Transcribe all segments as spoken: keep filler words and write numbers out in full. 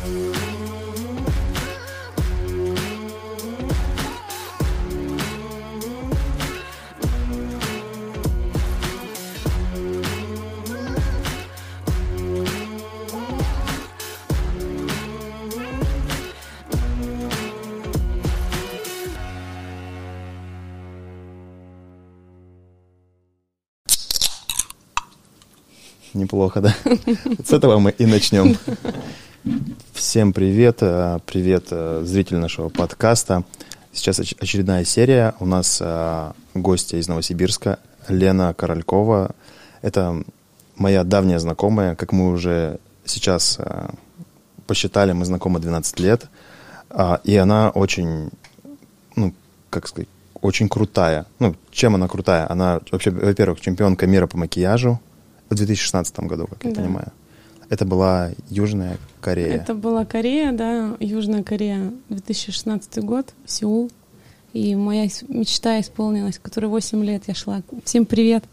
Неплохо, да? С этого мы и начнем. Всем привет, привет зрители нашего подкаста. Сейчас очередная серия. У нас гостья из Новосибирска, Лена Королькова. Это моя давняя знакомая. Как мы уже сейчас посчитали, мы знакомы двенадцать лет. И она очень, ну, как сказать, очень крутая. Ну, чем она крутая? Она вообще, во-первых, чемпионка мира по макияжу. В две тысячи шестнадцатом году, как я да. понимаю. Это была Южная Корея. Это была Корея, да, Южная Корея, две тысячи шестнадцатый год, Сеул. И моя мечта исполнилась, в которой восемь лет я шла. Всем привет.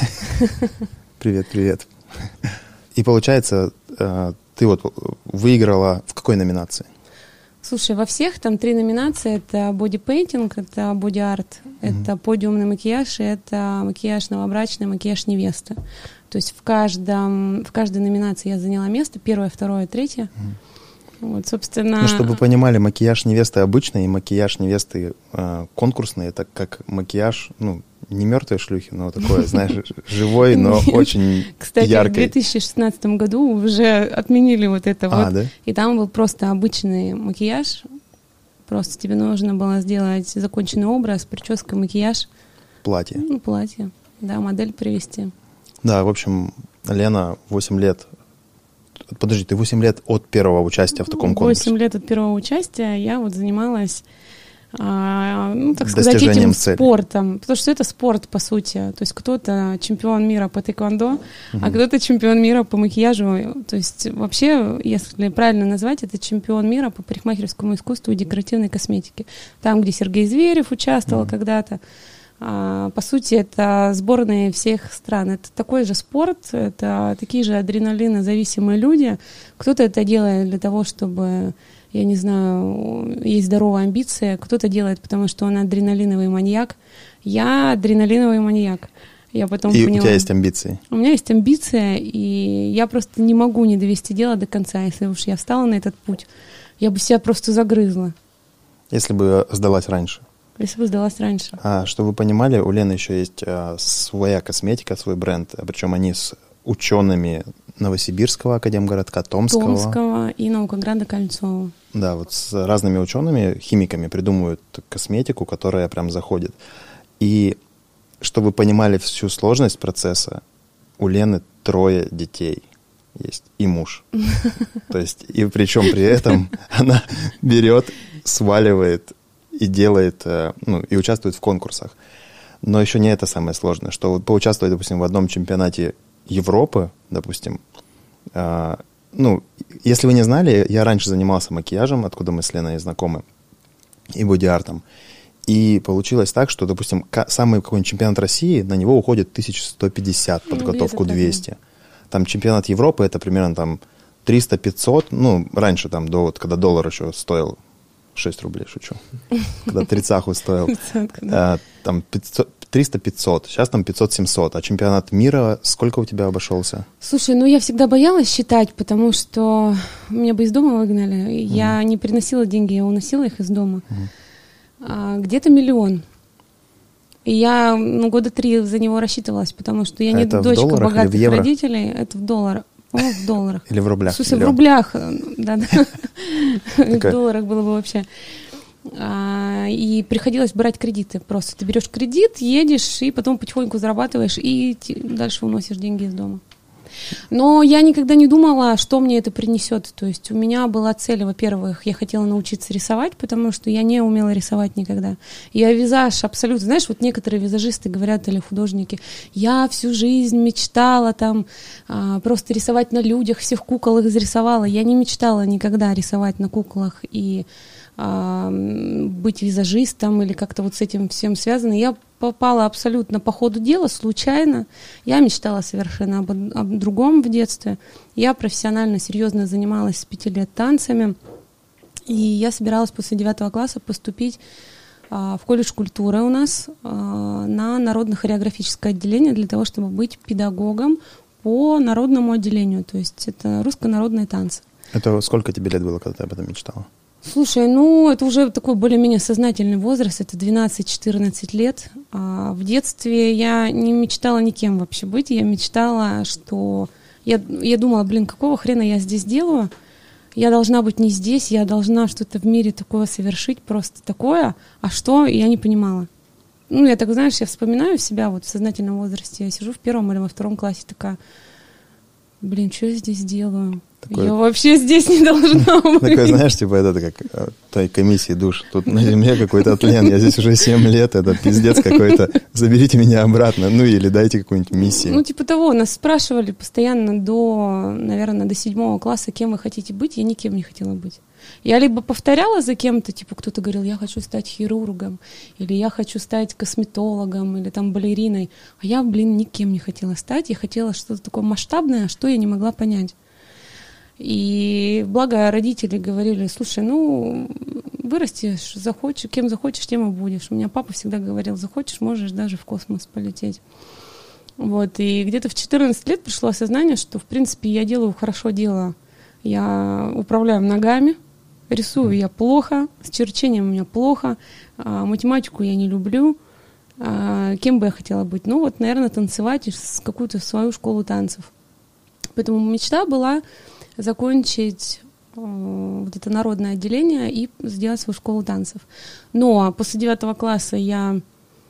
Привет, привет. И получается, ты вот выиграла в какой номинации? Слушай, во всех там три номинации. Это бодипейнтинг, это боди-арт, mm-hmm. это подиумный макияж, и это макияж новобрачный, макияж невесты. То есть в, каждом, в каждой номинации я заняла место, первое, второе, третье. Mm. Вот, собственно... Ну, чтобы вы понимали, макияж невесты обычный и макияж невесты э, конкурсный, это как макияж, ну, не мертвой шлюхи, но такое, знаешь, живой, но очень яркий. Кстати, в две тысячи шестнадцатом году уже отменили вот это вот. И там был просто обычный макияж. Просто тебе нужно было сделать законченный образ, прическа, макияж. Платье. Ну, платье, да, модель привести. Да, в общем, Лена восемь лет... Подожди, ты восемь лет от первого участия в таком конкурсе? восемь лет от первого участия я вот занималась, а, ну, так сказать, этим цели. Спортом. Потому что это спорт, по сути. То есть кто-то чемпион мира по тэквондо, угу. а кто-то чемпион мира по макияжу. То есть вообще, если правильно назвать, это чемпион мира по парикмахерскому искусству и декоративной косметике. Там, где Сергей Зверев участвовал угу. когда-то. А, по сути, это сборные всех стран. Это такой же спорт, это такие же адреналинозависимые люди. Кто-то это делает для того, чтобы, я не знаю, есть здоровая амбиция. Кто-то делает, потому что он адреналиновый маньяк. Я адреналиновый маньяк. Я потом и поняла, у тебя есть амбиции? У меня есть амбиция, и я просто не могу не довести дело до конца. Если уж я встала на этот путь, я бы себя просто загрызла. Если бы сдалась раньше? Если бы сдалась раньше. А, чтобы вы понимали, у Лены еще есть а, своя косметика, свой бренд, причем они с учеными Новосибирского академгородка, Томского. Томского и Наукограда Кольцова. Да, вот с разными учеными, химиками придумывают косметику, которая прям заходит. И чтобы вы понимали всю сложность процесса, у Лены трое детей есть и муж. То есть, и причем при этом она берет, сваливает и делает, ну, и участвует в конкурсах. Но еще не это самое сложное, что вот поучаствовать, допустим, в одном чемпионате Европы, допустим, э, ну, если вы не знали, я раньше занимался макияжем, откуда мы с Леной знакомы, и боди-артом. И получилось так, что, допустим, самый какой-нибудь чемпионат России, на него уходит тысяча сто пятьдесят, подготовку двести. Там чемпионат Европы, это примерно там триста-пятьсот, ну, раньше там, до, вот, когда доллар еще стоил шесть рублей, шучу. Когда тридцаху стоил. А, там триста-пятьсот. Сейчас там пятьсот-семьсот. А чемпионат мира сколько у тебя обошелся? Слушай, ну я всегда боялась считать, потому что меня бы из дома выгнали. Я mm. не приносила деньги, я уносила их из дома. Mm. А, где-то миллион. И я ну, года три за него рассчитывалась, потому что я а не дочка богатых родителей. Это в долларах. По-моему, в долларах. Или в рублях? Слушай, в рублях, да-да. В долларах было бы вообще. И приходилось брать кредиты. Просто ты берешь кредит, едешь, и потом потихоньку зарабатываешь, и дальше уносишь деньги из дома. Но я никогда не думала, что мне это принесет. То есть у меня была цель, во-первых, я хотела научиться рисовать, потому что я не умела рисовать никогда. Я визаж абсолютно... Знаешь, вот некоторые визажисты говорят, или художники, я всю жизнь мечтала там а, просто рисовать на людях, всех кукол их зарисовала. Я не мечтала никогда рисовать на куклах и а, быть визажистом или как-то вот с этим всем связано. Я попала абсолютно по ходу дела, случайно. Я мечтала совершенно об, об другом в детстве. Я профессионально, серьезно занималась с пяти лет танцами. И я собиралась после девятого класса поступить а, в колледж культуры у нас а, на народно-хореографическое отделение для того, чтобы быть педагогом по народному отделению. То есть это русско-народные танцы. Это сколько тебе лет было, когда ты об этом мечтала? Слушай, ну, это уже такой более-менее сознательный возраст, это двенадцать-четырнадцать лет. А в детстве я не мечтала никем вообще быть, я мечтала, что... Я, я думала, блин, какого хрена я здесь делаю? Я должна быть не здесь, я должна что-то в мире такое совершить, просто такое, а что, я не понимала. Ну, я так, знаешь, я вспоминаю себя вот в сознательном возрасте, я сижу в первом или во втором классе, такая, блин, что я здесь делаю? Такой, я вообще здесь не должна быть. Такой, знаешь, типа это как той комиссии душ. Тут на земле какой-то тлен, я здесь уже семь лет, это пиздец какой-то. Заберите меня обратно, ну или дайте какую-нибудь миссию. Ну типа того, нас спрашивали постоянно до, наверное, до седьмого класса, кем вы хотите быть, я никем не хотела быть. Я либо повторяла за кем-то, типа кто-то говорил, я хочу стать хирургом, или я хочу стать косметологом, или там балериной. А я, блин, никем не хотела стать, я хотела что-то такое масштабное, что я не могла понять. И благо родители говорили, слушай, ну, вырастешь, захочешь, кем захочешь, тем и будешь. У меня папа всегда говорил, захочешь, можешь даже в космос полететь. Вот, и где-то в четырнадцать лет пришло осознание, что, в принципе, я делаю хорошо дело. Я управляю ногами, рисую я плохо, с черчением у меня плохо, а математику я не люблю. А кем бы я хотела быть? Ну, вот, наверное, танцевать и с какую-то свою школу танцев. Поэтому мечта была закончить э, вот это народное отделение и сделать свою школу танцев. Но после девятого класса я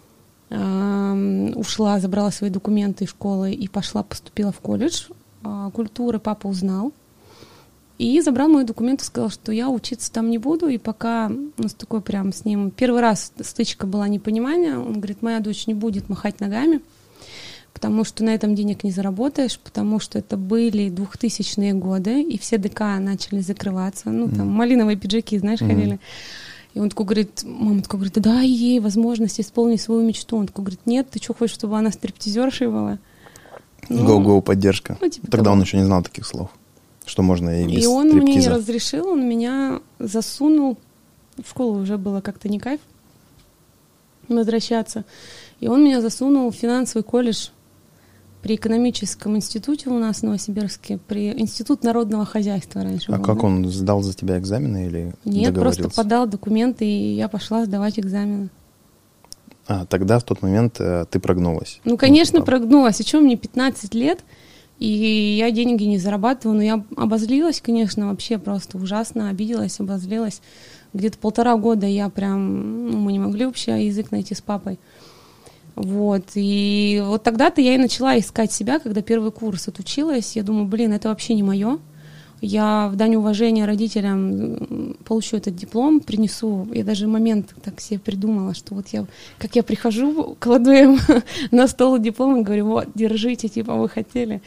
э, ушла, забрала свои документы из школы и пошла, поступила в колледж э, культуры. Папа узнал и забрал мои документы, сказал, что я учиться там не буду. И пока у нас такой прям с ним... Первый раз стычка была непонимание. Он говорит, моя дочь не будет махать ногами, потому что на этом денег не заработаешь, потому что это были двухтысячные годы, и все ДК начали закрываться, ну, там, mm. малиновые пиджаки, знаешь, mm. ходили. И он такой говорит, мама такой говорит, дай ей возможность исполнить свою мечту. Он такой говорит, нет, ты что, хочешь, чтобы она стриптизершей была? Гоу-гоу, ну, поддержка. Ну, типа Тогда того. Он еще не знал таких слов, что можно и без И он стриптиза. мне не разрешил, он меня засунул, в школу уже было как-то не кайф возвращаться, и он меня засунул в финансовый колледж при экономическом институте у нас в Новосибирске, при Институт народного хозяйства раньше. А был, как да? Он сдал за тебя экзамены или Нет, договорился? просто подал документы, и я пошла сдавать экзамены. А, тогда в тот момент э, ты прогнулась? Ну, конечно, ну, прогнулась. И что, мне пятнадцать лет, и я деньги не зарабатываю, но я обозлилась, конечно, вообще просто ужасно, обиделась, обозлилась. Где-то полтора года я прям, ну, мы не могли вообще язык найти с папой. Вот, и вот тогда-то я и начала искать себя, когда первый курс отучилась. Я думаю, блин, это вообще не мое. Я в дань уважения родителям получу этот диплом, принесу. Я даже момент так себе придумала, что вот я, как я прихожу, кладу им на стол диплом и говорю, вот, держите, типа, вы хотели.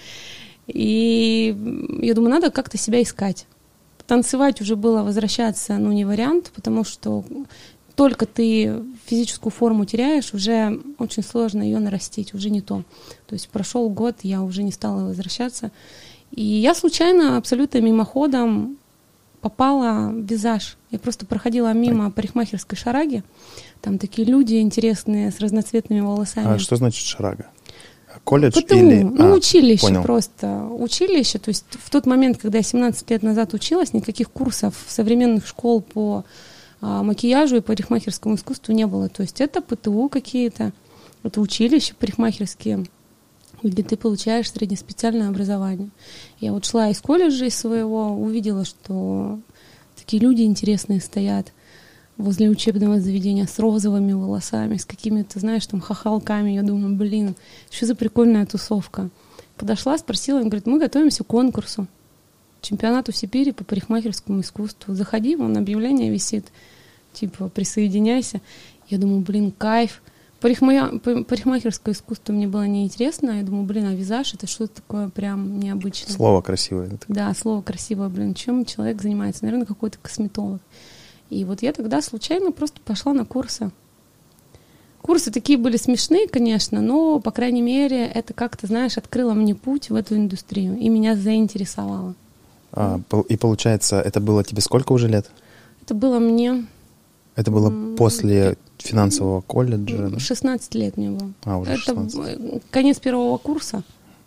И я думаю, надо как-то себя искать. Танцевать уже было, возвращаться, ну, не вариант, потому что только ты физическую форму теряешь, уже очень сложно ее нарастить, уже не то. То есть прошел год, я уже не стала возвращаться. И я случайно, абсолютно мимоходом попала в визаж. Я просто проходила мимо парикмахерской шараги. Там такие люди интересные, с разноцветными волосами. А что значит шарага? Колледж ПТУ, или... Ну, а, училище понял. Просто. Училище. То есть в тот момент, когда я семнадцать лет назад училась, никаких курсов современных школ по а, макияжу и парикмахерскому искусству не было. То есть это ПТУ какие-то, это училища парикмахерские, где ты получаешь среднеспециальное образование. Я вот шла из колледжа из своего, увидела, что такие люди интересные стоят возле учебного заведения с розовыми волосами, с какими-то, знаешь, там хохолками. Я думаю, блин, что за прикольная тусовка. Подошла, спросила, он говорит, мы готовимся к конкурсу, чемпионату Сибири по парикмахерскому искусству. Заходи, вон объявление висит, типа, присоединяйся. Я думаю, блин, кайф. Парикма... Парикмахерское искусство мне было неинтересно. Я думаю, блин, а визаж — это что-то такое прям необычное. Слово красивое. Да, слово красивое, блин. Чем человек занимается? Наверное, какой-то косметолог. И вот я тогда случайно просто пошла на курсы. Курсы такие были смешные, конечно, но, по крайней мере, это как-то, знаешь, открыло мне путь в эту индустрию, и меня заинтересовало. А, и получается, это было тебе сколько уже лет? Это было мне... Это было м- после финансового колледжа? шестнадцать лет мне было. А, уже шестнадцать. Это конец первого курса.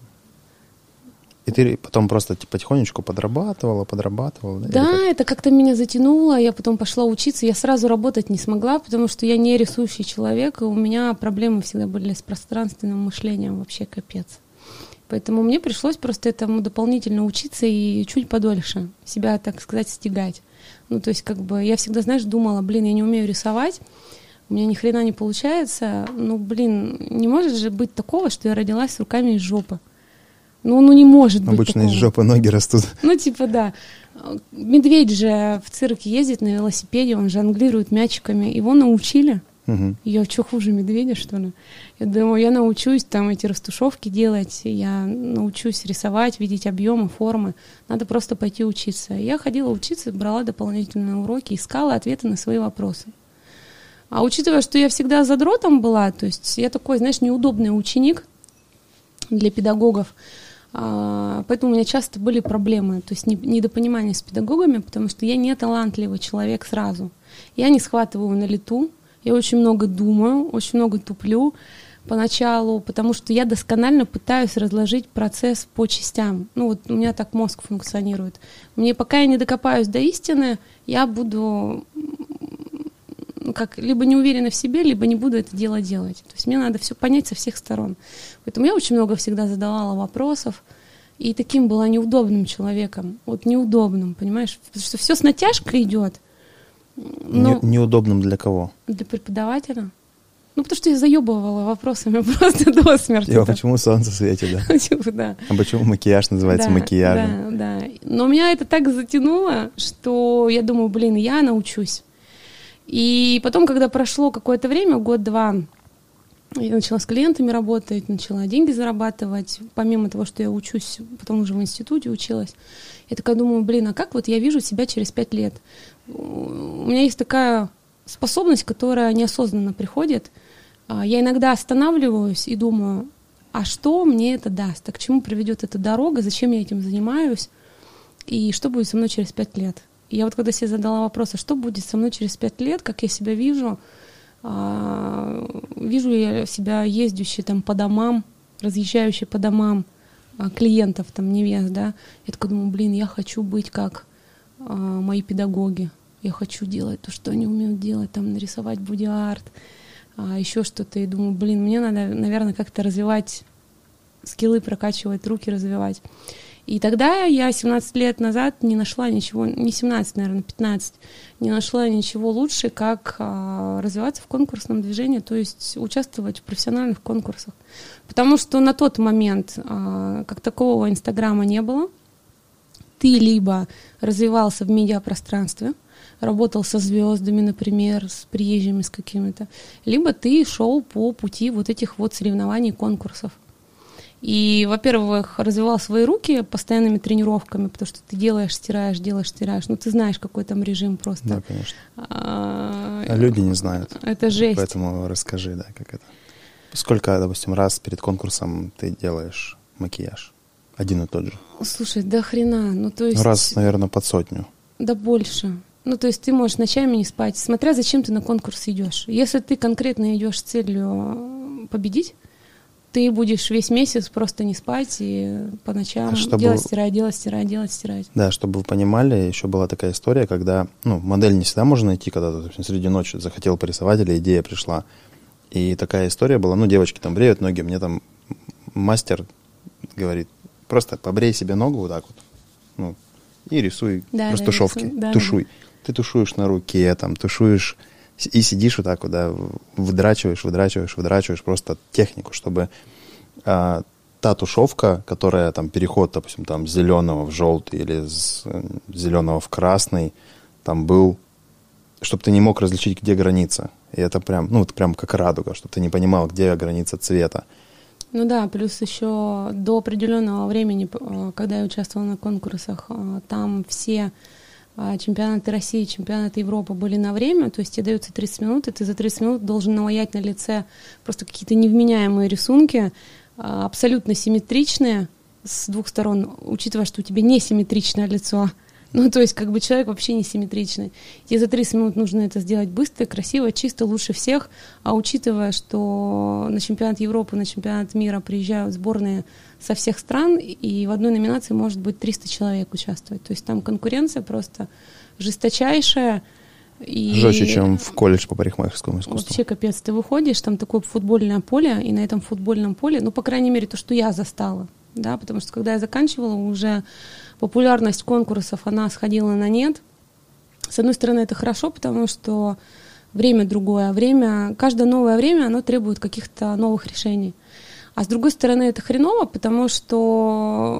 И ты потом просто потихонечку подрабатывала, подрабатывала? Да, да, это как-то меня затянуло, я потом пошла учиться, я сразу работать не смогла, потому что я не рисующий человек, и у меня проблемы всегда были с пространственным мышлением, вообще капец. Поэтому мне пришлось просто этому дополнительно учиться и чуть подольше себя, так сказать, стягать. Ну, то есть, как бы, я всегда, знаешь, думала, блин, я не умею рисовать, у меня ни хрена не получается, ну, блин, не может же быть такого, что я родилась с руками из жопы. Ну, ну не может быть Обычно такого. из жопы ноги растут. Ну, типа, да. Медведь же в цирке ездит на велосипеде, он жонглирует мячиками. Его научили. Угу. Я что, хуже медведя, что ли? Я думаю, я научусь там эти растушевки делать, я научусь рисовать, видеть объемы, формы. Надо просто пойти учиться. Я ходила учиться, брала дополнительные уроки, искала ответы на свои вопросы. А учитывая, что я всегда задротом была, то есть я такой, знаешь, неудобный ученик для педагогов, поэтому у меня часто были проблемы, то есть недопонимание с педагогами, потому что я не талантливый человек сразу. Я не схватываю на лету, я очень много думаю, очень много туплю поначалу, потому что я досконально пытаюсь разложить процесс по частям. Ну вот у меня так мозг функционирует. Мне пока я не докопаюсь до истины, я буду как либо не уверена в себе, либо не буду это дело делать. То есть мне надо все понять со всех сторон. Поэтому я очень много всегда задавала вопросов, и таким была неудобным человеком. Вот неудобным, понимаешь? Потому что все с натяжкой идет. Не, неудобным для кого? Для преподавателя. Ну, потому что я заебывала вопросами просто до смерти. А почему солнце светит, да? Типа, да. А почему макияж называется да, макияжем? Да, да. Но меня это так затянуло, что я думаю, блин, я научусь. И потом, когда прошло какое-то время, год-два, я начала с клиентами работать, начала деньги зарабатывать, помимо того, что я учусь, потом уже в институте училась. Я такая думаю, блин, а как вот я вижу себя через пять лет? У меня есть такая способность, которая неосознанно приходит. Я иногда останавливаюсь и думаю, а что мне это даст? А к чему приведет эта дорога? Зачем я этим занимаюсь? И что будет со мной через пять лет? И я вот когда себе задала вопрос, а что будет со мной через пять лет, как я себя вижу, а, вижу я себя ездящей там по домам, разъезжающей по домам а, клиентов, там, невест, да, я такая думаю, блин, я хочу быть как а, мои педагоги, я хочу делать то, что они умеют делать, там, нарисовать боди-арт, а, еще что-то, и думаю, блин, мне надо, наверное, как-то развивать скиллы, прокачивать, руки развивать. И тогда я семнадцать лет назад не нашла ничего, не семнадцать, наверное, пятнадцать, не нашла ничего лучше, как а, развиваться в конкурсном движении, то есть участвовать в профессиональных конкурсах. Потому что на тот момент а, как такового Инстаграма не было. Ты либо развивался в медиапространстве, работал со звездами, например, с приезжими, с какими-то, либо ты шел по пути вот этих вот соревнований, конкурсов. И, во-первых, развивал свои руки постоянными тренировками, потому что ты делаешь, стираешь, делаешь, стираешь. Ну, ты знаешь, какой там режим просто. Да, конечно. А, а люди не знают. Это жесть. Поэтому расскажи, да, как это. Сколько, допустим, раз перед конкурсом ты делаешь макияж? Один и тот же? Слушай, да хрена. Ну, то есть... Раз, наверное, под сотню. Да больше. Ну, то есть ты можешь ночами не спать, смотря зачем ты на конкурс идешь. Если ты конкретно идешь с целью победить, ты будешь весь месяц просто не спать и по ночам а чтобы... делать, стирать, делать, стирать, делать, стирать. Да, чтобы вы понимали, еще была такая история, когда, ну, модель не всегда можно найти, когда ты, допустим, среди ночи захотел порисовать или идея пришла. И такая история была, ну, девочки там бреют ноги, мне там мастер говорит, просто побрей себе ногу вот так вот, ну, и рисуй да, растушевки, да, тушуй. Да. Ты тушуешь на руке, там, тушуешь и сидишь вот так вот, да, выдрачиваешь, выдрачиваешь, выдрачиваешь просто технику, чтобы а, та тушевка, которая там переход, допустим, там с зеленого в желтый или с зеленого в красный, там был, чтобы ты не мог различить, где граница. И это прям, ну, это прям как радуга, чтобы ты не понимал, где граница цвета. Ну да, плюс еще до определенного времени, когда я участвовала на конкурсах, там все чемпионаты России, чемпионаты Европы были на время, то есть тебе даются тридцать минут, и ты за тридцать минут должен наваять на лице просто какие-то невменяемые рисунки, абсолютно симметричные с двух сторон, учитывая, что у тебя несимметричное лицо. Ну, то есть, как бы человек вообще несимметричный. Тебе за тридцать минут нужно это сделать быстро, красиво, чисто, лучше всех. А учитывая, что на чемпионат Европы, на чемпионат мира приезжают сборные со всех стран, и в одной номинации может быть триста человек участвовать. То есть там конкуренция просто жесточайшая. И жестче, чем в колледж по парикмахерскому искусству. Вообще капец. Ты выходишь, там такое футбольное поле, и на этом футбольном поле, ну, по крайней мере, то, что я застала, да, потому что когда я заканчивала, уже популярность конкурсов, она сходила на нет. С одной стороны, это хорошо, потому что время другое. Время, каждое новое время, оно требует каких-то новых решений. А с другой стороны, это хреново, потому что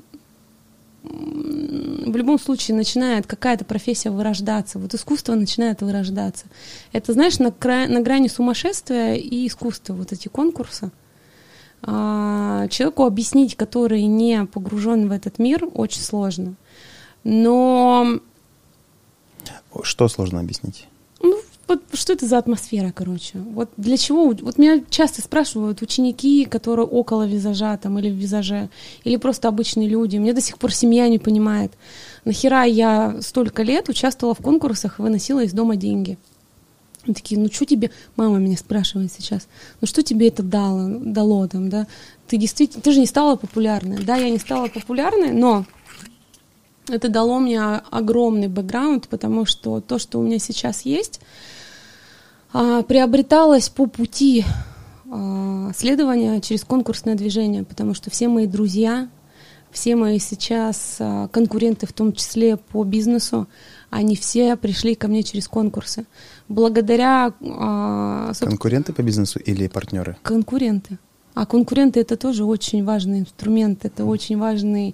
в любом случае начинает какая-то профессия вырождаться. Вот искусство начинает вырождаться. Это, знаешь, на, кра... на грани сумасшествия и искусства, вот эти конкурсы. Человеку объяснить, который не погружен в этот мир, очень сложно. Но... Что сложно объяснить? Ну, вот что это за атмосфера, короче? Вот для чего? Вот меня часто спрашивают ученики, которые около визажа там, или в визаже, или просто обычные люди. Меня до сих пор семья не понимает. Нахера я столько лет участвовала в конкурсах и выносила из дома деньги? Они такие, ну что тебе, мама меня спрашивает сейчас, ну что тебе это дало, дало там, да? Ты действительно, ты же не стала популярной. Да, я не стала популярной, но это дало мне огромный бэкграунд, потому что то, что у меня сейчас есть, приобреталось по пути следования через конкурсное движение, потому что все мои друзья, все мои сейчас конкуренты, в том числе по бизнесу, они все пришли ко мне через конкурсы. Благодаря... Конкуренты по бизнесу или партнеры? Конкуренты. А конкуренты — это тоже очень важный инструмент, это очень важный,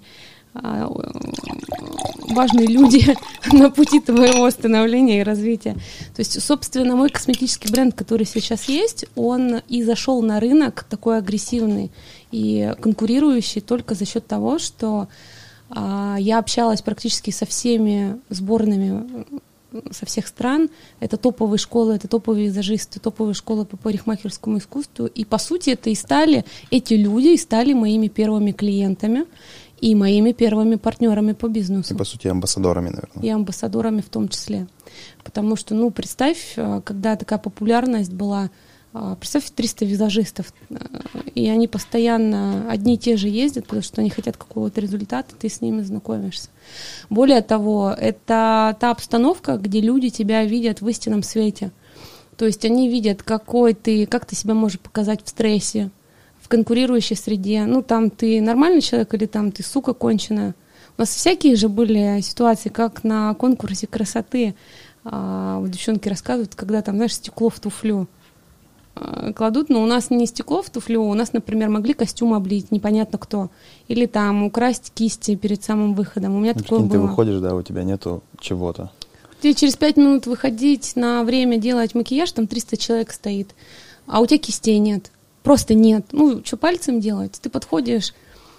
важные люди на пути твоего становления и развития. То есть, собственно, мой косметический бренд, который сейчас есть, он и зашел на рынок такой агрессивный и конкурирующий только за счет того, что я общалась практически со всеми сборными со всех стран. Это топовые школы, это топовые визажисты, топовые школы по парикмахерскому искусству. И, по сути, это и стали, эти люди и стали моими первыми клиентами и моими первыми партнерами по бизнесу. И, по сути, амбассадорами, наверное. И амбассадорами в том числе. Потому что, ну, представь, когда такая популярность была, представь, триста визажистов, и они постоянно одни и те же ездят, потому что они хотят какого-то результата, ты с ними знакомишься. Более того, это та обстановка, где люди тебя видят в истинном свете. То есть они видят, какой ты, как ты себя можешь показать в стрессе, в конкурирующей среде. Ну, там ты нормальный человек или там ты сука конченая. У нас всякие же были ситуации, как на конкурсе красоты. А, вот девчонки рассказывают, когда там, знаешь, стекло в туфлю кладут, но у нас не стекло в туфлю, у нас, например, могли костюм облить, непонятно кто, или там украсть кисти перед самым выходом. У меня ну, такое было. Ты выходишь, да, у тебя нету чего-то. Тебе через пять минут выходить на время делать макияж, там триста человек стоит, а у тебя кистей нет, просто нет. Ну, что пальцем делать? Ты подходишь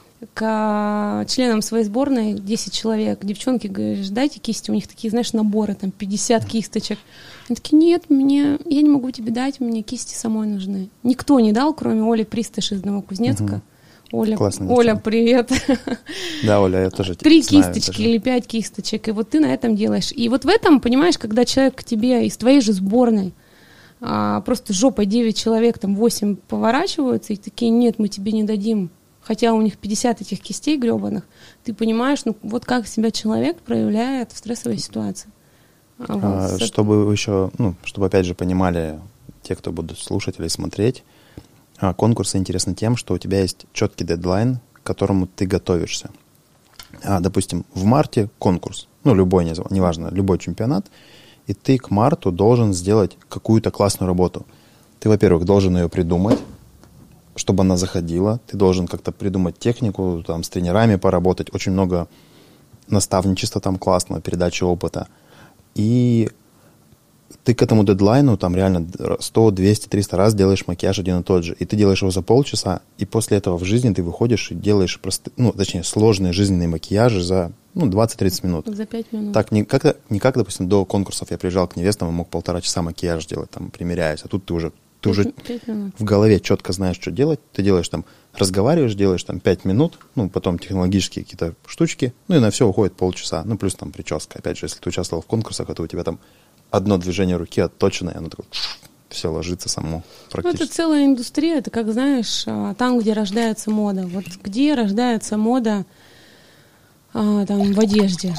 к членам своей сборной, десять человек, девчонки, говоришь, дайте кисти, у них такие, знаешь, наборы, там пятьдесят кисточек. Они такие, нет, мне, я не могу тебе дать, мне кисти самой нужны. Никто не дал, кроме Оли Присташ из Новокузнецка. Угу. Оля, Оля, привет. Да, Оля, я тоже Три знаю, кисточки тоже. Или пять кисточек, и вот ты на этом делаешь. И вот в этом, понимаешь, когда человек к тебе из твоей же сборной, а, просто жопой девять человек, там восемь поворачиваются, и такие, нет, мы тебе не дадим. Хотя у них пятьдесят этих кистей гребаных, ты понимаешь, ну вот как себя человек проявляет в стрессовой ситуации. А, вот. Чтобы еще, ну, чтобы опять же понимали те, кто будут слушать или смотреть, конкурсы интересны тем, что у тебя есть четкий дедлайн, к которому ты готовишься. А, допустим, в марте конкурс, ну, любой, неважно, любой чемпионат, и ты к марту должен сделать какую-то классную работу. Ты, во-первых, должен ее придумать, чтобы она заходила, ты должен как-то придумать технику, там, с тренерами поработать, очень много наставничества там классного, передачи опыта. И ты к этому дедлайну там реально сто, двести, триста раз делаешь макияж один и тот же, и ты делаешь его за полчаса, и после этого в жизни ты выходишь и делаешь простые, ну, точнее, сложные жизненные макияжи за, ну, двадцать-тридцать минут. За пять минут. Так, не как, не как, допустим, до конкурсов я приезжал к невестам и мог полтора часа макияж делать, там, примеряясь, а тут ты уже, ты уже в голове четко знаешь, что делать, ты делаешь там, разговариваешь, делаешь там пять минут, ну, потом технологические какие-то штучки, ну, и на все уходит полчаса, ну, плюс там прическа. Опять же, если ты участвовал в конкурсах, то у тебя там одно движение руки отточено, и оно такое, все ложится само практически. Ну, это целая индустрия, это как, знаешь, там, где рождается мода. Вот где рождается мода а, там, в одежде.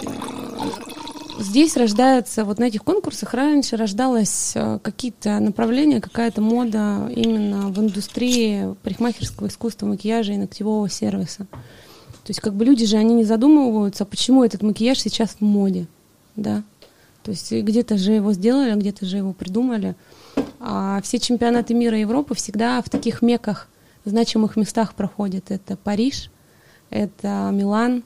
Здесь рождается, вот на этих конкурсах раньше рождалось какие-то направления, какая-то мода именно в индустрии парикмахерского искусства, макияжа и ногтевого сервиса. То есть как бы люди же, они не задумываются, почему этот макияж сейчас в моде, да. То есть где-то же его сделали, где-то же его придумали. А все чемпионаты мира и Европы всегда в таких меках, значимых местах проходят. Это Париж, это Милан,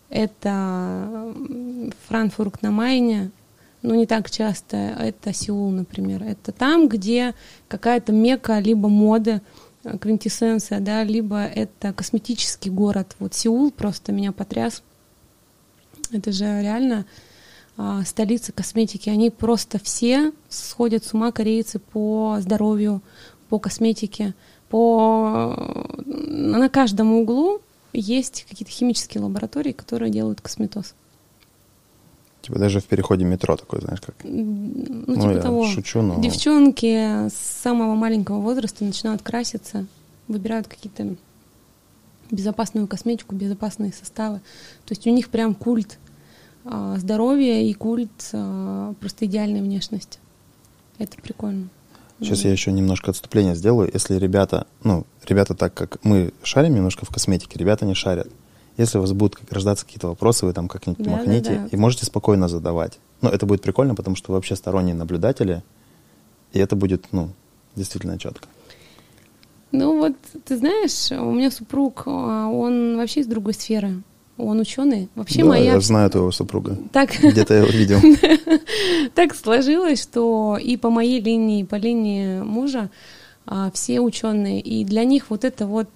это Франкфурт на Майне, ну не так часто, это Сеул, например. Это там, где какая-то мека либо моды, квинтэссенция, да, либо это косметический город. Вот Сеул просто меня потряс. Это же реально столица косметики. Они просто все сходят с ума, корейцы, по здоровью, по косметике. По... На каждом углу есть какие-то химические лаборатории, которые делают косметоз. Типа даже в переходе метро такой, знаешь, как... Ну, ну типа я того. Шучу, но... Девчонки с самого маленького возраста начинают краситься, выбирают какие-то безопасную косметику, безопасные составы. То есть у них прям культ здоровья и культ а, просто идеальной внешности. Это прикольно. Сейчас я еще немножко отступление сделаю. Если ребята, ну, ребята так, как мы шарим немножко в косметике, ребята не шарят. Если у вас будут рождаться какие-то вопросы, вы там как-нибудь да, махните да, да. и можете спокойно задавать. Ну, это будет прикольно, потому что вы вообще сторонние наблюдатели, и это будет, ну, действительно четко. Ну вот, ты знаешь, у меня супруг, он вообще из другой сферы. Он ученый. Вообще да, моя... я знаю твоего супруга. Так... Где-то я его видел. Так сложилось, что и по моей линии, и по линии мужа а, все ученые. И для них вот это вот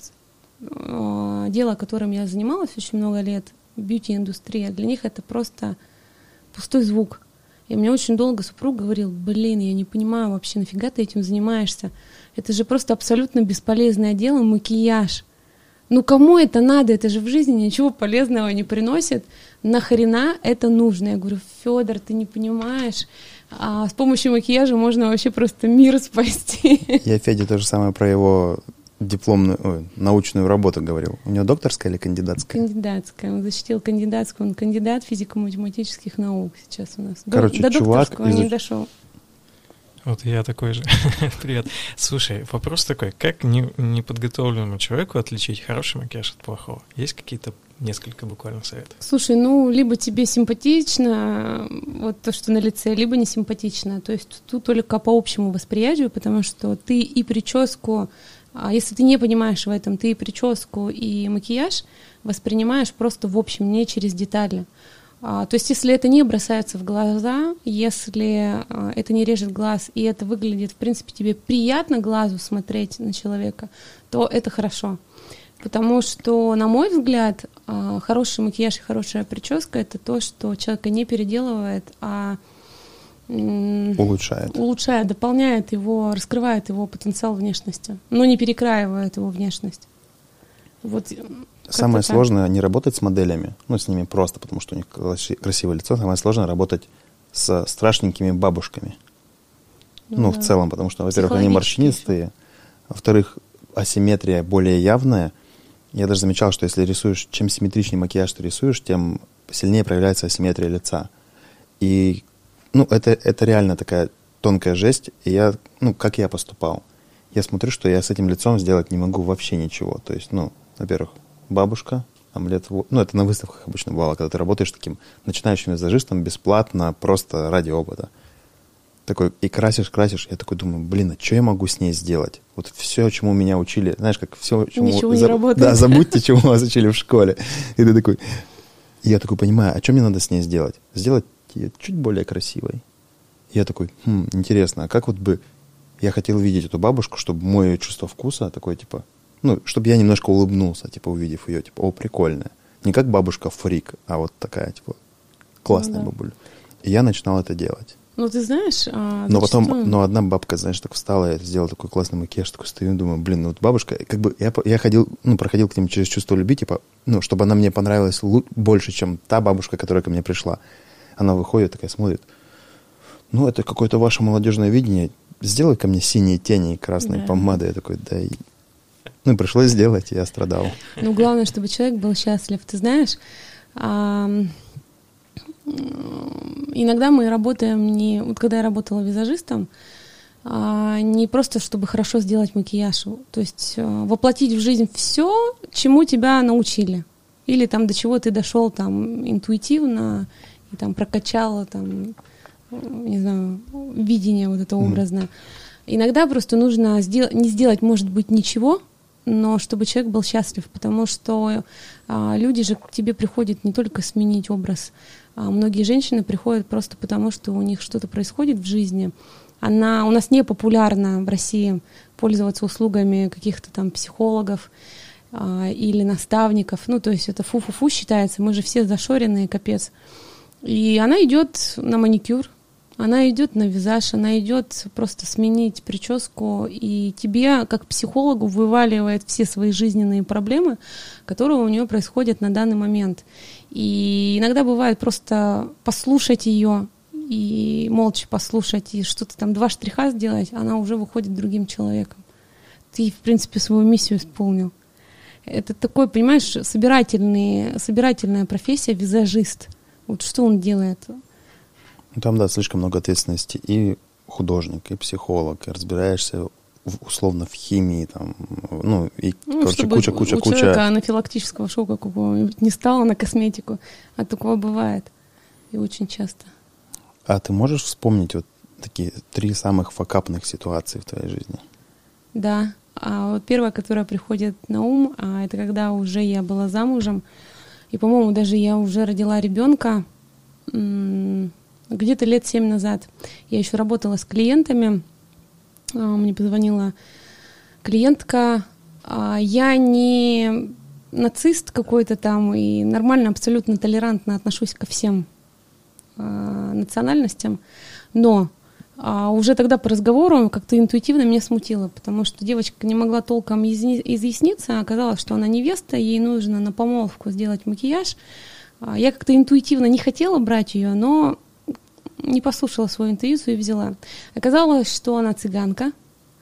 а, дело, которым я занималась очень много лет, бьюти-индустрия, для них это просто пустой звук. И мне очень долго супруг говорил: блин, я не понимаю вообще, нафига ты этим занимаешься? Это же просто абсолютно бесполезное дело, макияж. Ну кому это надо? Это же в жизни ничего полезного не приносит. Нахрена это нужно? Я говорю: Федор, ты не понимаешь. А с помощью макияжа можно вообще просто мир спасти. Я Феде то же самое про его дипломную, ой, научную работу говорил. У него докторская или кандидатская? Кандидатская. Он защитил кандидатскую. Он кандидат физико-математических наук сейчас у нас. Короче, до, до чувак докторского изуч... не дошел. Вот я такой же. Привет. Слушай, вопрос такой. Как не, неподготовленному человеку отличить хороший макияж от плохого? Есть какие-то несколько буквально советов? Слушай, ну, либо тебе симпатично вот то, что на лице, либо не симпатично. То есть тут только по общему восприятию, потому что ты и прическу, если ты не понимаешь в этом, ты и прическу, и макияж воспринимаешь просто в общем, не через детали. А, то есть если это не бросается в глаза, если а, это не режет глаз, и это выглядит, в принципе, тебе приятно глазу смотреть на человека, то это хорошо. Потому что, на мой взгляд, а, хороший макияж и хорошая прическа — это то, что человека не переделывает, а м- улучшает. улучшает, дополняет его, раскрывает его потенциал внешности, но не перекраивает его внешность. Вот. Самое сложное не работать с моделями, ну, с ними просто, потому что у них красивое лицо. Самое сложное работать с страшненькими бабушками. Ну, ну да. В целом, потому что, во-первых, они морщинистые, во-вторых, асимметрия более явная. Я даже замечал, что если рисуешь, чем симметричнее макияж ты рисуешь, тем сильнее проявляется асимметрия лица. И, ну, это, это реально такая тонкая жесть. И я, ну, как я поступал? Я смотрю, что я с этим лицом сделать не могу вообще ничего. То есть, ну, во-первых, бабушка, омлет, ну, это на выставках обычно бывало, когда ты работаешь таким начинающим визажистом бесплатно, просто ради опыта. Такой, и красишь, красишь, я такой думаю, блин, а что я могу с ней сделать? Вот все, чему меня учили, знаешь, как все, чему... Ничего не за... работает. Да, забудьте, чему вас учили в школе. И ты такой, и я такой понимаю, а что мне надо с ней сделать? Сделать ее чуть более красивой. И я такой, хм, интересно, а как вот бы я хотел видеть эту бабушку, чтобы мое чувство вкуса такое, типа, ну, чтобы я немножко улыбнулся, типа, увидев ее, типа, о, прикольная. Не как бабушка-фрик, а вот такая, типа, классная ну, да. бабуля. И я начинал это делать. Ну, ты знаешь... А, но зачастую... потом, но одна бабка, знаешь, так встала, я сделала такой классный макияж, такой стою, думаю, блин, ну вот бабушка, как бы я, я ходил, ну, проходил к ним через чувство любви, типа, ну, чтобы она мне понравилась лу- больше, чем та бабушка, которая ко мне пришла. Она выходит, такая смотрит, ну, это какое-то ваше молодежное видение, сделай ко мне синие тени и красные да. помады. Я такой, да, и... ну, пришлось сделать, и я страдал. Ну, главное, чтобы человек был счастлив. Ты знаешь, а... иногда мы работаем не... Вот когда я работала визажистом, а... не просто, чтобы хорошо сделать макияж, то есть воплотить в жизнь все, чему тебя научили. Или там до чего ты дошел там интуитивно, и там прокачала там... не знаю, видение вот это образное. Mm. Иногда просто нужно сделать, не сделать, может быть, ничего, но чтобы человек был счастлив, потому что а, люди же к тебе приходят не только сменить образ. А многие женщины приходят просто потому, что у них что-то происходит в жизни. Она, у нас не популярно в России пользоваться услугами каких-то там психологов а, или наставников. Ну, то есть это фу-фу-фу считается. Мы же все зашоренные, капец. И она идет на маникюр, она идет на визаж, она идет просто сменить прическу, и тебе, как психологу, вываливает все свои жизненные проблемы, которые у нее происходят на данный момент. И иногда бывает просто послушать ее, и молча послушать, и что-то там, два штриха сделать, она уже выходит другим человеком. Ты, в принципе, свою миссию исполнил. Это такой, понимаешь, собирательный, собирательная профессия, визажист. Вот что он делает? Там, да, слишком много ответственности. И художник, и психолог, и разбираешься в, условно в химии, там, ну, и, ну, короче, куча, куча, у куча. У человека анафилактического шока какого-нибудь не стало на косметику, а такого бывает. И очень часто. А ты можешь вспомнить вот такие три самых факапных ситуации в твоей жизни? Да. А вот первая, которая приходит на ум, а это когда уже я была замужем, и, по-моему, даже я уже родила ребенка м- где-то лет семь назад. Я еще работала с клиентами. А, мне позвонила клиентка. А, я не нацист какой-то там и нормально, абсолютно толерантно отношусь ко всем а, национальностям, но а, уже тогда по разговору как-то интуитивно меня смутило, потому что девочка не могла толком изъясни- изъясниться, оказалось, что она невеста, ей нужно на помолвку сделать макияж. А, я как-то интуитивно не хотела брать ее, но не послушала свою интуицию и взяла. Оказалось, что она цыганка.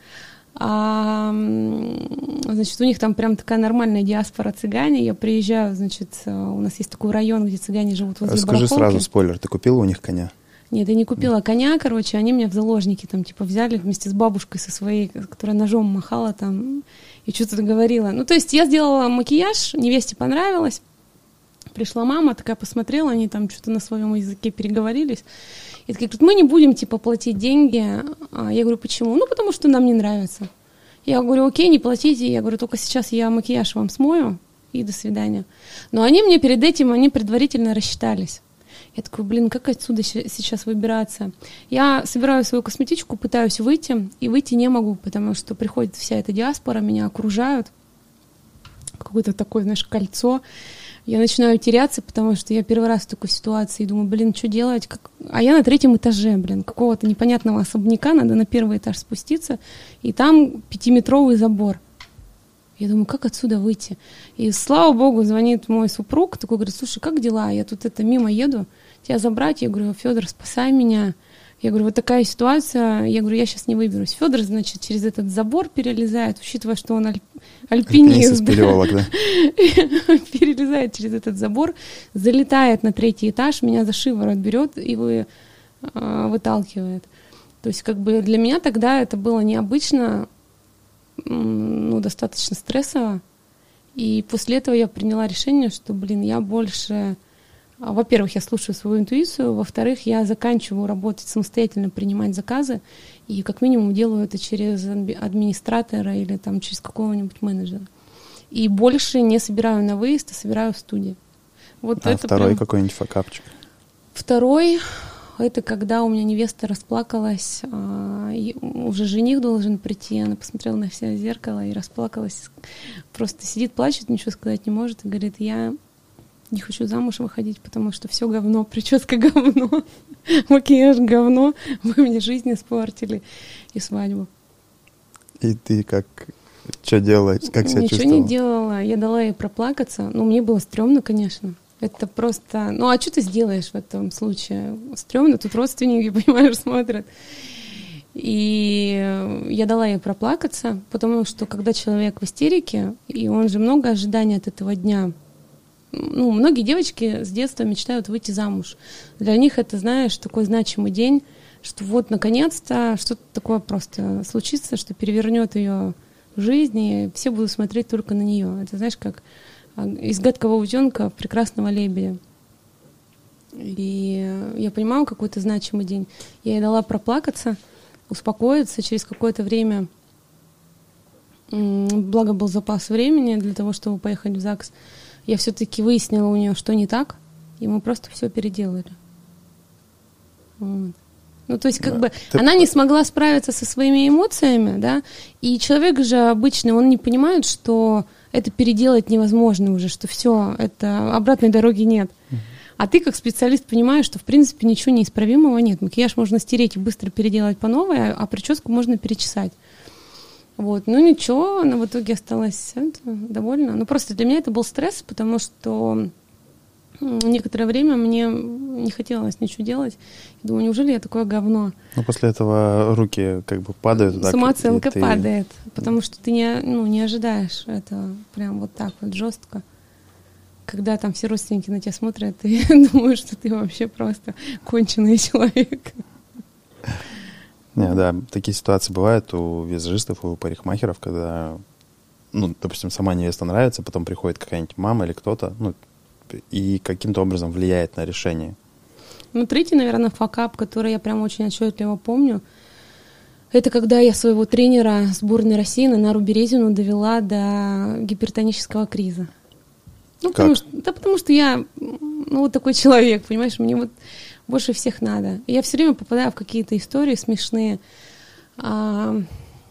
А, значит, у них там прям такая нормальная диаспора цыгане. Я приезжаю, значит, у нас есть такой район, где цыгане живут возле Скажи барахолки. сразу спойлер, ты купила у них коня? Нет, я не купила коня, короче, они меня в заложники там типа взяли вместе с бабушкой со своей, которая ножом махала там и что-то говорила. Ну, то есть я сделала макияж, невесте понравилось. Пришла мама, такая посмотрела, они там что-то на своем языке переговорились. И такая говорит, мы не будем, типа, платить деньги. А я говорю, почему? Ну, потому что нам не нравится. Я говорю, окей, не платите. Я говорю, только сейчас я макияж вам смою, и до свидания. Но они мне перед этим, они предварительно рассчитались. Я такой, блин, как отсюда сейчас выбираться? Я собираю свою косметичку, пытаюсь выйти, и выйти не могу, потому что приходит вся эта диаспора, меня окружают. Какое-то такое, знаешь, кольцо. Я начинаю теряться, потому что я первый раз в такой ситуации и думаю, блин, что делать? Как... А я на третьем этаже, блин, какого-то непонятного особняка, надо на первый этаж спуститься, и там пятиметровый забор. Я думаю, как отсюда выйти? И слава богу, звонит мой супруг, такой говорит, слушай, как дела? Я тут это мимо еду, тебя забрать? Я говорю, Федор, спасай меня. Я говорю, вот такая ситуация, я говорю, я сейчас не выберусь. Федор, значит, через этот забор перелезает, учитывая, что он альп... альпинист. Альпинист, да. Перелезает через этот забор, залетает на третий этаж, меня за шиворот берет и вы, э, выталкивает. То есть как бы для меня тогда это было необычно, ну, достаточно стрессово. И после этого я приняла решение, что, блин, я больше... Во-первых, я слушаю свою интуицию, во-вторых, я заканчиваю работать самостоятельно, принимать заказы, и как минимум делаю это через администратора или там через какого-нибудь менеджера. И больше не собираю на выезд, а собираю в студии. Вот а это второй прям... какой-нибудь факапчик? Второй... это когда у меня невеста расплакалась, а, уже жених должен прийти, она посмотрела на себя в зеркало и расплакалась. Просто сидит, плачет, ничего сказать не может и говорит: я не хочу замуж выходить, потому что все говно, прическа говно, макияж говно, вы мне жизнь испортили и свадьбу. И ты как, что делала, как себя Ничего чувствовала? не делала, я дала ей проплакаться, ну, мне было стрёмно, конечно. Это просто... Ну, а что ты сделаешь в этом случае? Стрёмно, тут родственники, понимаешь, смотрят. И я дала ей проплакаться, потому что когда человек в истерике, и он же много ожиданий от этого дня. Ну, многие девочки с детства мечтают выйти замуж. Для них это, знаешь, такой значимый день, что вот, наконец-то, что-то такое просто случится, что перевернет ее жизнь, и все будут смотреть только на нее. Это, знаешь, как из гадкого утенка в прекрасного лебедя. И я понимала, какой-то значимый день. Я ей дала проплакаться, успокоиться. Через какое-то время, благо был запас времени для того, чтобы поехать в ЗАГС, я все-таки выяснила у нее, что не так, и мы просто все переделали. Вот. Ну, то есть, как да. бы, Ты... она не смогла справиться со своими эмоциями, да, и человек же обычный, он не понимает, что это переделать невозможно уже, что все, это обратной дороги нет. Uh-huh. А ты как специалист понимаешь, что в принципе ничего неисправимого нет. Макияж можно стереть и быстро переделать по новой, а прическу можно перечесать. Вот. Ну ничего, она в итоге осталась это, довольна. Ну просто для меня это был стресс, потому что некоторое время мне не хотелось ничего делать. Я думаю, неужели я такое говно? Ну, после этого руки как бы падают. Самооценка ты... падает, потому что ты не, ну, не ожидаешь этого прям вот так вот жестко. Когда там все родственники на тебя смотрят, ты думаешь, что ты вообще просто конченый человек. Не, да, такие ситуации бывают у визажистов, у парикмахеров, когда, ну, допустим, сама невеста нравится, потом приходит какая-нибудь мама или кто-то, ну, и каким-то образом влияет на решение. Ну, третий, наверное, факап, который я прям очень отчетливо помню, это когда я своего тренера сборной России Нару Березину довела до гипертонического криза. Ну, потому что, да, потому что я, ну, вот такой человек, понимаешь, мне вот больше всех надо. И я все время попадаю в какие-то истории смешные. А,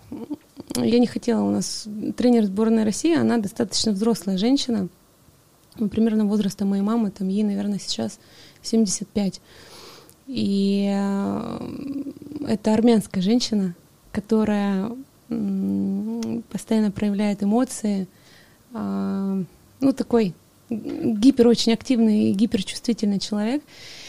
я не хотела, у нас тренер сборной России, она достаточно взрослая женщина, ну, примерно возраста моей мамы, там ей, наверное, сейчас семьдесят пять. И это армянская женщина, которая постоянно проявляет эмоции, ну, такой гипер, очень активный и гиперчувствительный человек.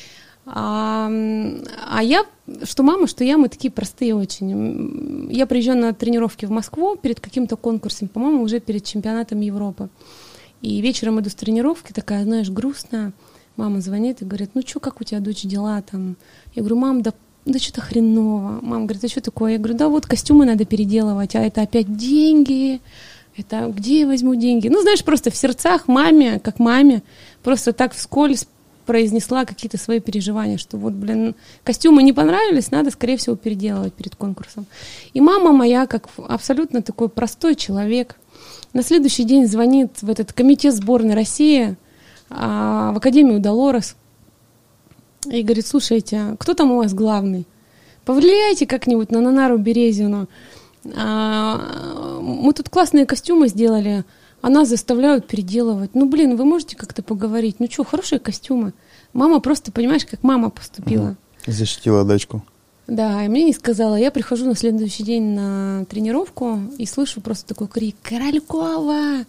А, а я, что мама, что я, мы такие простые очень. Я приезжаю на тренировки в Москву перед каким-то конкурсом, по-моему, уже перед чемпионатом Европы. И вечером иду с тренировки, такая, знаешь, грустная. Мама звонит и говорит: ну что, как у тебя, дочь, дела там? Я говорю: мам, да, да что-то хреново. Мама говорит: а что такое? Я говорю: да вот костюмы надо переделывать, а это опять деньги. Это где я возьму деньги? Ну, знаешь, просто в сердцах маме, как маме, просто так вскользь произнесла какие-то свои переживания, что вот, блин, костюмы не понравились, надо, скорее всего, переделывать перед конкурсом. И мама моя, как абсолютно такой простой человек, на следующий день звонит в этот комитет сборной России, а, в Академию Долорес, и говорит: слушайте, кто там у вас главный? Повлияйте как-нибудь на Нару Березину. А, мы тут классные костюмы сделали, а нас заставляют переделывать. Ну, блин, вы можете как-то поговорить? Ну что, хорошие костюмы. Мама просто, понимаешь, как мама поступила. Угу. Защитила дочку. Да, и мне не сказала. Я прихожу на следующий день на тренировку и слышу просто такой крик: Королькова!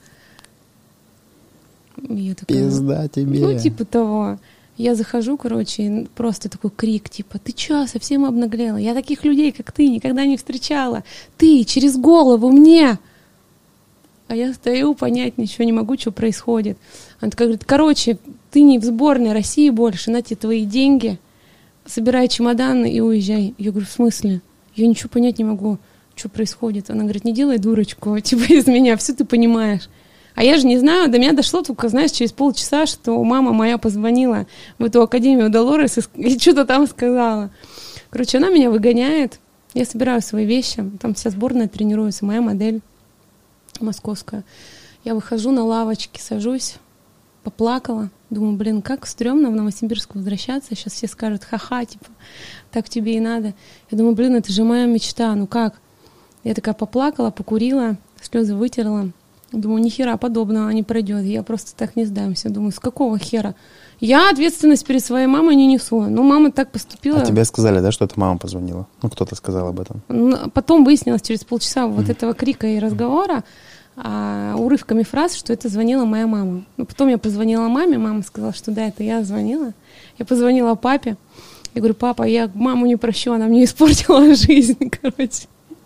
Я такая: пизда тебе. Ну, типа того. Я захожу, короче, и просто такой крик, типа: ты чё, совсем обнаглела? Я таких людей, как ты, никогда не встречала. Ты через голову мне! А я стою, понять ничего не могу, что происходит. Она такая говорит: короче, ты не в сборной России больше, на тебе твои деньги, собирай чемоданы и уезжай. Я говорю: в смысле? Я ничего понять не могу, что происходит. Она говорит: не делай дурочку, типа из меня, все ты понимаешь. А я же не знаю, до меня дошло только, знаешь, через полчаса, что мама моя позвонила в эту Академию Долорес и, и что-то там сказала. Короче, она меня выгоняет, я собираю свои вещи, там вся сборная тренируется, моя модель московская. Я выхожу на лавочке, сажусь, поплакала. Думаю, блин, как стрёмно в Новосибирск возвращаться. Сейчас все скажут, ха-ха, типа, так тебе и надо. Я думаю, блин, это же моя мечта, ну как? Я такая поплакала, покурила, слезы вытерла. Думаю, ни хера подобного не пройдет. Я просто так не сдамся. Думаю, с какого хера? Я ответственность перед своей мамой не несу. Ну, мама так поступила. А тебе сказали, да, что это мама позвонила? Ну, кто-то сказал об этом. Потом выяснилось через полчаса mm-hmm. вот этого крика и разговора, а, урывками фраз, что это звонила моя мама. Ну, потом я позвонила маме, мама сказала, что да, это я звонила. Я позвонила папе. Я говорю, папа, я маму не прощу, она мне испортила жизнь, короче.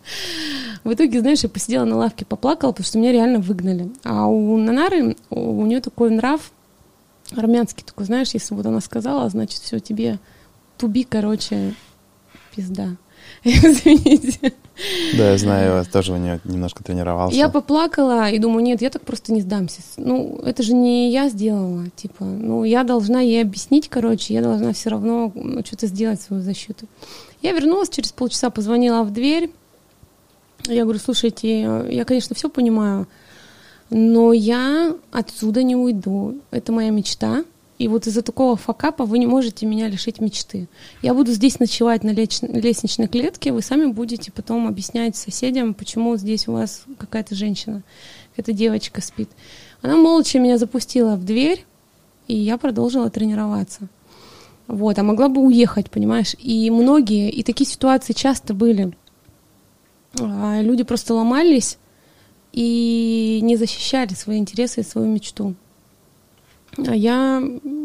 В итоге, знаешь, я посидела на лавке, поплакала, потому что меня реально выгнали. А у Нанары, у, у нее такой нрав армянский такой, знаешь, если вот она сказала, значит, все, тебе туби, короче, пизда. Извините. Да, я знаю, я тоже у нее немножко тренировался. Я поплакала и думаю, нет, я так просто не сдамся. Ну, это же не я сделала, типа, ну, я должна ей объяснить, короче, я должна все равно что-то сделать в свою защиту. Я вернулась, через полчаса позвонила в дверь. Я говорю, слушайте, я, конечно, все понимаю, но я отсюда не уйду. Это моя мечта. И вот из-за такого факапа вы не можете меня лишить мечты. Я буду здесь ночевать на лестничной клетке, вы сами будете потом объяснять соседям, почему здесь у вас какая-то женщина, какая-то девочка спит. Она молча меня запустила в дверь, и я продолжила тренироваться. Вот, а могла бы уехать, понимаешь? И многие, и такие ситуации часто были. Люди просто ломались и не защищали свои интересы и свою мечту. А я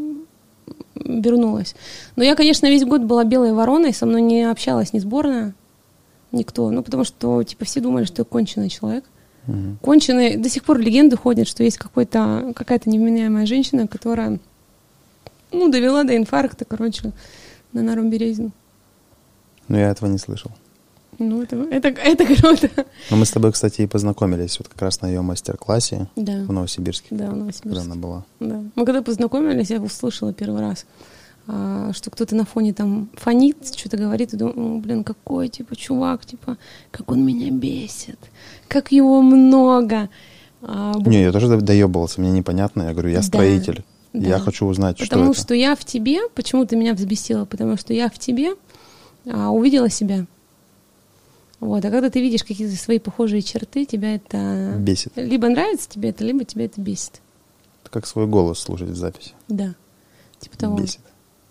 вернулась. Но я, конечно, весь год была белой вороной, со мной не общалась ни сборная, никто. Ну, потому что, типа, все думали, что я конченый человек. Угу. Конченый. До сих пор легенды ходят, что есть какой-то, какая-то невменяемая женщина, которая, ну, довела до инфаркта, короче, Нанару Березину. Но я этого не слышал. Ну, это, это, это круто. Но мы с тобой, кстати, и познакомились вот как раз на ее мастер-классе да. в Новосибирске. Да, в Новосибирске. Когда она была. Да. Мы когда познакомились, я услышала первый раз, а, что кто-то на фоне там фонит, что-то говорит, и думаю, блин, какой, типа, чувак, типа, как он меня бесит, как его много. А, Не, я тоже доебывался, мне непонятно. Я говорю, я строитель, да. я да. хочу узнать, Потому что это. Потому что я в тебе, почему ты меня взбесила? Потому что я в тебе а, увидела себя. Вот, а когда ты видишь какие-то свои похожие черты, тебя это бесит. Либо нравится тебе это, либо тебя это бесит. Это как свой голос слушать в записи. Да, типа того. Бесит.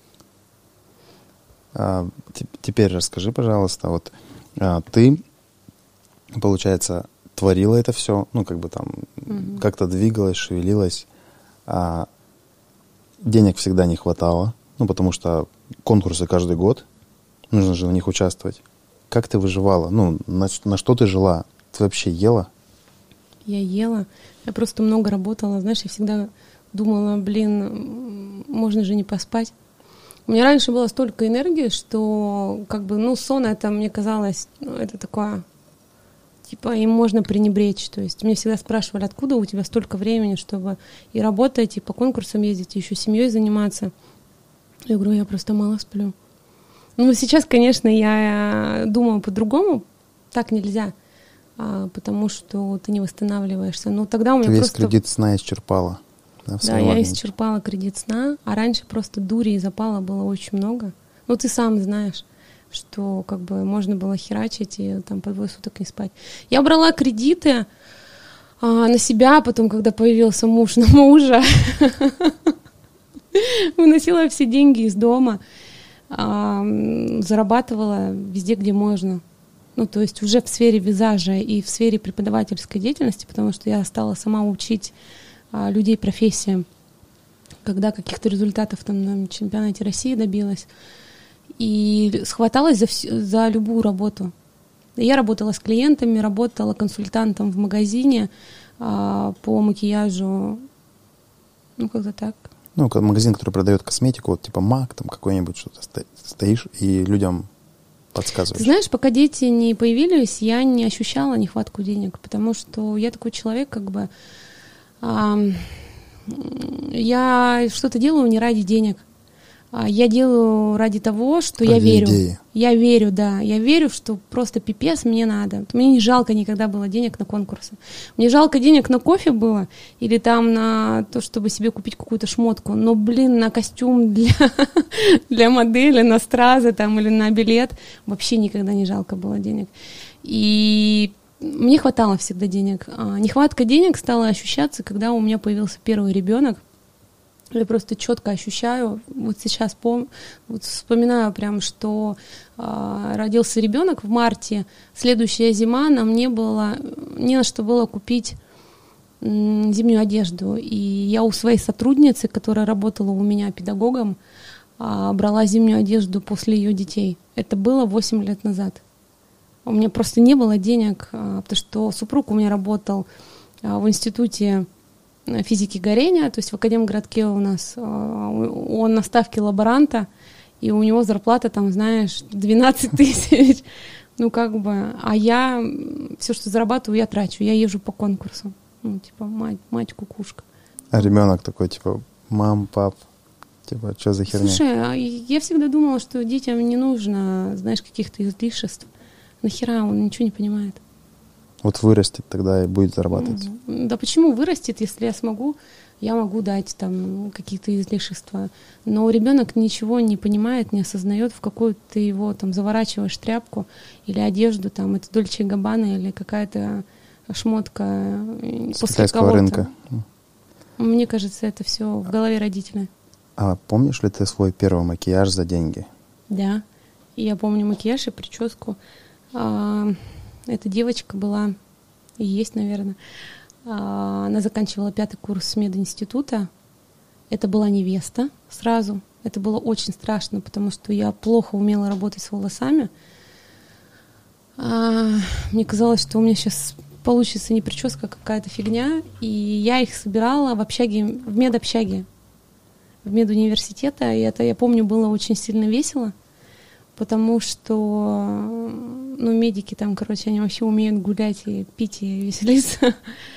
А, т- теперь расскажи, пожалуйста, вот а, ты, получается, творила это все, ну, как бы там, угу. как-то двигалась, шевелилась, а денег всегда не хватало, ну, потому что конкурсы каждый год, нужно же в них участвовать. Как ты выживала? Ну, на, на что ты жила? Ты вообще ела? Я ела. Я просто много работала. Знаешь, я всегда думала, блин, можно же не поспать. У меня раньше было столько энергии, что как бы, ну, сон это, мне казалось, ну, это такое, типа, им можно пренебречь. То есть меня всегда спрашивали, откуда у тебя столько времени, чтобы и работать, и по конкурсам ездить, и еще семьей заниматься. Я говорю, я просто мало сплю. Ну, сейчас, конечно, я думаю по-другому. Так нельзя, а, потому что ты не восстанавливаешься. Но тогда у меня ты просто... весь кредит сна исчерпала. Да, да, я исчерпала кредит сна, а раньше просто дури и запала было очень много. Ну, ты сам знаешь, что как бы можно было херачить и там по двое суток не спать. Я брала кредиты а, на себя, потом, когда появился муж, на мужа, выносила все деньги из дома. Зарабатывала везде, где можно. Ну, то есть уже в сфере визажа и в сфере преподавательской деятельности, потому что я стала сама учить а, людей профессиям, когда каких-то результатов там на чемпионате России добилась. И схваталась за, вс- за любую работу. Я работала с клиентами, работала консультантом в магазине а, по макияжу. Ну, как-то так. Ну, магазин, который продает косметику, вот типа Мак, там какой-нибудь, что-то стоишь и людям подсказываешь. Ты знаешь, пока дети не появились, я не ощущала нехватку денег, потому что я такой человек, как бы, а, я что-то делаю не ради денег, Я делаю ради того, что ради я верю. Идеи. Я верю, да. Я верю, что просто пипец мне надо. Мне не жалко никогда было денег на конкурсы. Мне жалко денег на кофе было или там на то, чтобы себе купить какую-то шмотку. Но, блин, на костюм для, для модели, на стразы там или на билет вообще никогда не жалко было денег. И мне хватало всегда денег. А нехватка денег стала ощущаться, когда у меня появился первый ребенок. Я просто четко ощущаю, вот сейчас пом, вот вспоминаю прям, что э, родился ребенок в марте, следующая зима, нам не было, не на что было купить м, зимнюю одежду. И я у своей сотрудницы, которая работала у меня педагогом, э, брала зимнюю одежду после ее детей. Это было восемь лет назад. У меня просто не было денег, э, потому что супруг у меня работал э, в институте физики горения, то есть в Академгородке у нас, он на ставке лаборанта, и у него зарплата там, знаешь, двенадцать тысяч, ну как бы, а я все, что зарабатываю, я трачу, я езжу по конкурсу, ну типа мать, мать кукушка. А ребенок такой, типа, мам, пап, типа, что за херня? Слушай, я всегда думала, что детям не нужно, знаешь, каких-то излишеств, нахера, он ничего не понимает. Вот вырастет тогда и будет зарабатывать. Да почему вырастет, если я смогу, я могу дать там какие-то излишества. Но ребенок ничего не понимает, не осознает, в какую ты его там заворачиваешь тряпку или одежду, там это Дольче и Габбана или какая-то шмотка с после китайского рынка. Мне кажется, это все в голове родителя. А помнишь ли ты свой первый макияж за деньги? Да, я помню макияж и прическу. Эта девочка была, и есть, наверное, она заканчивала пятый курс мединститута. Это была невеста сразу. Это было очень страшно, потому что я плохо умела работать с волосами. Мне казалось, что у меня сейчас получится не прическа, а какая-то фигня. И я их собирала в общаге, в медобщаге, в медуниверситета. И это, я помню, было очень сильно весело. Потому что, ну, медики там, короче, они вообще умеют гулять и пить и веселиться.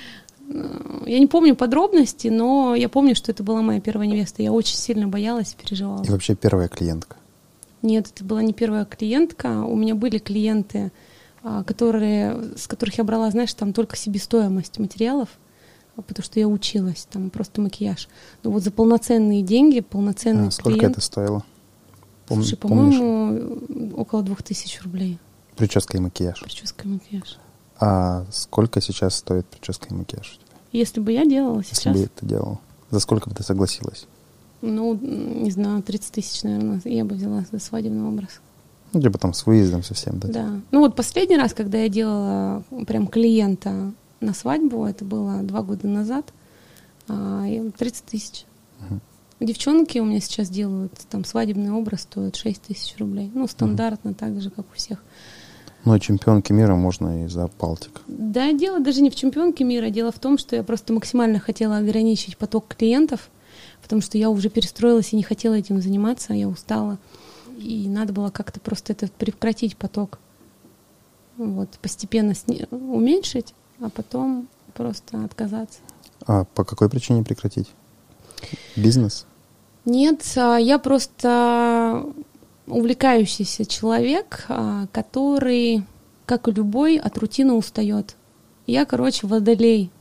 Я не помню подробности, но я помню, что это была моя первая невеста. Я очень сильно боялась, переживала. И вообще первая клиентка? Нет, это была не первая клиентка. У меня были клиенты, которые, с которых я брала, знаешь, там только себестоимость материалов, потому что я училась, там просто макияж. Но вот за полноценные деньги, полноценный а, сколько клиент... это стоило? Пом- Слушай, по-моему, около двух тысяч рублей. Прическа и макияж? Прическа и макияж. А сколько сейчас стоит прическа и макияж у тебя? Если бы я делала сейчас... Если бы ты делала. За сколько бы ты согласилась? Ну, не знаю, тридцать тысяч, наверное, я бы взяла за свадебный образ. Ну, типа там с выездом совсем, да? Да. Ну вот последний раз, когда я делала прям клиента на свадьбу, это было два года назад, тридцать тысяч. Угу. Девчонки у меня сейчас делают, там свадебный образ стоит шесть тысяч рублей. Ну, стандартно, mm. так же, как у всех. Ну, и чемпионки мира можно и за палтик. Да, дело даже не в чемпионке мира. Дело в том, что я просто максимально хотела ограничить поток клиентов, потому что я уже перестроилась и не хотела этим заниматься, я устала. И надо было как-то просто это прекратить поток. Вот, постепенно сни- уменьшить, а потом просто отказаться. А по какой причине прекратить? Бизнес? Нет, я просто увлекающийся человек, который, как и любой, от рутины устает. Я, короче, водолей.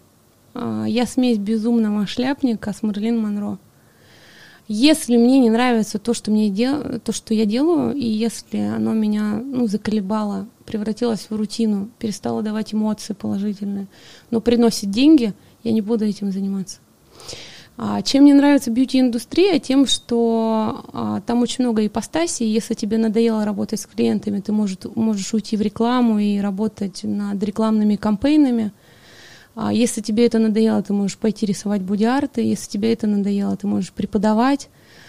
Я смесь безумного шляпника с Мэрилин Монро. Если мне не нравится то, что, мне дел... то, что я делаю, и если оно меня ну, заколебало, превратилось в рутину, перестало давать эмоции положительные, но приносит деньги, я не буду этим заниматься. А чем мне нравится бьюти-индустрия? Тем, что а, там очень много ипостасей. Если тебе надоело работать с клиентами, ты может, можешь уйти в рекламу и работать над рекламными кампейнами. А если тебе это надоело, ты можешь пойти рисовать боди-арты. Если тебе это надоело, ты можешь преподавать.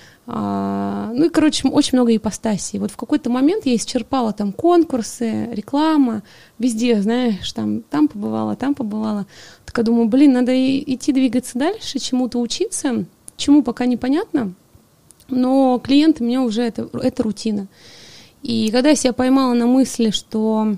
А, ну и, короче, очень много ипостасей. Вот в какой-то момент я исчерпала там конкурсы, реклама, везде, знаешь, там, там побывала, там побывала. Так я думаю, блин, надо идти двигаться дальше, чему-то учиться, чему пока непонятно, но клиенты мне уже это, это рутина. И когда я себя поймала на мысли, что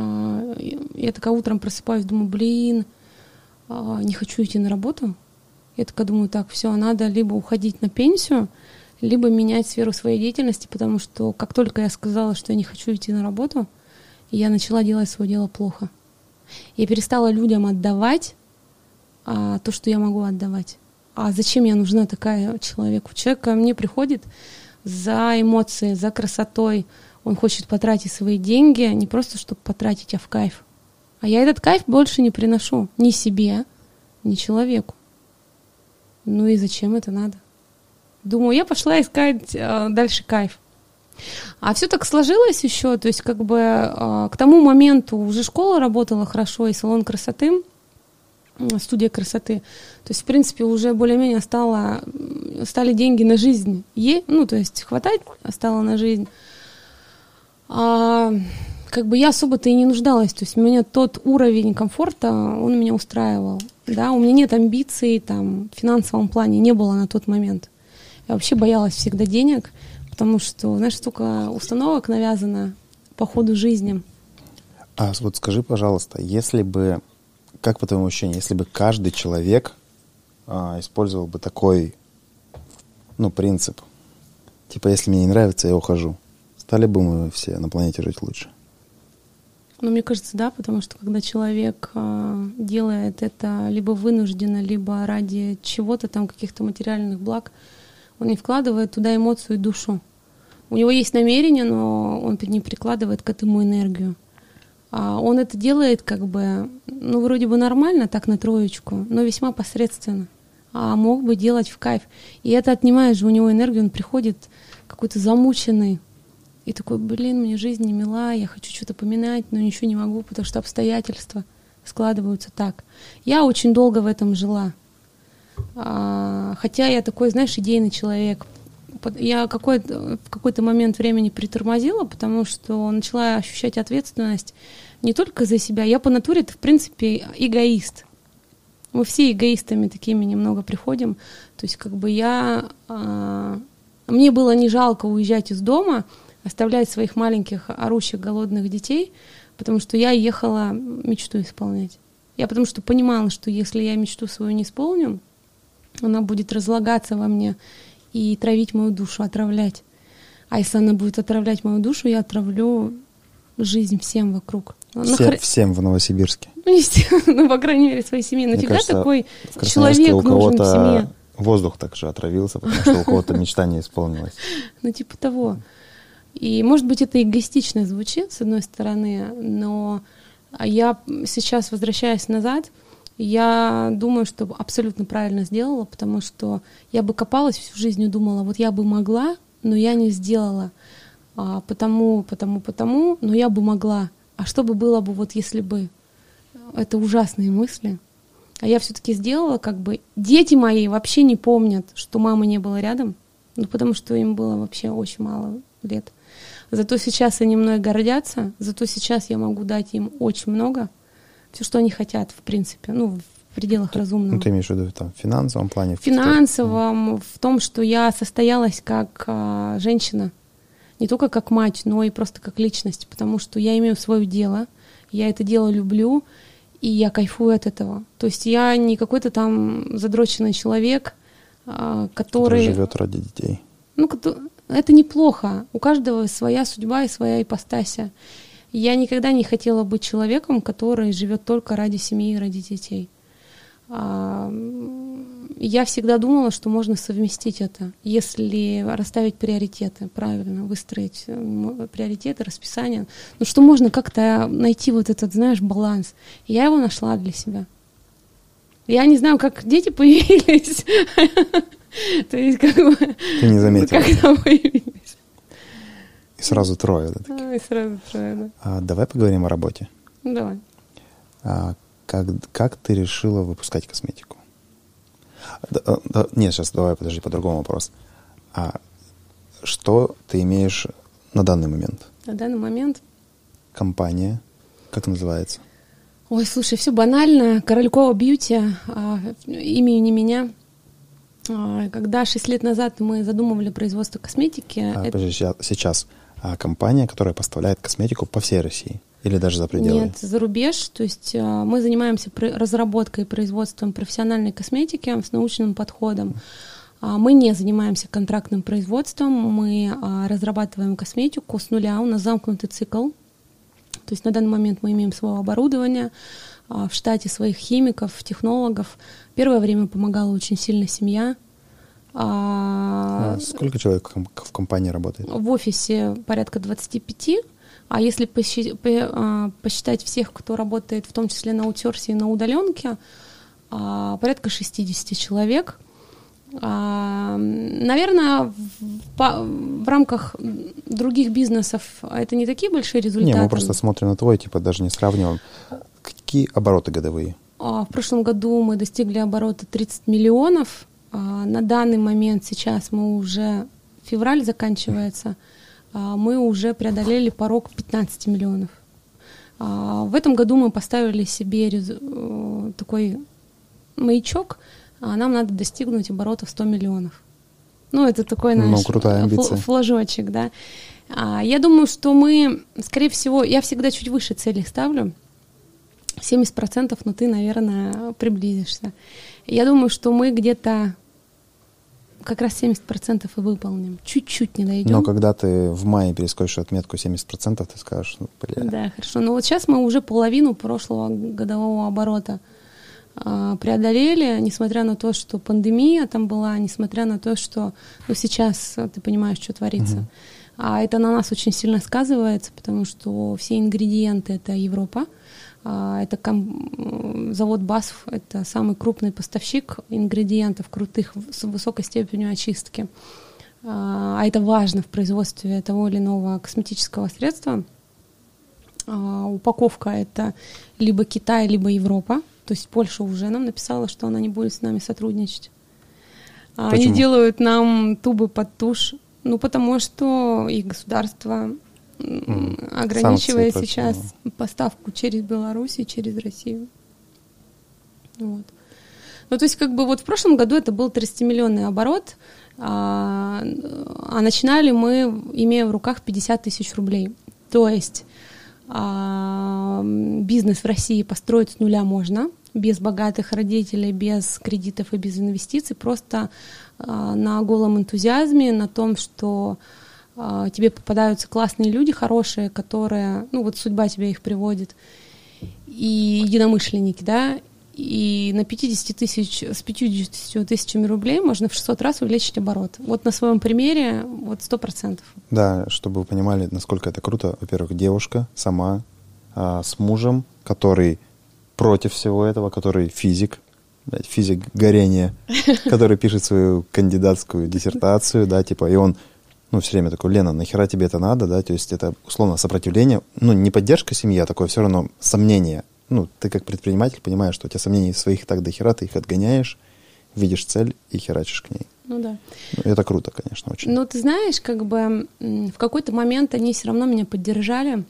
э, я такая утром просыпаюсь, думаю, блин, э, не хочу идти на работу, Я такая думаю, так, все, надо либо уходить на пенсию, либо менять сферу своей деятельности, потому что как только я сказала, что я не хочу идти на работу, я начала делать свое дело плохо. Я перестала людям отдавать а, то, что я могу отдавать. А зачем я нужна такая человеку? Человек ко мне приходит за эмоции, за красотой. Он хочет потратить свои деньги не просто, чтобы потратить, а в кайф. А я этот кайф больше не приношу ни себе, ни человеку. Ну и зачем это надо? Думаю, я пошла искать э, дальше кайф. А все так сложилось еще, то есть как бы э, к тому моменту уже школа работала хорошо, и салон красоты, студия красоты. То есть, в принципе, уже более-менее стало, стали деньги на жизнь. Е, ну, то есть хватать стало на жизнь. А, как бы я особо-то и не нуждалась. То есть у меня тот уровень комфорта, он меня устраивал. Да? У меня нет амбиций там, в финансовом плане, не было на тот момент. Я вообще боялась всегда денег, потому что, знаешь, столько установок навязано по ходу жизни. А вот скажи, пожалуйста, если бы, как по твоему ощущению, если бы каждый человек а, использовал бы такой, ну, принцип, типа, если мне не нравится, я ухожу, стали бы мы все на планете жить лучше? Ну, мне кажется, да, потому что когда человек а, делает это либо вынужденно, либо ради чего-то там, каких-то материальных благ, он не вкладывает туда эмоцию и душу. У него есть намерение, но он не прикладывает к этому энергию. А он это делает как бы, ну, вроде бы нормально, так на троечку, но весьма посредственно. А мог бы делать в кайф. И это отнимает же у него энергию, он приходит какой-то замученный. И такой, блин, мне жизнь не мила, я хочу что-то поминать, но ничего не могу, потому что обстоятельства складываются так. Я очень долго в этом жила. А, хотя я такой, знаешь, идейный человек. Я какой-то, в какой-то момент времени притормозила, потому что начала ощущать ответственность не только за себя. Я по натуре-то, в принципе, эгоист. Мы все эгоистами такими немного приходим. То есть как бы я... А, мне было не жалко уезжать из дома, оставлять своих маленьких, орущих, голодных детей, потому что я ехала мечту исполнять. Я потому что понимала, что если я мечту свою не исполню, она будет разлагаться во мне и травить мою душу, отравлять. А если она будет отравлять мою душу, я отравлю жизнь всем вокруг. Все, хр... Всем в Новосибирске. Ну, ну, по крайней мере, своей семье. Но всегда такой человек у нужен в семье. Воздух также отравился, потому что у кого-то мечта не исполнилась. Ну, типа того. И, может быть, это эгоистично звучит, с одной стороны, но я сейчас, возвращаясь назад, я думаю, что абсолютно правильно сделала, потому что я бы копалась всю жизнь и думала, вот я бы могла, но я не сделала. А, потому, потому, потому, но я бы могла. А что бы было бы, вот если бы? Это ужасные мысли. А я все-таки сделала, как бы... Дети мои вообще не помнят, что мамы не было рядом, ну, потому что им было вообще очень мало лет. Зато сейчас они мной гордятся, зато сейчас я могу дать им очень много, все, что они хотят, в принципе, ну, в пределах разумного. Ну, ты имеешь в виду там, в финансовом плане? В финансовом, в том, что я состоялась как а, женщина, не только как мать, но и просто как личность, потому что я имею свое дело, я это дело люблю, и я кайфую от этого. То есть я не какой-то там задроченный человек, а, который... Который живет ради детей. Ну, это неплохо. У каждого своя судьба и своя ипостася. Я никогда не хотела быть человеком, который живет только ради семьи и ради детей. Я всегда думала, что можно совместить это, если расставить приоритеты, правильно, выстроить приоритеты, расписание. Ну, что можно как-то найти вот этот, знаешь, баланс. И я его нашла для себя. Я не знаю, как дети появились. То есть, как бы... Ты не заметила. Когда появились. И сразу трое, да? Такие. А, и сразу трое, да. А, давай поговорим о работе. Давай. А, как, как ты решила выпускать косметику? Да, да, нет, сейчас давай, подожди, по-другому вопрос. А что ты имеешь на данный момент? На данный момент? Компания. Как называется? Ой, слушай, все банально. Королькова Бьюти, а, имя не меня. А, когда шесть лет назад мы задумывали производство косметики... А, это... Подожди, сейчас. А, компания, которая поставляет косметику по всей России. Или даже за пределы? Нет, за рубеж. То есть мы занимаемся разработкой и производством профессиональной косметики с научным подходом. Мы не занимаемся контрактным производством, мы разрабатываем косметику с нуля, у нас замкнутый цикл. То есть на данный момент мы имеем свое оборудование, в штате своих химиков, технологов. Первое время помогала очень сильно семья. А сколько человек в компании работает? В офисе порядка двадцать пять. А если посчитать всех, кто работает, в том числе на аутсорсе и на удаленке, порядка шестьдесят человек. Наверное, в, в рамках других бизнесов это не такие большие результаты. Не, мы просто смотрим на твой, типа даже не сравниваем. Какие обороты годовые? В прошлом году мы достигли оборота тридцать миллионов. На данный момент сейчас мы уже, февраль заканчивается, мы уже преодолели порог пятнадцать миллионов. В этом году мы поставили себе такой маячок, нам надо достигнуть оборотов сто миллионов. Ну, это такой наш ну, крутая амбиция. Флажочек, да. Я думаю, что мы, скорее всего, я всегда чуть выше цели ставлю, семьдесят процентов, но ты, наверное, приблизишься. Я думаю, что мы где-то как раз семьдесят процентов и выполним. Чуть-чуть не дойдем. Но когда ты в мае перескочишь отметку семьдесят процентов, ты скажешь, ну, бля. Да, хорошо. Но вот сейчас мы уже половину прошлого годового оборота а, преодолели, несмотря на то, что пандемия там была, несмотря на то, что ну, сейчас ты понимаешь, что творится. Угу. А это на нас очень сильно сказывается, потому что все ингредиенты — это Европа. Это ком- завод БАСФ, это самый крупный поставщик ингредиентов крутых с высокой степенью очистки. А это важно в производстве того или иного косметического средства. Упаковка — это либо Китай, либо Европа. То есть Польша уже нам написала, что она не будет с нами сотрудничать. Почему? Они делают нам тубы под тушь. Ну, потому что их государство mm. ограничивает Санкции сейчас против. Поставку через Беларусь и через Россию. Вот. Ну, то есть, как бы вот в прошлом году это был тридцатимиллионный оборот, а, а начинали мы, имея в руках пятьдесят тысяч рублей. То есть а, бизнес в России построить с нуля можно, без богатых родителей, без кредитов и без инвестиций, просто а, на голом энтузиазме, на том, что а, тебе попадаются классные люди, хорошие, которые, ну вот судьба тебя их приводит, и единомышленники, да, и на пятьдесят тысяч, с пятьюдесятью тысячами рублей можно в шестьсот раз увеличить оборот. Вот на своем примере вот сто процентов. Да, чтобы вы понимали, насколько это круто. Во-первых, девушка сама а, с мужем, который против всего этого, который физик, физик горения, который пишет свою кандидатскую диссертацию, да, типа, и он, ну, все время такой: Лена, нахера тебе это надо, да, то есть это, условно, сопротивление, ну, не поддержка семьи, а такое все равно сомнение. Ну, ты как предприниматель понимаешь, что у тебя сомнений своих так до хера, ты их отгоняешь, видишь цель и херачишь к ней. Ну да. Ну, это круто, конечно, очень. Ну, ты знаешь, как бы в какой-то момент они все равно меня поддержали,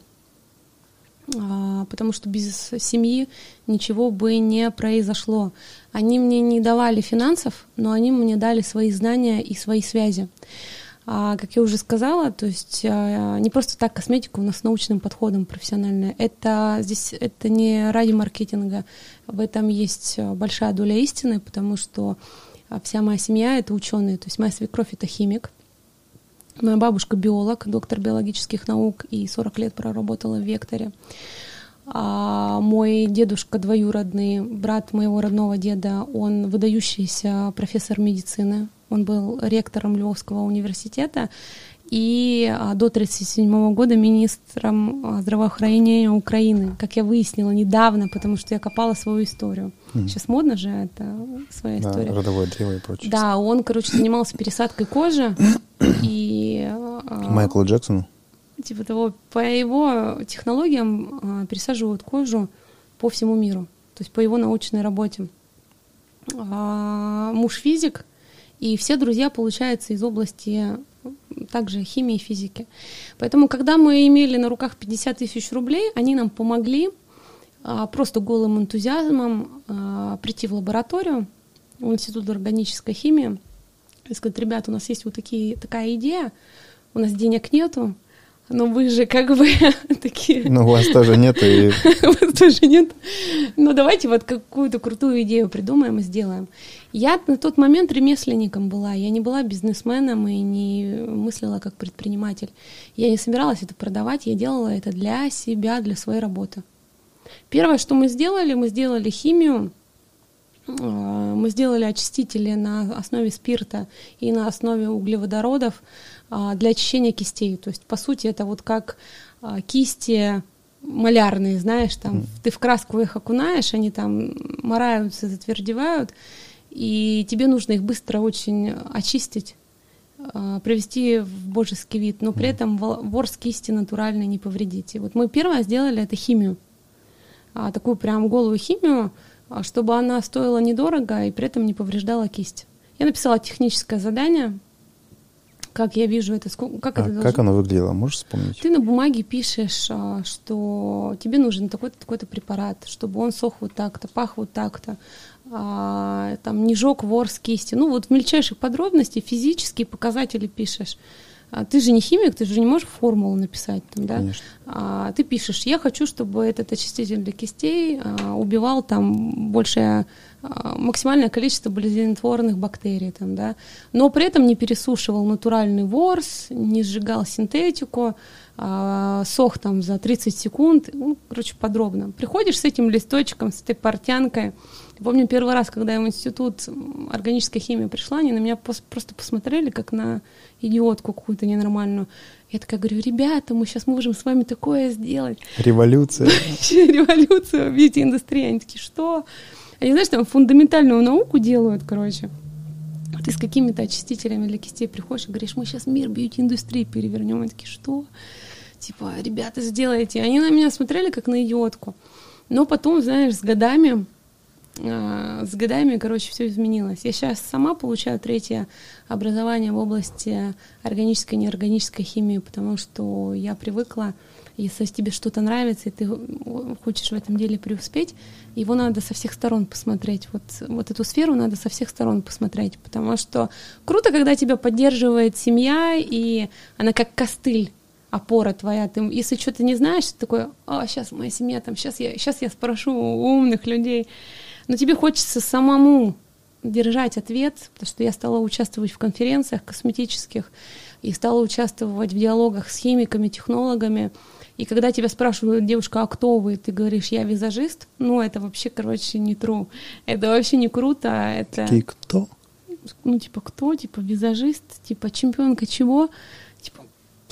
потому что без семьи ничего бы не произошло. Они мне не давали финансов, но они мне дали свои знания и свои связи. А, как я уже сказала, то есть а, не просто так косметика у нас с научным подходом профессиональная. Это здесь это не ради маркетинга. В этом есть большая доля истины, потому что вся моя семья — это ученые. То есть моя свекровь — это химик. Моя бабушка — биолог, доктор биологических наук, и сорок лет проработала в Векторе. А мой дедушка двоюродный, брат моего родного деда, он выдающийся профессор медицины. Он был ректором Львовского университета и до тридцать седьмого года министром здравоохранения Украины, как я выяснила недавно, потому что я копала свою историю. Mm. Сейчас модно же, это своя да, история. Родовое древо и прочее. Да, он, короче, занимался пересадкой кожи. И, Майклу Джексону? Типа того, по его технологиям пересаживают кожу по всему миру, то есть по его научной работе. Муж физик, и все друзья, получается, из области также химии и физики. Поэтому, когда мы имели на руках пятьдесят тысяч рублей, они нам помогли а, просто голым энтузиазмом а, прийти в лабораторию, в Институт органической химии, и сказать: ребята, у нас есть вот такие, такая идея, у нас денег нету, Но вы же как бы такие... Ну, у вас тоже нет. И... У вас тоже нет. Ну, давайте вот какую-то крутую идею придумаем и сделаем. Я на тот момент ремесленником была. Я не была бизнесменом и не мыслила как предприниматель. Я не собиралась это продавать. Я делала это для себя, для своей работы. Первое, что мы сделали, мы сделали химию. Мы сделали очистители на основе спирта и на основе углеводородов для очищения кистей. То есть, по сути, это вот как кисти малярные, знаешь, там mm. ты в краску их окунаешь, они там мораются, затвердевают, и тебе нужно их быстро очень очистить, привести в божеский вид, но при mm. этом ворс кисти натуральный не повредить. И вот мы первое сделали это химию, такую прям голую химию, чтобы она стоила недорого и при этом не повреждала кисть. Я написала техническое задание, как я вижу это, как а это должно... Как оно выглядело, можешь вспомнить? Ты на бумаге пишешь, что тебе нужен такой-то, такой-то препарат, чтобы он сох вот так-то, пах вот так-то, а, там не жёг ворс кисти. Ну вот в мельчайших подробностях физические показатели пишешь. А ты же не химик, ты же не можешь формулу написать, там, да? Конечно. А, ты пишешь, я хочу, чтобы этот очиститель для кистей а, убивал там большее, а, максимальное количество болезнетворных бактерий, там, да? Но при этом не пересушивал натуральный ворс, не сжигал синтетику, а, сох там за тридцать секунд, ну, короче, подробно. Приходишь с этим листочком, с этой портянкой. Помню первый раз, когда я в институт органической химии пришла, они на меня пос- просто посмотрели, как на идиотку какую-то ненормальную. Я такая говорю, ребята, мы сейчас можем с вами такое сделать. Революция. Революция в бьюти-индустрии. Они такие, что? Они, знаешь, там фундаментальную науку делают, короче. Ты с какими-то очистителями для кистей приходишь и говоришь, мы сейчас мир бьюти-индустрии перевернем. Они такие, что? Типа, ребята, сделайте. Они на меня смотрели, как на идиотку. Но потом, знаешь, с годами... с годами, короче, все изменилось. Я сейчас сама получаю третье образование в области органической и неорганической химии, потому что я привыкла, если тебе что-то нравится, и ты хочешь в этом деле преуспеть, его надо со всех сторон посмотреть. Вот, вот эту сферу надо со всех сторон посмотреть, потому что круто, когда тебя поддерживает семья, и она как костыль, опора твоя. Ты, если что-то не знаешь, ты такой, а, сейчас моя семья, там, сейчас я, сейчас я спрошу у умных людей. Но тебе хочется самому держать ответ, потому что я стала участвовать в конференциях косметических и стала участвовать в диалогах с химиками, технологами. И когда тебя спрашивают, девушка, а кто вы? Ты говоришь, я визажист. Ну, это вообще, короче, не true. Это вообще не круто. Это... Такие кто? Ну, типа, кто? Типа, визажист? Типа, чемпионка чего? Типа...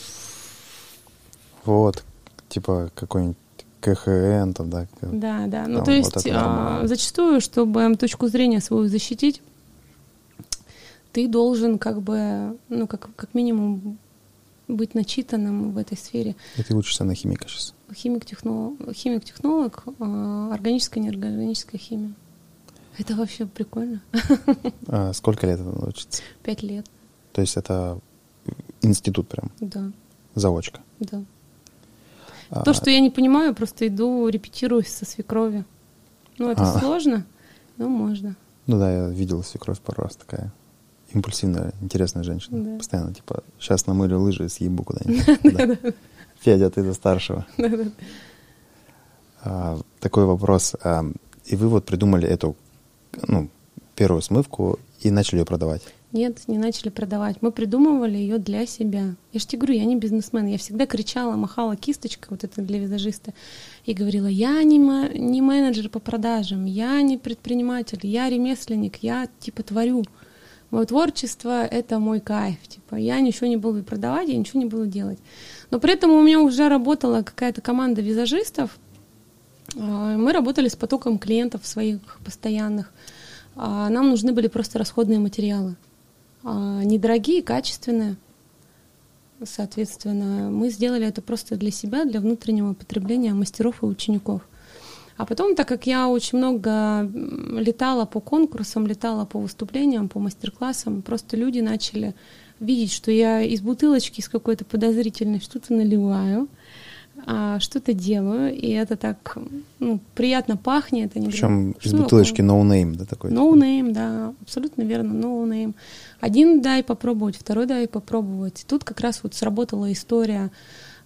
Вот. Типа, какой-нибудь ка ха эн, там, да? Да, да. Ну, там, то есть вот а, зачастую, чтобы точку зрения свою защитить, ты должен как бы, ну, как, как минимум быть начитанным в этой сфере. И ты учишься на химика сейчас? Химик-технолог, химик-технолог, а, органическая, неорганическая химия. Это вообще прикольно. А сколько лет это учиться? Пять лет. То есть это институт прям? Да. Заочка? Да. То, что я не понимаю, просто иду, репетирую со свекрови. Ну, это а. сложно, но можно. Ну да, я видел свекровь пару раз, такая импульсивная, интересная женщина. Да. Постоянно, типа, сейчас намылю лыжи и съебу куда-нибудь. Федя, ты за старшего. Такой вопрос. И вы вот придумали эту, ну, первую смывку и начали ее продавать? Нет, не начали продавать. Мы придумывали ее для себя. Я же тебе говорю, я не бизнесмен. Я всегда кричала, махала кисточкой, вот это для визажиста, и говорила, я не, не менеджер по продажам, я не предприниматель, я ремесленник, я типа творю. Мое творчество — это мой кайф. Типа, я ничего не буду продавать, я ничего не буду делать. Но при этом у меня уже работала какая-то команда визажистов. Мы работали с потоком клиентов своих постоянных. Нам нужны были просто расходные материалы. Недорогие, качественные. Соответственно, мы сделали это просто для себя, для внутреннего потребления мастеров и учеников. А потом, так как я очень много летала по конкурсам, летала по выступлениям, по мастер-классам, просто люди начали видеть, что я из бутылочки, из какой-то подозрительной что-то наливаю, что-то делаю, и это так, ну, приятно пахнет. Они Причем говорят, из бутылочки no name, да, такой? No name, да, абсолютно верно, no name. Один дай попробовать, второй дай попробовать. И тут как раз вот сработала история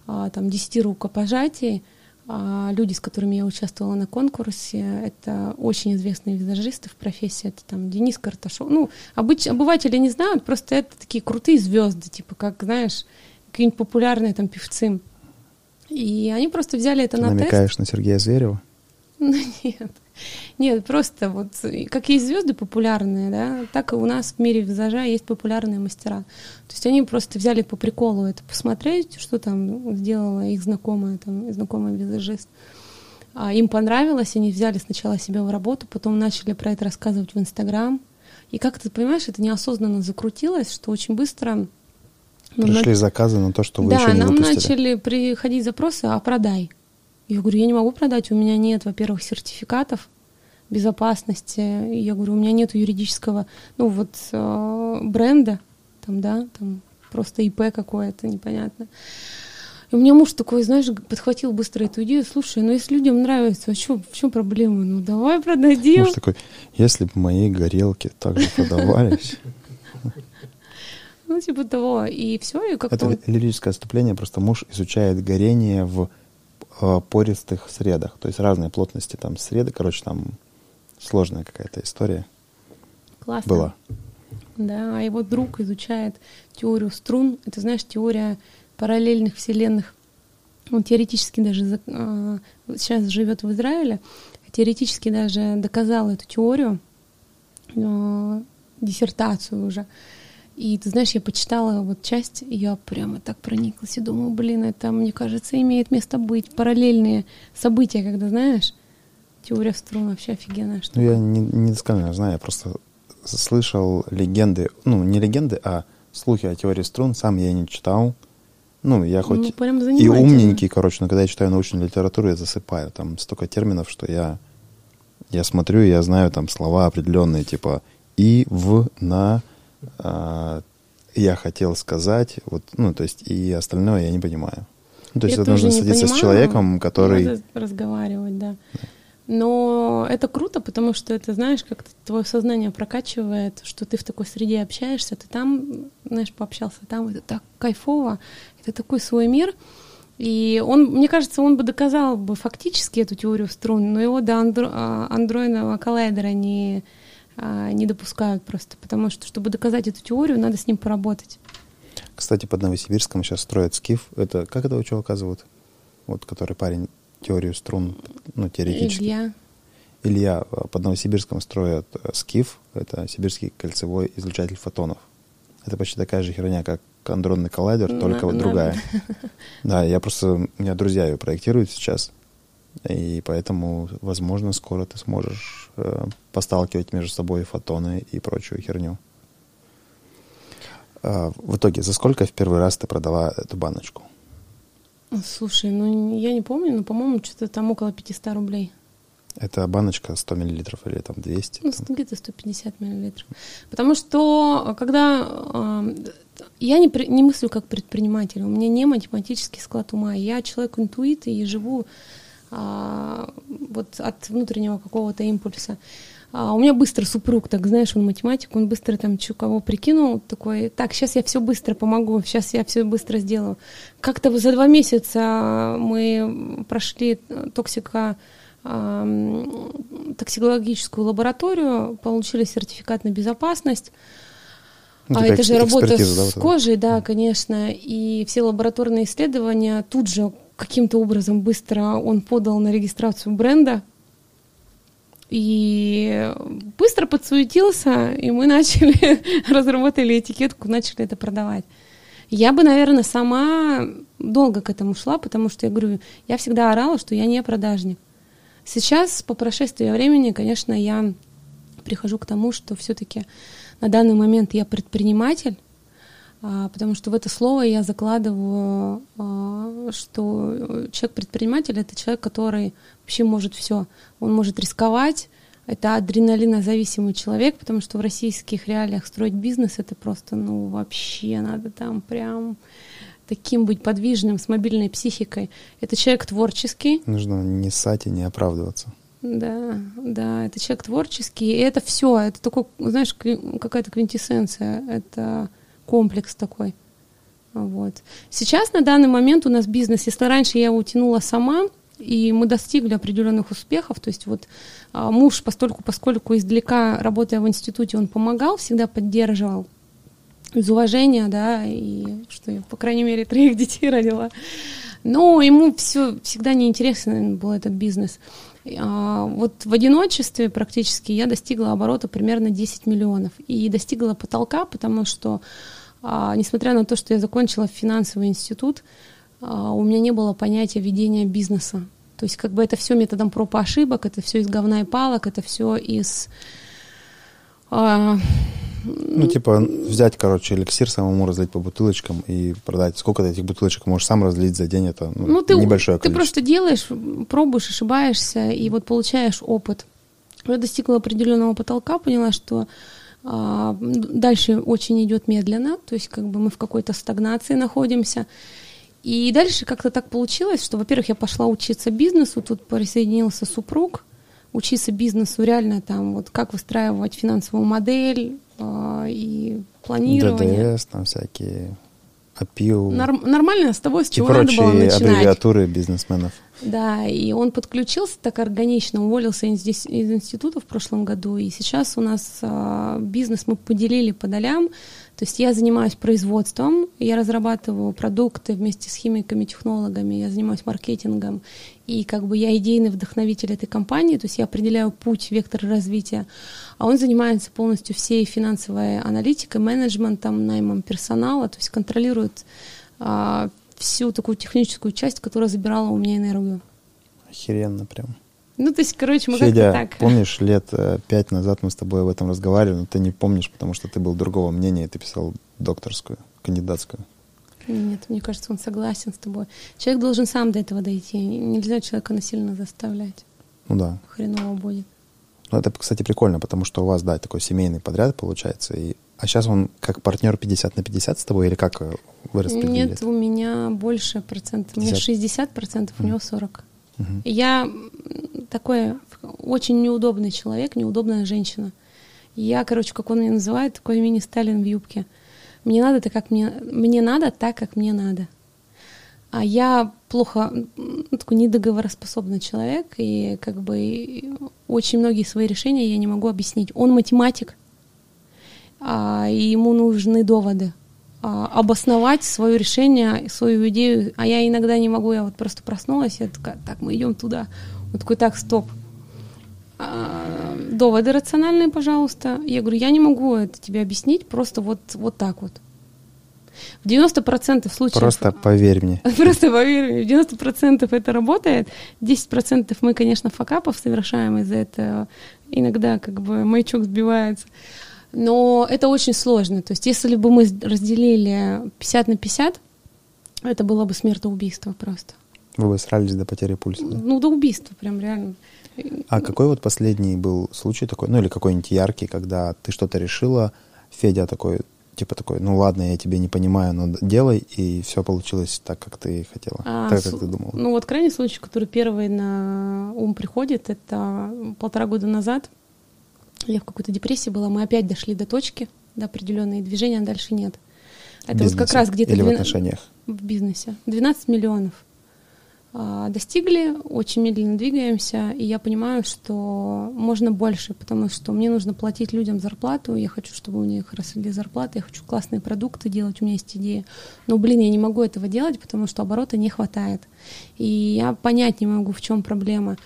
там десять рукопожатий. Люди, с которыми я участвовала на конкурсе, это очень известные визажисты в профессии. Это там Денис Карташов. Ну, обыч... обыватели не знают, просто это такие крутые звезды, типа, как, знаешь, какие-нибудь популярные там певцы. И они просто взяли это Ты на тест. Намекаешь на Сергея Зверева? Ну, нет. Нет, просто вот как есть звезды популярные, да, так и у нас в мире визажа есть популярные мастера. То есть они просто взяли по приколу это посмотреть, что там сделала их знакомая, там, знакомый визажист. А им понравилось, они взяли сначала себя в работу, потом начали про это рассказывать в Инстаграм. И как ты понимаешь, это неосознанно закрутилось, что очень быстро... Ну, Пришли на... заказы на то, что вы да, еще не нам выпустили. начали приходить запросы, а продай. Я говорю, я не могу продать, у меня нет, во-первых, сертификатов безопасности, я говорю, у меня нет юридического, ну вот э, бренда, там, да, там просто ИП какое-то, непонятно. И у меня муж такой, знаешь, подхватил быстро эту идею, слушай, ну если людям нравится, а что, в чем проблема? Ну давай продадим. Муж такой, если бы мои горелки так же продавались... Ну типа того, и все, и как-то... Это лирическое отступление, просто муж изучает горение в пористых средах, то есть разные плотности там среды, короче, там сложная какая-то история. Классно. Была. Да, а его друг изучает теорию струн, это, знаешь, теория параллельных вселенных. Он теоретически даже э, сейчас живет в Израиле, теоретически даже доказал эту теорию, э, диссертацию уже. И ты знаешь, я почитала вот часть, и я прямо так прониклась и думаю, блин, это, мне кажется, имеет место быть. Параллельные события, когда, знаешь, теория струн вообще офигенная штука. Ну, я не, не досконально знаю, я просто слышал легенды, ну, не легенды, а слухи о теории струн, сам я не читал. Ну, я хоть ну, прям и умненький, короче, но когда я читаю научную литературу, я засыпаю. Там столько терминов, что я, я смотрю, и я знаю там слова определенные, типа «и», «в», «на», а, «я хотел сказать», вот, ну, то есть и остальное я не понимаю. Ну, то есть я это нужно садиться понимаю, с человеком, который... Надо разговаривать, да. Но это круто, потому что это, знаешь, как твое сознание прокачивает, что ты в такой среде общаешься, ты там, знаешь, пообщался там, это так кайфово, это такой свой мир. И он, мне кажется, он бы доказал бы фактически эту теорию струн, но его до андро, андроидного коллайдера не, не допускают просто, потому что, чтобы доказать эту теорию, надо с ним поработать. Кстати, под Новосибирском сейчас строят скиф. Это, как этого чувака зовут? Вот, который парень... теорию струн, ну, теоретически. Илья. Илья. Под Новосибирском строят скиф, это сибирский кольцевой излучатель фотонов. Это почти такая же херня, как андронный коллайдер, на, только вот другая. Да, я просто, у меня друзья ее проектируют сейчас, и поэтому, возможно, скоро ты сможешь э, посталкивать между собой фотоны и прочую херню. А, в итоге, за сколько в первый раз ты продала эту баночку? Слушай, ну я не помню, но, по-моему, что-то там около пятьсот рублей. Это баночка сто миллилитров или там двести? Ну, там. где-то сто пятьдесят миллилитров. Потому что, когда... Э, я не, не мыслю как предприниматель, у меня не математический склад ума. Я человек-интуит и живу э, вот от внутреннего какого-то импульса. А у меня быстро супруг, так знаешь, он математик, он быстро там чё кого прикинул, такой, так, сейчас я все быстро помогу, сейчас я все быстро сделаю. Как-то за два месяца мы прошли токсико, э, токсикологическую лабораторию, получили сертификат на безопасность. Ну, а это же работа с да, кожей, да, конечно, и все лабораторные исследования тут же каким-то образом быстро он подал на регистрацию бренда. И быстро подсуетился, и мы начали, разработали этикетку, начали это продавать. Я бы, наверное, сама долго к этому шла, потому что, я говорю, я всегда орала, что я не продажник. Сейчас, по прошествии времени, конечно, я прихожу к тому, что все-таки на данный момент я предприниматель, потому что в это слово я закладываю, что человек-предприниматель — это человек, который вообще может все. Он может рисковать, это адреналинозависимый человек, потому что в российских реалиях строить бизнес — это просто, ну, вообще надо там прям таким быть подвижным, с мобильной психикой. Это человек творческий. Нужно не ссать и не оправдываться. Да, да, это человек творческий, и это все, это такой, знаешь, какая-то квинтэссенция, это комплекс такой. Вот. Сейчас на данный момент у нас бизнес, если раньше я его тянула сама, и мы достигли определенных успехов, то есть вот а, муж постольку, поскольку издалека, работая в институте, он помогал, всегда поддерживал из уважения, да, и что я, по крайней мере, троих детей родила. Но ему все всегда неинтересно был этот бизнес. А, вот в одиночестве практически я достигла оборота примерно десять миллионов. И достигла потолка, потому что, а, несмотря на то, что я закончила финансовый институт, а, у меня не было понятия ведения бизнеса. То есть как бы это все методом проб и ошибок, это все из говна и палок, это все из... А, Ну, типа, взять, короче, эликсир, самому разлить по бутылочкам и продать. Сколько ты этих бутылочек можешь сам разлить за день? Это ну, ну, ты, небольшое количество. Ты просто делаешь, пробуешь, ошибаешься, и вот получаешь опыт. Я достигла определенного потолка, поняла, что а, дальше очень идет медленно, то есть как бы мы в какой-то стагнации находимся. И дальше как-то так получилось, что, во-первых, я пошла учиться бизнесу, тут присоединился супруг, учиться бизнесу реально там, вот как выстраивать финансовую модель, и планирование. ДДС, там всякие эй пи ай. Норм, нормально, с того, с чего и надо было начинать. И прочие аббревиатуры бизнесменов. Да, и он подключился так органично, уволился из, из института в прошлом году, и сейчас у нас а, бизнес мы поделили по долям. То есть я занимаюсь производством, я разрабатываю продукты вместе с химиками, технологами, я занимаюсь маркетингом, и как бы я идейный вдохновитель этой компании, то есть я определяю путь, вектор развития, а он занимается полностью всей финансовой аналитикой, менеджментом, наймом персонала, то есть контролирует а, всю такую техническую часть, которая забирала у меня энергию. Охеренно прям. Ну, то есть, короче, мы Федя, как-то так... помнишь, лет пять назад мы с тобой об этом разговаривали, но ты не помнишь, потому что ты был другого мнения, и ты писал докторскую, кандидатскую. Нет, мне кажется, он согласен с тобой. Человек должен сам до этого дойти. Нельзя человека насильно заставлять. Ну да. Хреново будет. Ну, это, кстати, прикольно, потому что у вас, да, такой семейный подряд получается. И... А сейчас он как партнер пятьдесят на пятьдесят с тобой, или как вы распределили? Нет, у меня больше процентов. У меня шестьдесят процентов, у него сорок. Угу. Я такой очень неудобный человек, неудобная женщина. Я, короче, как он меня называет, такой мини-Сталин в юбке. Мне надо так, как мне... Мне надо так, как мне надо. А я плохо... Ну, такой недоговороспособный человек, и как бы очень многие свои решения я не могу объяснить. Он математик, а, и ему нужны доводы. Обосновать свое решение, свою идею, а я иногда не могу, я вот просто проснулась, я такая, так, мы идем туда. Он такой, так, стоп. А, доводы рациональные, пожалуйста. Я говорю, я не могу это тебе объяснить, просто вот, вот так вот. В девяносто процентов случаев... Просто поверь мне. Просто поверь мне. В девяносто процентов это работает. десять процентов мы, конечно, факапов совершаем из-за этого. Иногда как бы маячок сбивается. Но это очень сложно. То есть если бы мы разделили пятьдесят на пятьдесят, это было бы смертоубийство просто. Вы бы срались до потери пульса, да? Ну, до убийства прям реально. А какой вот последний был случай такой, ну или какой-нибудь яркий, когда ты что-то решила, Федя такой, типа такой, ну ладно, я тебя не понимаю, но делай, и все получилось так, как ты хотела, а, так, как ты думала. Ну вот крайний случай, который первый на ум приходит, это полтора года назад. Я в какой-то депрессии была, мы опять дошли до точки, до определенной, движения дальше нет. Это вот как раз где-то... Или двенадцать... в отношениях? В бизнесе. двенадцать миллионов. А, достигли, очень медленно двигаемся, и я понимаю, что можно больше, потому что мне нужно платить людям зарплату, я хочу, чтобы у них росли зарплаты, я хочу классные продукты делать, у меня есть идея. Но, блин, я не могу этого делать, потому что оборота не хватает. И я понять не могу, в чем проблема.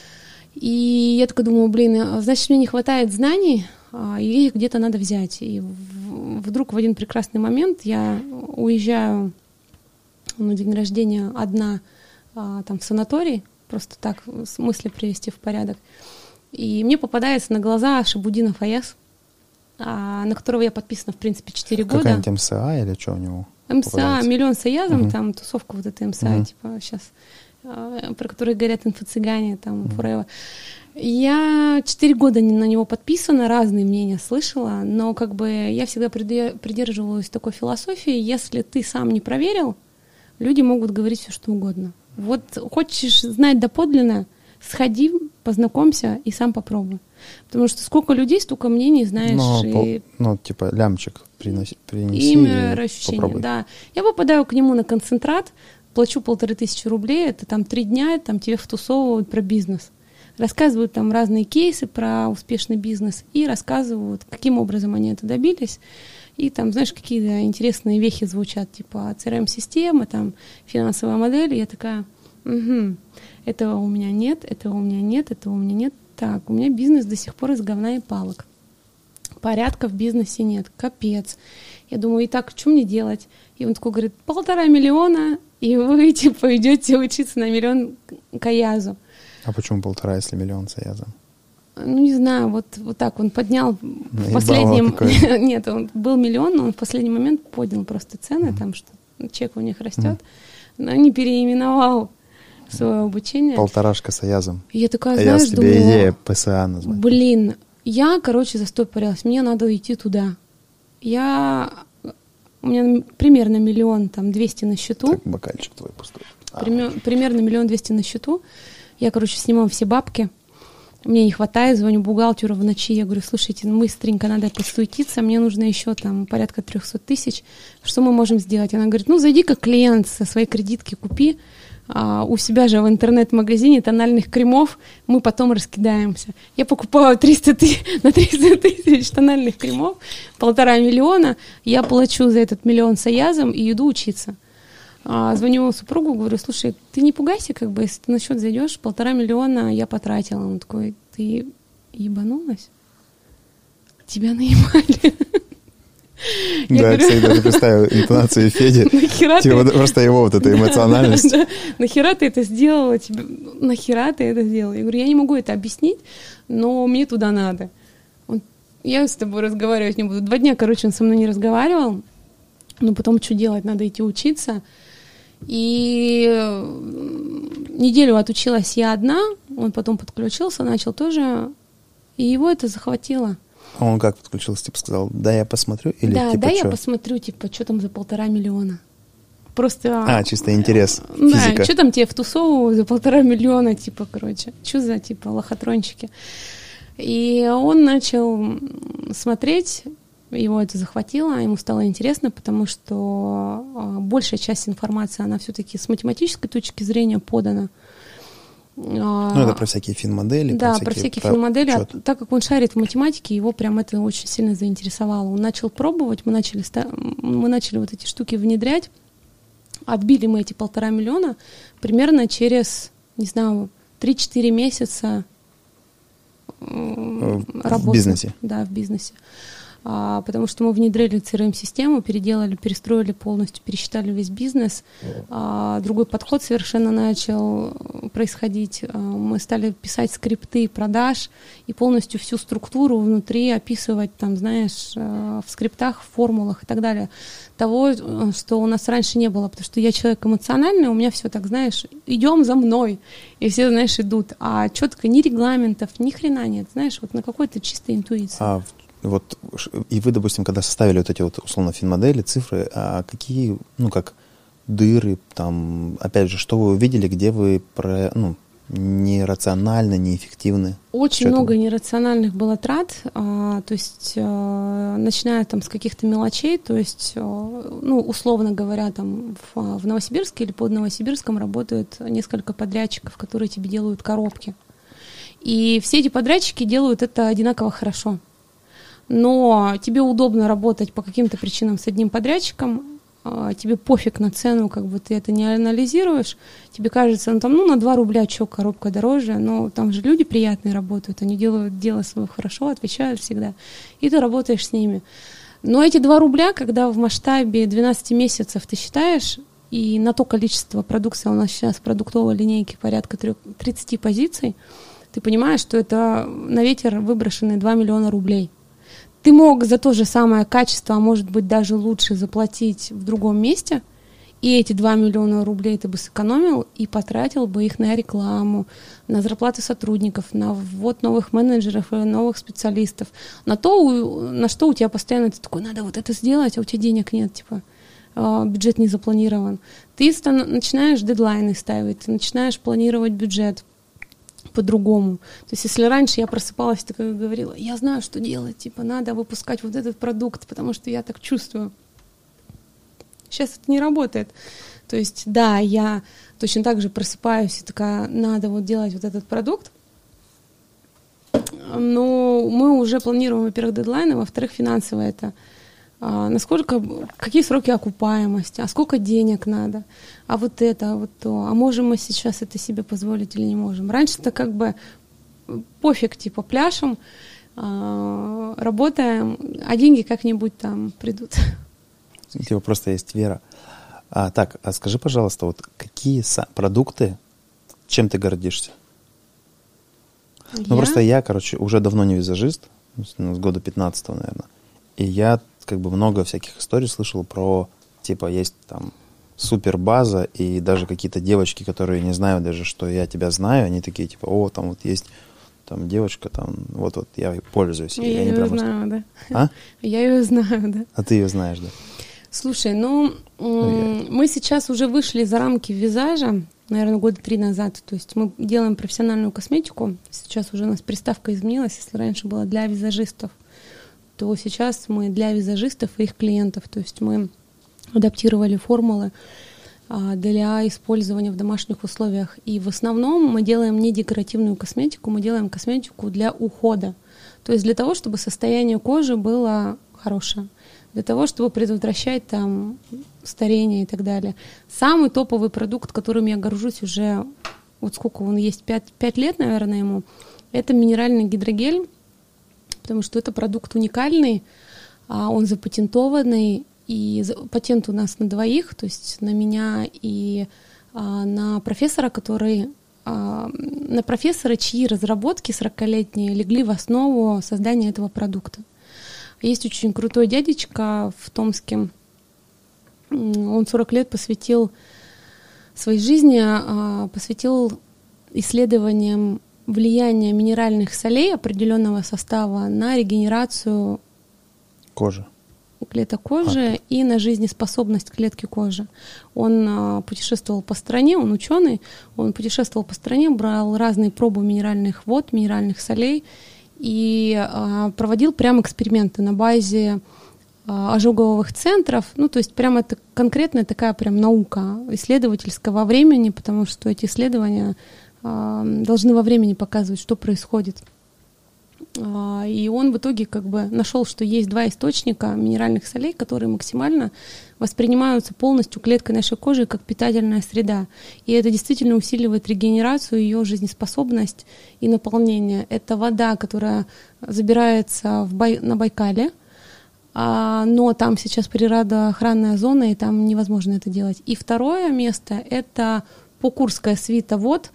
И я такая думаю, блин, значит, мне не хватает знаний, и их где-то надо взять. И вдруг в один прекрасный момент я уезжаю на день рождения одна там в санаторий, просто так мысли привести в порядок. И мне попадается на глаза Шабудинов Аяз, на которого я подписана, в принципе, четыре года. Какая-нибудь эм эс а или что у него? эм эс а, миллион с Аязом, угу. Там тусовка вот эта эм эс а, угу. Типа сейчас... про которые говорят инфо-цыгане, там, mm-hmm. Фурева. Я четыре года на него подписана, разные мнения слышала, но как бы я всегда придерживалась такой философии, если ты сам не проверил, люди могут говорить все, что угодно. Вот хочешь знать доподлинно, сходи, познакомься и сам попробуй. Потому что сколько людей, столько мнений, знаешь. Но, и... пол, ну, типа, лямчик приноси, принеси Имя, и ощущение, попробуй. да. Я попадаю к нему на концентрат, плачу полторы тысячи рублей, это там три дня, там тебе втусовывают про бизнес. Рассказывают там разные кейсы про успешный бизнес и рассказывают, каким образом они это добились. И там, знаешь, какие-то интересные вехи звучат, типа си эр эм-система, там, финансовая модель. И я такая, угу, этого у меня нет, этого у меня нет, этого у меня нет. Так, у меня бизнес до сих пор из говна и палок. Порядка в бизнесе нет, капец. Я думаю, и так, что мне делать? И он такой говорит, полтора миллиона, и вы, типа, идете учиться на миллион к Аязу. А почему полтора, если миллион с Аязом? Ну, не знаю, вот, вот так он поднял в последнем... Нет, он был миллион, но он в последний момент поднял просто цены, mm-hmm. там что чек у них растет, mm-hmm. но не переименовал свое обучение. Полторашка с Аязом. И я такая, Аяз знаешь, тебе думаю, идея ПСА назвать. Блин, я, короче, застопорилась, мне надо идти туда. Я... У меня примерно миллион, там, двести на счету. Так, бокальчик твой пустой. А, Пример, примерно миллион двести на счету. Я, короче, снимаю все бабки. Мне не хватает, звоню бухгалтеру в ночи, я говорю, слушайте, ну быстренько надо подсуетиться, мне нужно еще там порядка трехсот тысяч, что мы можем сделать? Она говорит, ну зайди как клиент со своей кредитки, купи, а, у себя же в интернет-магазине тональных кремов, мы потом раскидаемся. Я покупаю триста тысяч, на триста тысяч тональных кремов, полтора миллиона, я плачу за этот миллион с Аязом и иду учиться. А, звоню супругу, говорю, слушай, ты не пугайся, как бы, если ты на счет зайдешь, полтора миллиона я потратила. Он такой, ты ебанулась? Тебя наебали. Да, я, кстати, даже представил интонацию Феди. Типа просто его вот эта эмоциональность. Нахера ты это сделала? Нахера ты это сделала? Я говорю, я не могу это объяснить, но мне туда надо. Я с тобой разговаривать не буду. Два дня, короче, он со мной не разговаривал. Но потом что делать? Надо идти учиться. И неделю отучилась я одна, он потом подключился, начал тоже, и его это захватило. А он как подключился? Типа сказал, да, я посмотрю? Или да, типа да, что? я посмотрю, типа, что там за полтора миллиона. Просто... А, чисто интерес, да, физика. что там тебе втусовывают за полтора миллиона, типа, короче, что за, типа, лохотрончики. И он начал смотреть... Его это захватило, ему стало интересно, потому что э, большая часть информации, она все-таки с математической точки зрения подана. Ну, это про всякие финмодели. Да, про всякие, про всякие про финмодели. А так как он шарит в математике, его прям это очень сильно заинтересовало. Он начал пробовать, мы начали, мы начали вот эти штуки внедрять. Отбили мы эти полтора миллиона примерно через, не знаю, три-четыре месяца э, работы. В бизнесе? Да, в бизнесе. А, потому что мы внедрили си эр эм-систему, переделали, перестроили полностью, пересчитали весь бизнес. А, другой подход совершенно начал происходить. А, мы стали писать скрипты продаж и полностью всю структуру внутри описывать, там, знаешь, в скриптах, в формулах и так далее. Того, что у нас раньше не было, потому что я человек эмоциональный, у меня все так, знаешь, идем за мной, и все, знаешь, идут. А четко ни регламентов, ни хрена нет, знаешь, вот на какой-то чистой интуиции. А вот, и вы, допустим, когда составили вот эти вот условно финмодели, цифры, а какие, ну, как дыры, там, опять же, что вы увидели, где вы про, ну, нерационально, неэффективны? Очень много нерациональных было трат, а, то есть, а, начиная там с каких-то мелочей, то есть, а, ну, условно говоря, там в, в Новосибирске или под Новосибирском работают несколько подрядчиков, которые тебе делают коробки. И все эти подрядчики делают это одинаково хорошо. Но тебе удобно работать по каким-то причинам с одним подрядчиком, тебе пофиг на цену, как бы ты это не анализируешь, тебе кажется, ну там, ну на два рубля, что коробка дороже, но там же люди приятные работают, они делают дело свое хорошо, отвечают всегда, и ты работаешь с ними. Но эти два рубля, когда в масштабе двенадцати месяцев ты считаешь, и на то количество продукции, у нас сейчас в продуктовой линейке порядка тридцати позиций, ты понимаешь, что это на ветер выброшены два миллиона рублей. Ты мог за то же самое качество, а может быть даже лучше заплатить в другом месте, и эти два миллиона рублей ты бы сэкономил и потратил бы их на рекламу, на зарплаты сотрудников, на ввод новых менеджеров и новых специалистов, на то, на что у тебя постоянно ты такой, надо вот это сделать, а у тебя денег нет, типа, бюджет не запланирован. Ты начинаешь дедлайны ставить, ты начинаешь планировать бюджет, по-другому. То есть если раньше я просыпалась, такая говорила, я знаю, что делать, типа надо выпускать вот этот продукт, потому что я так чувствую. Сейчас это не работает. То есть да, я точно так же просыпаюсь и такая, надо вот делать вот этот продукт, но мы уже планируем, во-первых, дедлайны, во-вторых, финансово это. А, насколько, какие сроки окупаемости, а сколько денег надо, а вот это, а вот то, а можем мы сейчас это себе позволить или не можем. Раньше-то как бы пофиг, типа пляшем, а, работаем, а деньги как-нибудь там придут. Типа просто есть вера. А, так, а скажи, пожалуйста, вот какие продукты, чем ты гордишься? Я? Ну просто я, короче, уже давно не визажист, с года пятнадцатого, наверное, и я как бы много всяких историй слышал про, типа, есть там супер база, и даже какие-то девочки, которые не знают даже, что я тебя знаю, они такие, типа, о, там вот есть там девочка, там, вот-вот, я пользуюсь. Я ее прям знаю, что... да. А? Я ее знаю, да. А ты ее знаешь, да. Слушай, ну, ну мы сейчас уже вышли за рамки визажа, наверное, года три назад. То есть мы делаем профессиональную косметику. Сейчас уже у нас приставка изменилась. Если раньше была для визажистов, то сейчас мы для визажистов и их клиентов. То есть мы адаптировали формулы а, для использования в домашних условиях. И в основном мы делаем не декоративную косметику, мы делаем косметику для ухода. То есть для того, чтобы состояние кожи было хорошее. Для того, чтобы предотвращать там старение и так далее. Самый топовый продукт, которым я горжусь уже, вот сколько он есть, пять лет, наверное, ему, это минеральный гидрогель, потому что это продукт уникальный, он запатентованный, и патент у нас на двоих, то есть на меня и на профессора, который, на профессора, чьи разработки сорокалетние легли в основу создания этого продукта. Есть очень крутой дядечка в Томске. Он сорок лет посвятил своей жизни, посвятил исследованиям влияния минеральных солей определенного состава на регенерацию кожи, клеток кожи а. и на жизнеспособность клетки кожи. Он путешествовал по стране, он ученый, он путешествовал по стране, брал разные пробы минеральных вод, минеральных солей, и а, проводил прям эксперименты на базе а, ожоговых центров. Ну, то есть прям это конкретная такая прям наука исследовательского времени, потому что эти исследования а, должны во времени показывать, что происходит. А, и он в итоге как бы нашел, что есть два источника минеральных солей, которые максимально воспринимаются полностью клеткой нашей кожи как питательная среда. И это действительно усиливает регенерацию, ее жизнеспособность и наполнение. Это вода, которая забирается в Бай... на Байкале, а, но там сейчас природоохранная зона, и там невозможно это делать. И второе место — это Покурская свита вод,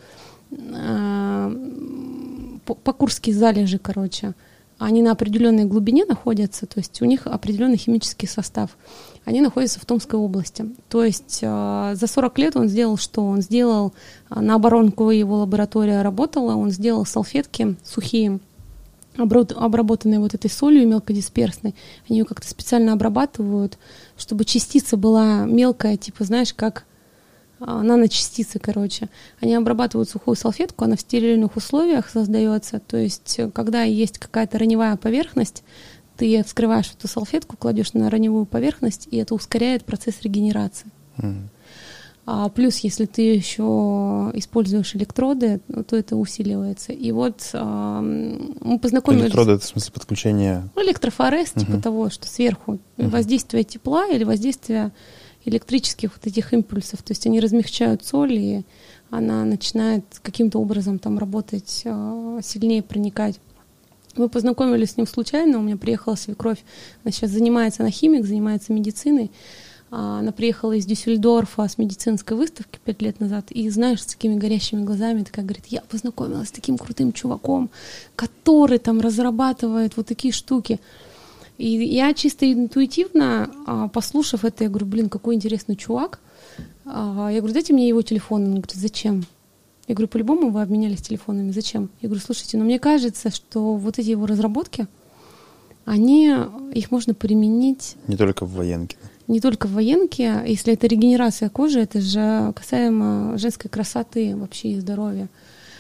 а, Покурские залежи, короче. Они на определенной глубине находятся, то есть у них определенный химический состав. Они находятся в Томской области. То есть э, за сорок лет он сделал что? Он сделал, э, на оборонку его лаборатория работала, он сделал салфетки сухие, обработанные вот этой солью мелкодисперсной. Они ее как-то специально обрабатывают, чтобы частица была мелкая, типа, знаешь, как наночастицы, короче. Они обрабатывают сухую салфетку, она в стерильных условиях создается. То есть, когда есть какая-то раневая поверхность, ты вскрываешь эту салфетку, кладешь на раневую поверхность, и это ускоряет процесс регенерации. Mm. А плюс, если ты еще используешь электроды, то это усиливается. И вот а, мы познакомились... Электроды — это в смысле подключения... Электрофорез, uh-huh. типа того, что сверху uh-huh. воздействие тепла или воздействие электрических вот этих импульсов, то есть они размягчают соль, и она начинает каким-то образом там работать, э, сильнее проникать. Мы познакомились с ним случайно, у меня приехала свекровь, она сейчас занимается, она химик, занимается медициной, она приехала из Дюссельдорфа с медицинской выставки пять лет назад, и знаешь, с такими горящими глазами, такая говорит, я познакомилась с таким крутым чуваком, который там разрабатывает вот такие штуки. И я чисто интуитивно, послушав это, я говорю, блин, какой интересный чувак. Я говорю, дайте мне его телефон. Он говорит, зачем? Я говорю, по-любому вы обменялись телефонами, зачем? Я говорю, слушайте, но мне кажется, что вот эти его разработки, они, их можно применить... Не только в военке. Не только в военке. Если это регенерация кожи, это же касаемо женской красоты вообще и здоровья.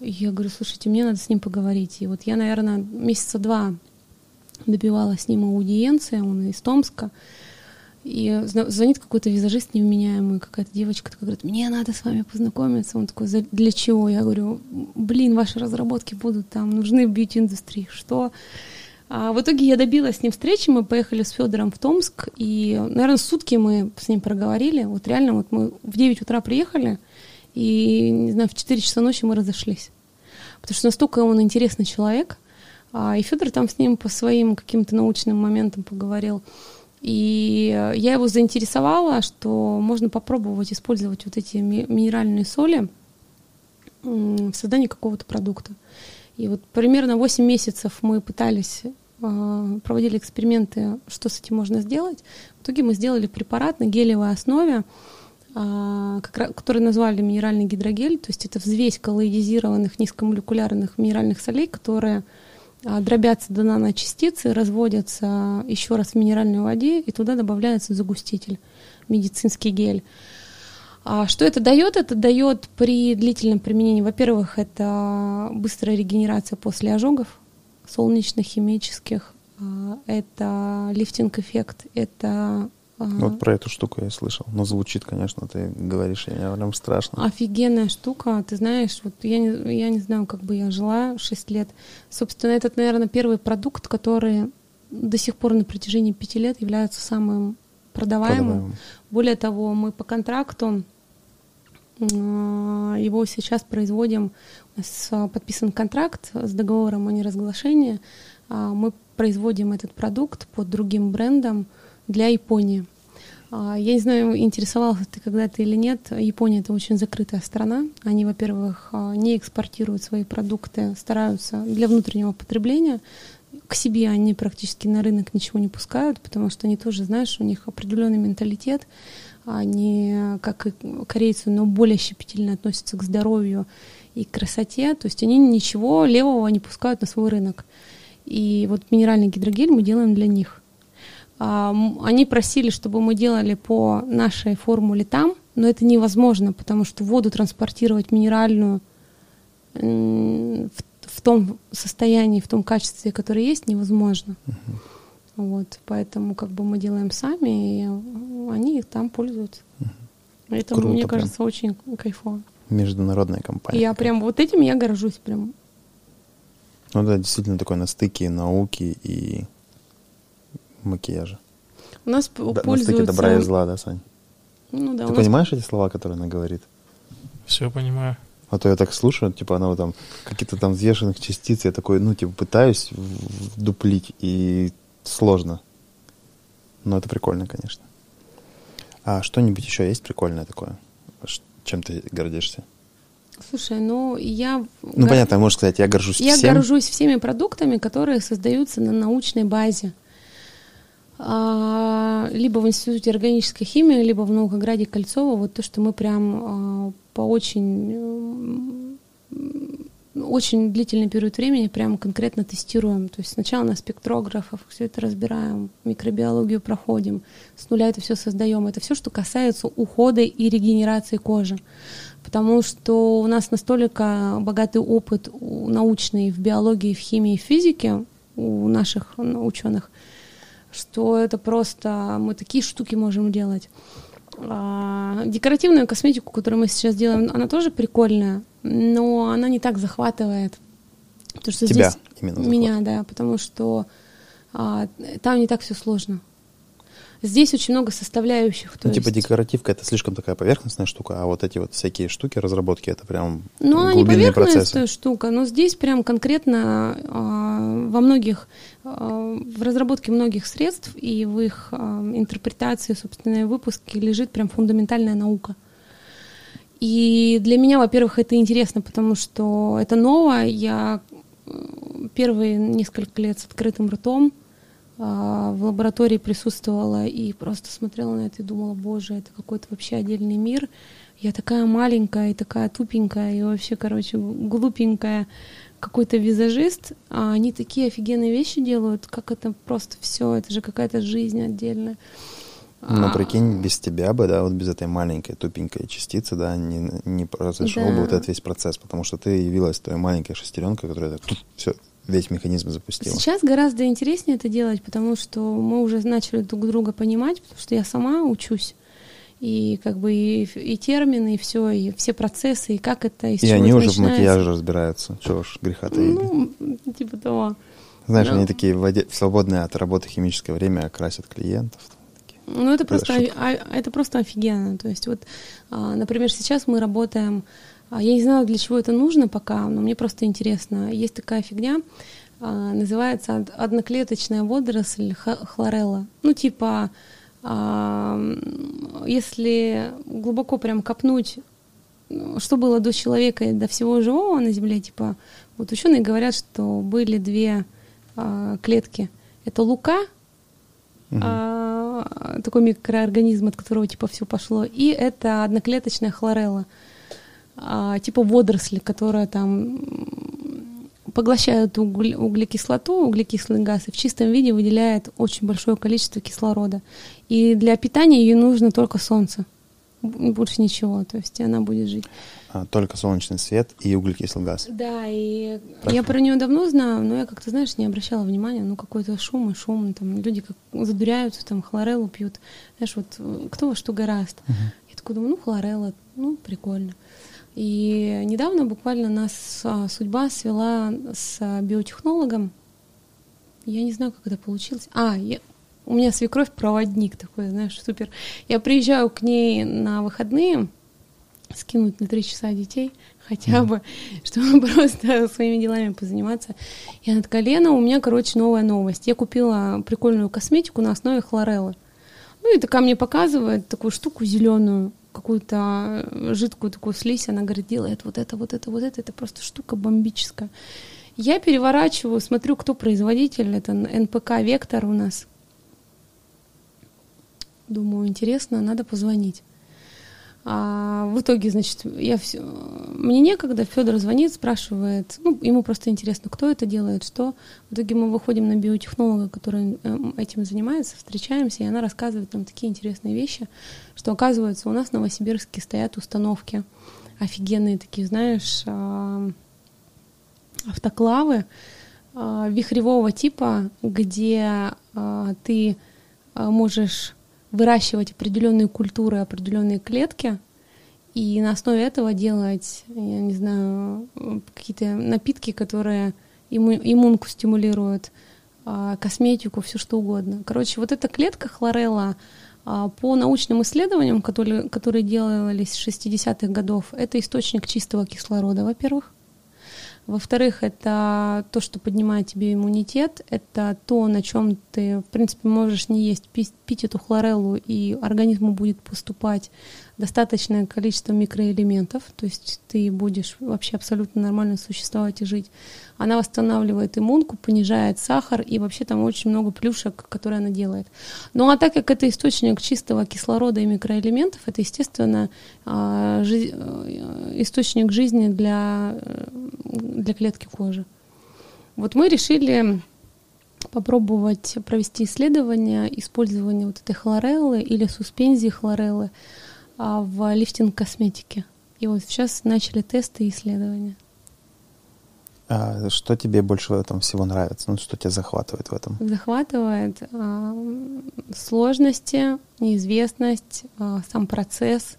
Я говорю, слушайте, мне надо с ним поговорить. И вот я, наверное, месяца два добивала с ним аудиенции, он из Томска. И звонит какой-то визажист невменяемый, какая-то девочка такая говорит, мне надо с вами познакомиться. Он такой, для чего? Я говорю, блин, ваши разработки будут там, нужны в бьюти-индустрии. Что? А в итоге я добилась с ним встречи, мы поехали с Федором в Томск, и, наверное, сутки мы с ним проговорили. Вот реально, вот мы в девять утра приехали, и, не знаю, в четыре часа ночи мы разошлись. Потому что настолько он интересный человек, а, и Федор там с ним по своим каким-то научным моментам поговорил. И я его заинтересовала, что можно попробовать использовать вот эти минеральные соли в создании какого-то продукта. И вот примерно восемь месяцев мы пытались, проводили эксперименты, что с этим можно сделать. В итоге мы сделали препарат на гелевой основе, который назвали минеральный гидрогель. То есть это взвесь коллоидизированных низкомолекулярных минеральных солей, которые дробятся до наночастицы, разводятся еще раз в минеральной воде, и туда добавляется загуститель, медицинский гель. А что это дает? Это дает при длительном применении, во-первых, это быстрая регенерация после ожогов солнечных, химических, это лифтинг-эффект, это... Вот про эту штуку я слышал. Но звучит, конечно, ты говоришь, и мне прям страшно. Офигенная штука. Ты знаешь, вот я не, я не знаю, как бы я жила шесть лет. Собственно, этот, наверное, первый продукт, который до сих пор на протяжении пяти лет является самым продаваемым. продаваемым. Более того, мы по контракту его сейчас производим. У нас подписан контракт с договором о неразглашении. Мы производим этот продукт под другим брендом для Японии. Я не знаю, интересовался ты когда-то или нет. Япония — это очень закрытая страна. Они, во-первых, не экспортируют свои продукты, стараются для внутреннего потребления. К себе они практически на рынок ничего не пускают, потому что они тоже, знаешь, у них определенный менталитет. Они, как и корейцы, но более щепетильно относятся к здоровью и к красоте. То есть они ничего левого не пускают на свой рынок. И вот минеральный гидрогель мы делаем для них. Они просили, чтобы мы делали по нашей формуле там, но это невозможно, потому что воду транспортировать минеральную в, в том состоянии, в том качестве, которое есть, невозможно. Uh-huh. Вот, поэтому как бы мы делаем сами, и они там пользуются. Uh-huh. Это, Круто, мне кажется, прям. Очень кайфово. Международная компания. Я прям вот этим я горжусь прям. Ну да, действительно такой на стыке науки и макияжа. У нас да, пользуются... На стыке добра и зла, да, Сань? Ну, да, Ты нас... понимаешь эти слова, которые она говорит? Все понимаю. А то я так слушаю, типа она вот там какие-то там взвешенных частиц, я такой, ну, типа пытаюсь вдуплить, и сложно. Но это прикольно, конечно. А что-нибудь еще есть прикольное такое? Чем ты гордишься? Слушай, ну я... Ну, гор... понятно, можешь сказать, я горжусь я всем. Я горжусь всеми продуктами, которые создаются на научной базе. А, либо в Институте органической химии, либо в Наукограде Кольцово. Вот то, что мы прям а, по очень, очень длительный период времени прям конкретно тестируем. То есть сначала на спектрографах все это разбираем, микробиологию проходим, с нуля это все создаем. Это все, что касается ухода и регенерации кожи. Потому что у нас настолько богатый опыт научный в биологии, в химии, в физике у наших ученых, что это просто мы такие штуки можем делать. А, декоративную косметику, которую мы сейчас делаем, она тоже прикольная, но она не так захватывает. Потому что Тебя здесь именно меня, захватывает. да, потому что а, там не так все сложно. Здесь очень много составляющих. Ну, типа есть... декоративка — это слишком такая поверхностная штука, а вот эти вот всякие штуки, разработки — это прям ну, глубинные процессы. Ну, она не поверхностная штука, но здесь прям конкретно э, во многих, э, в разработке многих средств и в их э, интерпретации, собственно, и выпуске лежит прям фундаментальная наука. И для меня, во-первых, это интересно, потому что это ново. Я первые несколько лет с открытым ртом в лаборатории присутствовала и просто смотрела на это и думала, боже, это какой-то вообще отдельный мир. Я такая маленькая и такая тупенькая и вообще, короче, глупенькая, какой-то визажист, а они такие офигенные вещи делают, как это просто все, это же какая-то жизнь отдельная. Ну, а... прикинь, без тебя бы, да, вот без этой маленькой тупенькой частицы, да, не, не произошел да. бы вот этот весь процесс, потому что ты явилась той маленькой шестеренкой, которая так, все, весь механизм запустила. Сейчас гораздо интереснее это делать, потому что мы уже начали друг друга понимать, потому что я сама учусь. И как бы и, и термины, и все, и все процессы, и как это, и с И чего они это уже начинается. в макияже разбираются. Чего уж греха таить. Ну, типа того. Знаешь, Но... они такие в, оде... в свободное от работы химическое время красят клиентов. Ну, это просто, а, это просто офигенно. То есть вот, а, например, сейчас мы работаем, а, я не знаю, для чего это нужно пока, но мне просто интересно. Есть такая фигня, а, называется одноклеточная водоросль хлорелла. Ну, типа... Если глубоко прям копнуть, что было до человека и до всего живого на Земле, типа, вот ученые говорят, что были две а, клетки. Это лука, угу. а, такой микроорганизм, от которого типа все пошло, и это одноклеточная хлорелла, а, типа водоросли, которая там поглощают угле, углекислоту, углекислый газ, и в чистом виде выделяет очень большое количество кислорода. И для питания ей нужно только солнце, больше ничего, то есть она будет жить. А, только солнечный свет и углекислый газ. Да, и Правильно. Я про нее давно знаю, но я как-то, знаешь, не обращала внимания, ну какой-то шум и шум, там люди как задуряются, там хлореллу пьют, знаешь, вот кто во что гораст. Uh-huh. Я такой думаю, ну хлорелла, ну прикольно. И недавно буквально нас а, судьба свела с а, биотехнологом. Я не знаю, как это получилось. А, я, у меня свекровь проводник такой, знаешь, супер. Я приезжаю к ней на выходные, скинуть на три часа детей хотя бы, чтобы просто своими делами позаниматься. И она такая: Лена, у меня, короче, новая новость. Я купила прикольную косметику на основе хлореллы. Ну и такая мне показывает такую штуку зеленую, какую-то жидкую такую слизь, она говорит, делает вот это, вот это, вот это, это просто штука бомбическая. Я переворачиваю, смотрю, кто производитель, это эн пэ ка «Вектор» у нас. Думаю, интересно, надо позвонить. А в итоге, значит, я все... мне некогда, Федор звонит, спрашивает, ну, ему просто интересно, кто это делает, что. В итоге мы выходим на биотехнолога, который этим занимается, встречаемся, и она рассказывает нам такие интересные вещи, что, оказывается, у нас в Новосибирске стоят установки офигенные такие, знаешь, автоклавы вихревого типа, где ты можешь выращивать определенные культуры, определенные клетки, и на основе этого делать, я не знаю, какие-то напитки, которые имму, иммунку стимулируют, косметику, все что угодно. Короче, вот эта клетка хлорелла, по научным исследованиям, которые, которые делались с шестидесятых годов, это источник чистого кислорода, во-первых. Во-вторых, это то, что поднимает тебе иммунитет, это то, на чем ты, в принципе, можешь не есть, пить, пить эту хлореллу, и организму будет поступать достаточное количество микроэлементов, то есть ты будешь вообще абсолютно нормально существовать и жить. Она восстанавливает иммунку, понижает сахар, и вообще там очень много плюшек, которые она делает. Ну а так как это источник чистого кислорода и микроэлементов, это, естественно, источник жизни для, для клетки кожи. Вот мы решили попробовать провести исследование использования вот этой хлореллы или суспензии хлореллы в лифтинг-косметике. И вот сейчас начали тесты и исследования. А что тебе больше в этом всего нравится? Ну, что тебя захватывает в этом? Захватывает а, сложности, неизвестность, а, сам процесс.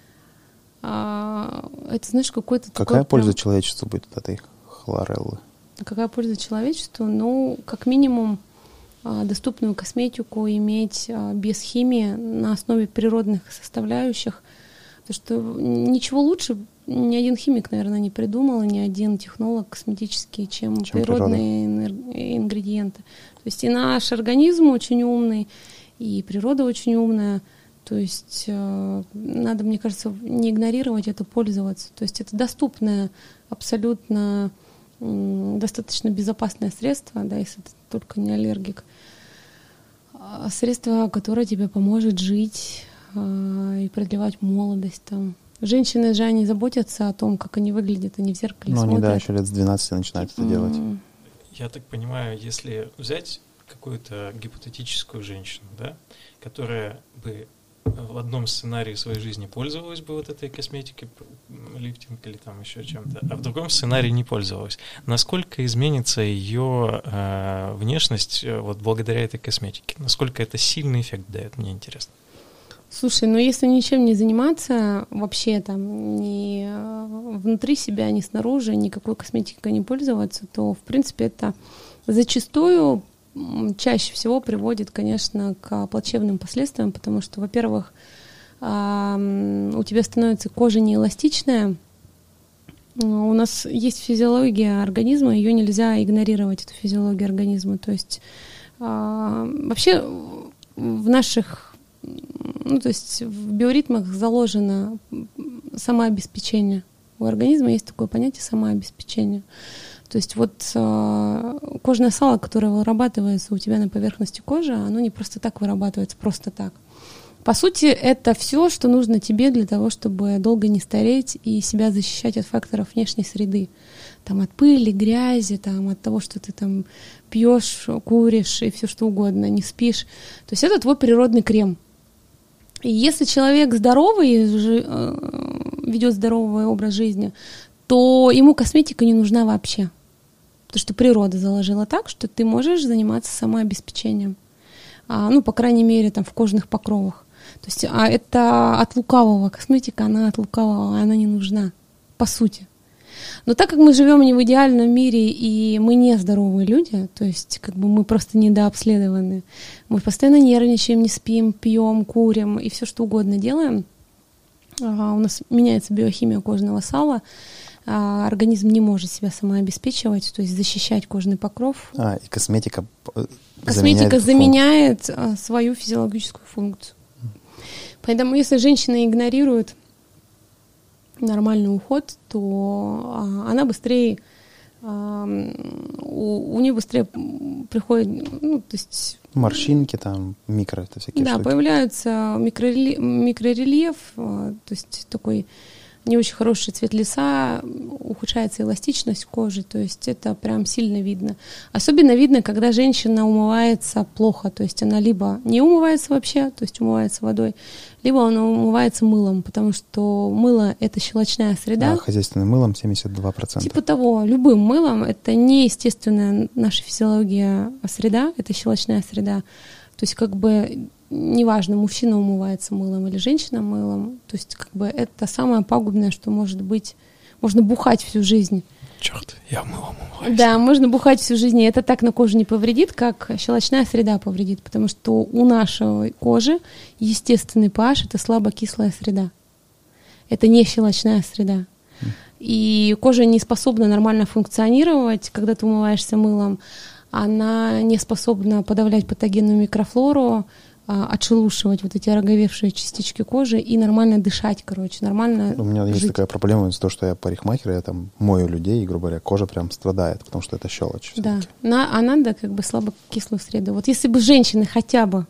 А, это, знаешь, какой-то такой... Какая польза прям... человечеству будет от этой хлореллы? Какая польза человечеству? Ну, как минимум, а, доступную косметику иметь а, без химии на основе природных составляющих. Потому что ничего лучше ни один химик, наверное, не придумал, ни один технолог косметический, чем, чем природные природа. Ингредиенты. То есть и наш организм очень умный, и природа очень умная. То есть э, надо, мне кажется, не игнорировать это, пользоваться. То есть это доступное, абсолютно э, достаточно безопасное средство, да, если ты только не аллергик. Средство, которое тебе поможет жить э, и продлевать молодость там. Женщины же, они заботятся о том, как они выглядят, они в зеркале ну, смотрят. Ну, они, да, еще лет с двенадцати начинают это mm. делать. Я так понимаю, если взять какую-то гипотетическую женщину, да, которая бы в одном сценарии своей жизни пользовалась бы вот этой косметикой, лифтинг или там еще чем-то, а в другом сценарии не пользовалась. Насколько изменится ее э, внешность вот благодаря этой косметике? Насколько это сильный эффект дает? Мне интересно. Слушай, ну если ничем не заниматься, вообще там ни внутри себя, ни снаружи, никакой косметикой не пользоваться, то, в принципе, это зачастую чаще всего приводит, конечно, к плачевным последствиям, потому что, во-первых, у тебя становится кожа неэластичная. У нас есть физиология организма, ее нельзя игнорировать, эту физиологию организма. То есть вообще в наших, ну, то есть в биоритмах заложено самообеспечение. У организма есть такое понятие самообеспечения. То есть вот э, кожное сало, которое вырабатывается у тебя на поверхности кожи, оно не просто так вырабатывается, просто так. По сути, это все, что нужно тебе для того, чтобы долго не стареть и себя защищать от факторов внешней среды. Там, от пыли, грязи, там, от того, что ты там пьешь, куришь и все что угодно, не спишь. То есть это твой природный крем. И если человек здоровый, ведет здоровый образ жизни, то ему косметика не нужна вообще. Потому что природа заложила так, что ты можешь заниматься самообеспечением. А, ну, по крайней мере, там, в кожных покровах. То есть а это от лукавого. Косметика, она от лукавого, она не нужна, по сути. Но так как мы живем не в идеальном мире, и мы не здоровые люди, то есть как бы мы просто недообследованы, мы постоянно нервничаем, не спим, пьем, курим и все что угодно делаем, а, у нас меняется биохимия кожного сала, а, организм не может себя самообеспечивать, то есть защищать кожный покров. А, и косметика Косметика заменяет, заменяет а, свою физиологическую функцию. Поэтому если женщина игнорирует нормальный уход, то а, она быстрее, а, у, у нее быстрее приходит, ну, то есть... Морщинки там, микро, это всякие да, штуки. Да, появляется микрорельеф, микрорельеф, то есть такой не очень хороший цвет лица, ухудшается эластичность кожи, то есть это прям сильно видно. Особенно видно, когда женщина умывается плохо, то есть она либо не умывается вообще, то есть умывается водой, либо она умывается мылом, потому что мыло — это щелочная среда. А хозяйственным мылом семьдесят два процента. Типа того, любым мылом. Это не естественная наша физиология среда, это щелочная среда. То есть как бы неважно, мужчина умывается мылом или женщина мылом, то есть как бы это самое пагубное, что может быть. Можно бухать всю жизнь. Черт, я мылом умываюсь. Да, можно бухать всю жизнь, и это так на кожу не повредит, как щелочная среда повредит, потому что у нашей кожи естественный pH — это слабокислая среда. Это не щелочная среда. И кожа не способна нормально функционировать, когда ты умываешься мылом. Она не способна подавлять патогенную микрофлору, отшелушивать вот эти ороговевшие частички кожи и нормально дышать, короче, нормально У меня жить. есть такая проблема из-за того, что я парикмахер, я там мою людей, и, грубо говоря, кожа прям страдает, потому что это щелочь. Да, на, а надо как бы слабокислую среду. Вот если бы женщины хотя бы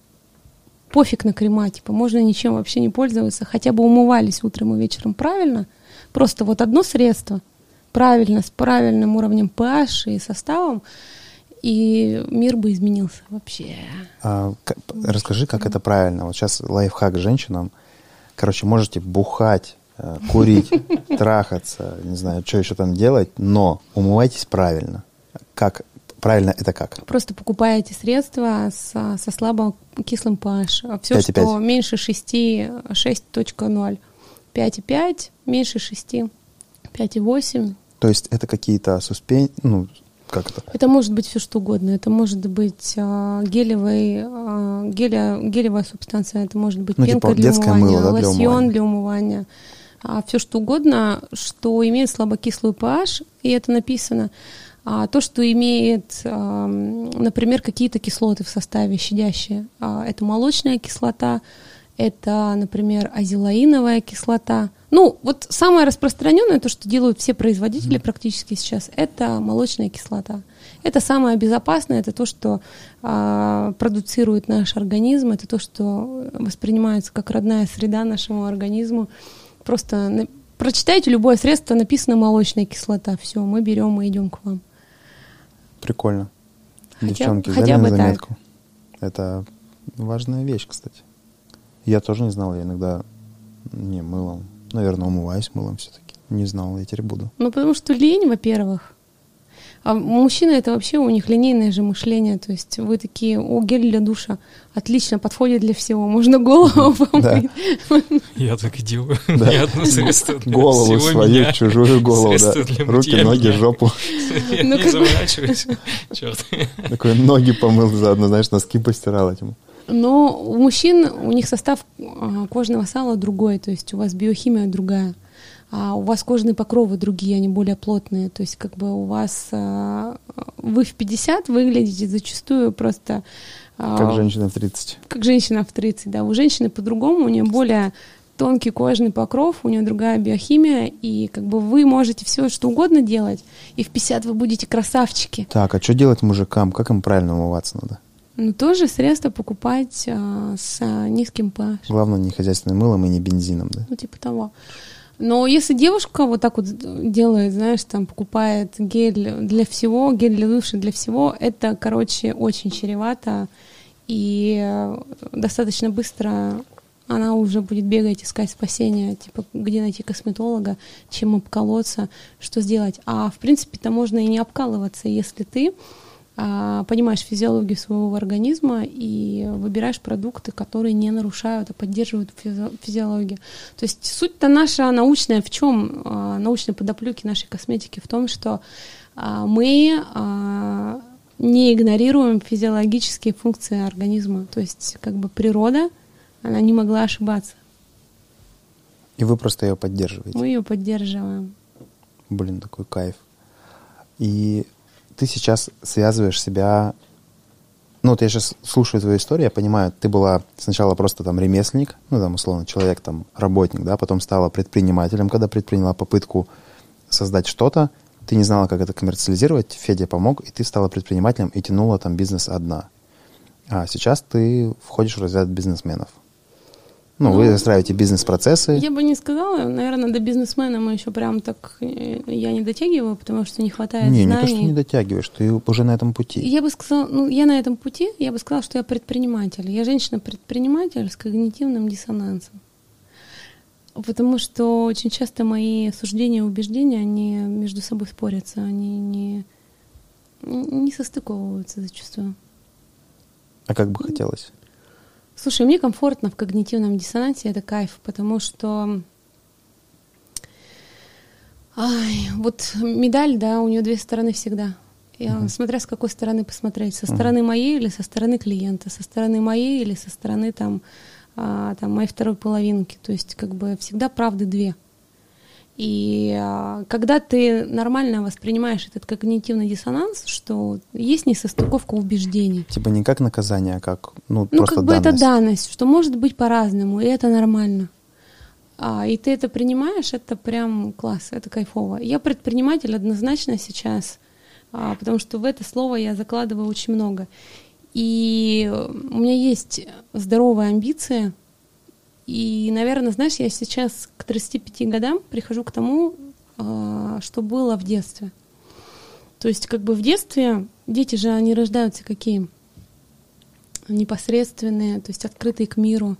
пофиг на крема, типа можно ничем вообще не пользоваться, хотя бы умывались утром и вечером правильно, просто вот одно средство, правильно, с правильным уровнем pH и составом, и мир бы изменился вообще. А, к- расскажи, как это правильно. Вот сейчас лайфхак женщинам. Короче, можете бухать, э, курить, трахаться, не знаю, что еще там делать, но умывайтесь правильно. Как? Правильно это как? Просто покупаете средства со, со слабокислым pH. Все, пять и пять. что меньше шести, шесть точка ноль. пять и пять, меньше шести, пять и восемь. То есть это какие-то суспен... Ну, как это? Это может быть все что угодно. Это может быть а, гелевый, а, геля, гелевая субстанция, это может быть Ну, пенка типа для детское умывания, мыло, да, для лосьон умывания. для умывания. А, все что угодно, что имеет слабокислый pH, и это написано. А то, что имеет, а, например, какие-то кислоты в составе щадящие, а, это молочная кислота, это, например, азелаиновая кислота. Ну, вот самое распространенное, то, что делают все производители mm. практически сейчас, это молочная кислота. Это самое безопасное, это то, что а, продуцирует наш организм, это то, что воспринимается как родная среда нашему организму. Просто на, прочитайте любое средство, написано молочная кислота, все, мы берем и идем к вам. Прикольно. Девчонки, взяли на заметку. Это важная вещь, кстати. Я тоже не знал, я иногда не мылом. Наверное, умываюсь мылом все-таки. Не знал, я теперь буду. Ну, потому что лень, во-первых. А мужчины, это вообще у них линейное же мышление. То есть вы такие, о, гель для душа отлично подходит для всего. Можно голову помыть. Я так и делаю. Ни одно средство для голову свою, чужую голову, да. Руки, ноги, жопу. Я не заморачиваюсь. Черт. Такой ноги помыл заодно, знаешь, носки постирал этим. Но у мужчин, у них состав кожного сала другой. То есть у вас биохимия другая. А у вас кожные покровы другие, они более плотные. То есть как бы у вас... А, вы в пятьдесят выглядите зачастую просто... А, как женщина в тридцать. Как женщина в тридцать, да. У женщины по-другому, у нее более тонкий кожный покров, у нее другая биохимия, и как бы вы можете все что угодно делать, и в пятьдесят вы будете красавчики. Так, а что делать мужикам? Как им правильно умываться надо? Ну, тоже средства покупать а, с а, низким pH. Главное, не хозяйственным мылом и не бензином, да? Ну, типа того. Но если девушка вот так вот делает, знаешь, там покупает гель для всего, гель для душа для всего, это, короче, очень чревато, и достаточно быстро она уже будет бегать, искать спасения, типа, где найти косметолога, чем обколоться, что сделать. А в принципе-то можно и не обкалываться, если ты а, понимаешь физиологию своего организма и выбираешь продукты, которые не нарушают, а поддерживают физи- физиологию. То есть суть-то наша научная в чем? А, научной подоплеки нашей косметики в том, что а, мы а, не игнорируем физиологические функции организма. То есть как бы природа, она не могла ошибаться. И вы просто ее поддерживаете? Мы ее поддерживаем. Блин, такой кайф. И ты сейчас связываешь себя... Ну, вот я сейчас слушаю твою историю, я понимаю, ты была сначала просто там ремесленник, ну, там, условно, человек, там, работник, да, потом стала предпринимателем, когда предприняла попытку создать что-то, ты не знала, как это коммерциализировать, Федя помог, и ты стала предпринимателем и тянула там бизнес одна. А сейчас ты входишь в разряд бизнесменов. Ну, ну, вы застраиваете бизнес-процессы. Я бы не сказала, наверное, до бизнесмена мы еще прям так, я не дотягиваю, потому что не хватает не, знаний. Не, не то, что не дотягиваешь, ты уже на этом пути. Я бы сказала, ну, я на этом пути, я бы сказала, что я предприниматель. Я женщина-предприниматель с когнитивным диссонансом. Потому что очень часто мои суждения и убеждения, они между собой спорятся, они не, не состыковываются зачастую. А как бы хотелось? Слушай, мне комфортно в когнитивном диссонансе, это кайф, потому что ай, вот медаль, да, у нее две стороны всегда. Я, uh-huh. Смотря с какой стороны посмотреть, со стороны uh-huh. моей или со стороны клиента, со стороны моей или со стороны там, а, там моей второй половинки. То есть как бы всегда правды две. И а, когда ты нормально воспринимаешь этот когнитивный диссонанс, что есть несостыковка убеждений. Типа не как наказание, а как ну, ну просто как бы данность. Это данность, что может быть по-разному, и это нормально. А, и ты это принимаешь, это прям класс, это кайфово. Я предприниматель однозначно сейчас, а, потому что в это слово я закладываю очень много. И у меня есть здоровые амбиции. И, наверное, знаешь, я сейчас к тридцати пяти годам прихожу к тому, что было в детстве. То есть как бы в детстве дети же, они рождаются какие? Непосредственные, то есть открытые к миру.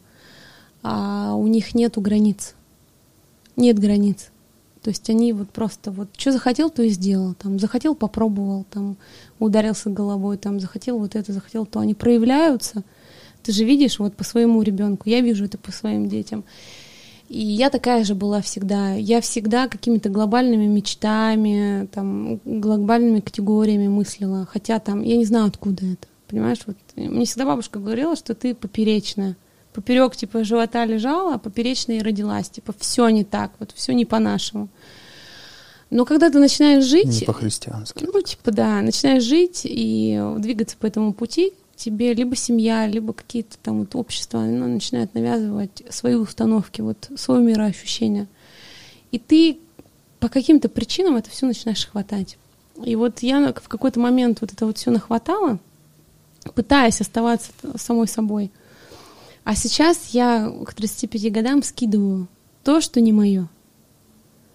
А у них нету границ. Нет границ. То есть они вот просто вот что захотел, то и сделал. Там, захотел, попробовал, там, ударился головой, там, захотел вот это, захотел то. Они проявляются. Ты же видишь вот по своему ребенку, я вижу это по своим детям. И я такая же была всегда. Я всегда какими-то глобальными мечтами, там, глобальными категориями мыслила. Хотя там, я не знаю, откуда это. Понимаешь, вот мне всегда бабушка говорила, что ты поперечная. Поперек типа живота лежала, а поперечная и родилась. Типа все не так, вот все не по-нашему. Но когда ты начинаешь жить... Не по-христиански. Ну, типа, да, начинаешь жить и двигаться по этому пути, тебе либо семья, либо какие-то там вот общества, ну, начинают навязывать свои установки, вот свое мироощущение. И ты по каким-то причинам это все начинаешь хватать. И вот я в какой-то момент вот это вот все нахватала, пытаясь оставаться самой собой. А сейчас я к тридцати пяти годам скидываю то, что не мое.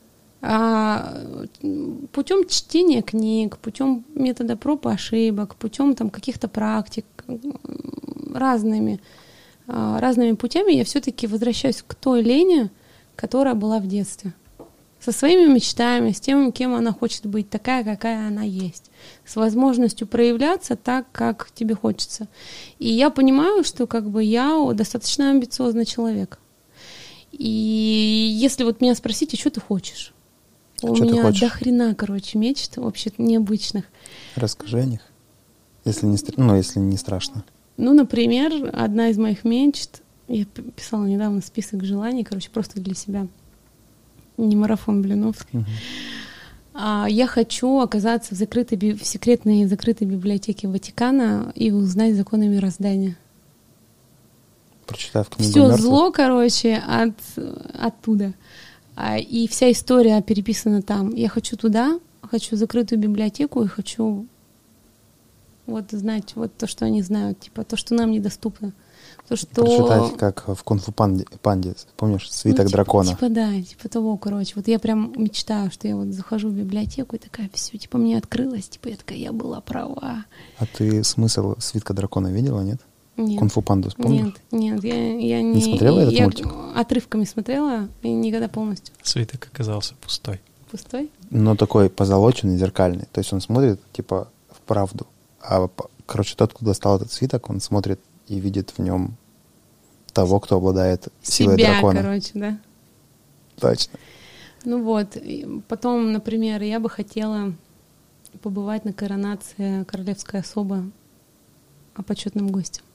А, путем чтения книг, путем метода проб и ошибок, путем там каких-то практик, разными, разными путями я все-таки возвращаюсь к той Лене, которая была в детстве. Со своими мечтами, с тем, кем она хочет быть, такая, какая она есть. С возможностью проявляться так, как тебе хочется. И я понимаю, что как бы я достаточно амбициозный человек. И если вот меня спросите, что ты хочешь? А У меня до хрена, короче, мечт вообще необычных. Расскажи о них, если не, ну, если не страшно. Ну, например, одна из моих мечт, я писала недавно список желаний, короче, просто для себя. Не марафон Блиновский. Угу. А, я хочу оказаться в, закрытой, в секретной закрытой библиотеке Ватикана и узнать законы мироздания. Прочитав книгу Все мертвых. зло, короче, от, оттуда. А, и вся история переписана там. Я хочу туда, хочу закрытую библиотеку и хочу вот знать вот то, что они знают, типа то, что нам недоступно. То, что... Прочитать, как в «Кунг-фу панде», панде, помнишь, «Свиток ну, типа, дракона». Типа да, типа того, короче. Вот я прям мечтаю, что я вот захожу в библиотеку и такая, все, типа мне открылось, типа я такая, я была права. А ты смысл «Свитка дракона» видела, нет? Нет. «Кунг-фу панду» помнишь? Нет, нет, я, я не... Не смотрела этот я мультик? Отрывками смотрела, и никогда полностью. Свиток оказался пустой. Пустой? Но такой позолоченный, зеркальный. То есть он смотрит, типа, в правду. А, короче, тот, кто достал этот свиток, он смотрит и видит в нем того, кто обладает силой Себя, дракона. короче, да? Точно. Ну вот, потом, например, я бы хотела побывать на коронации королевской особы почетным гостем.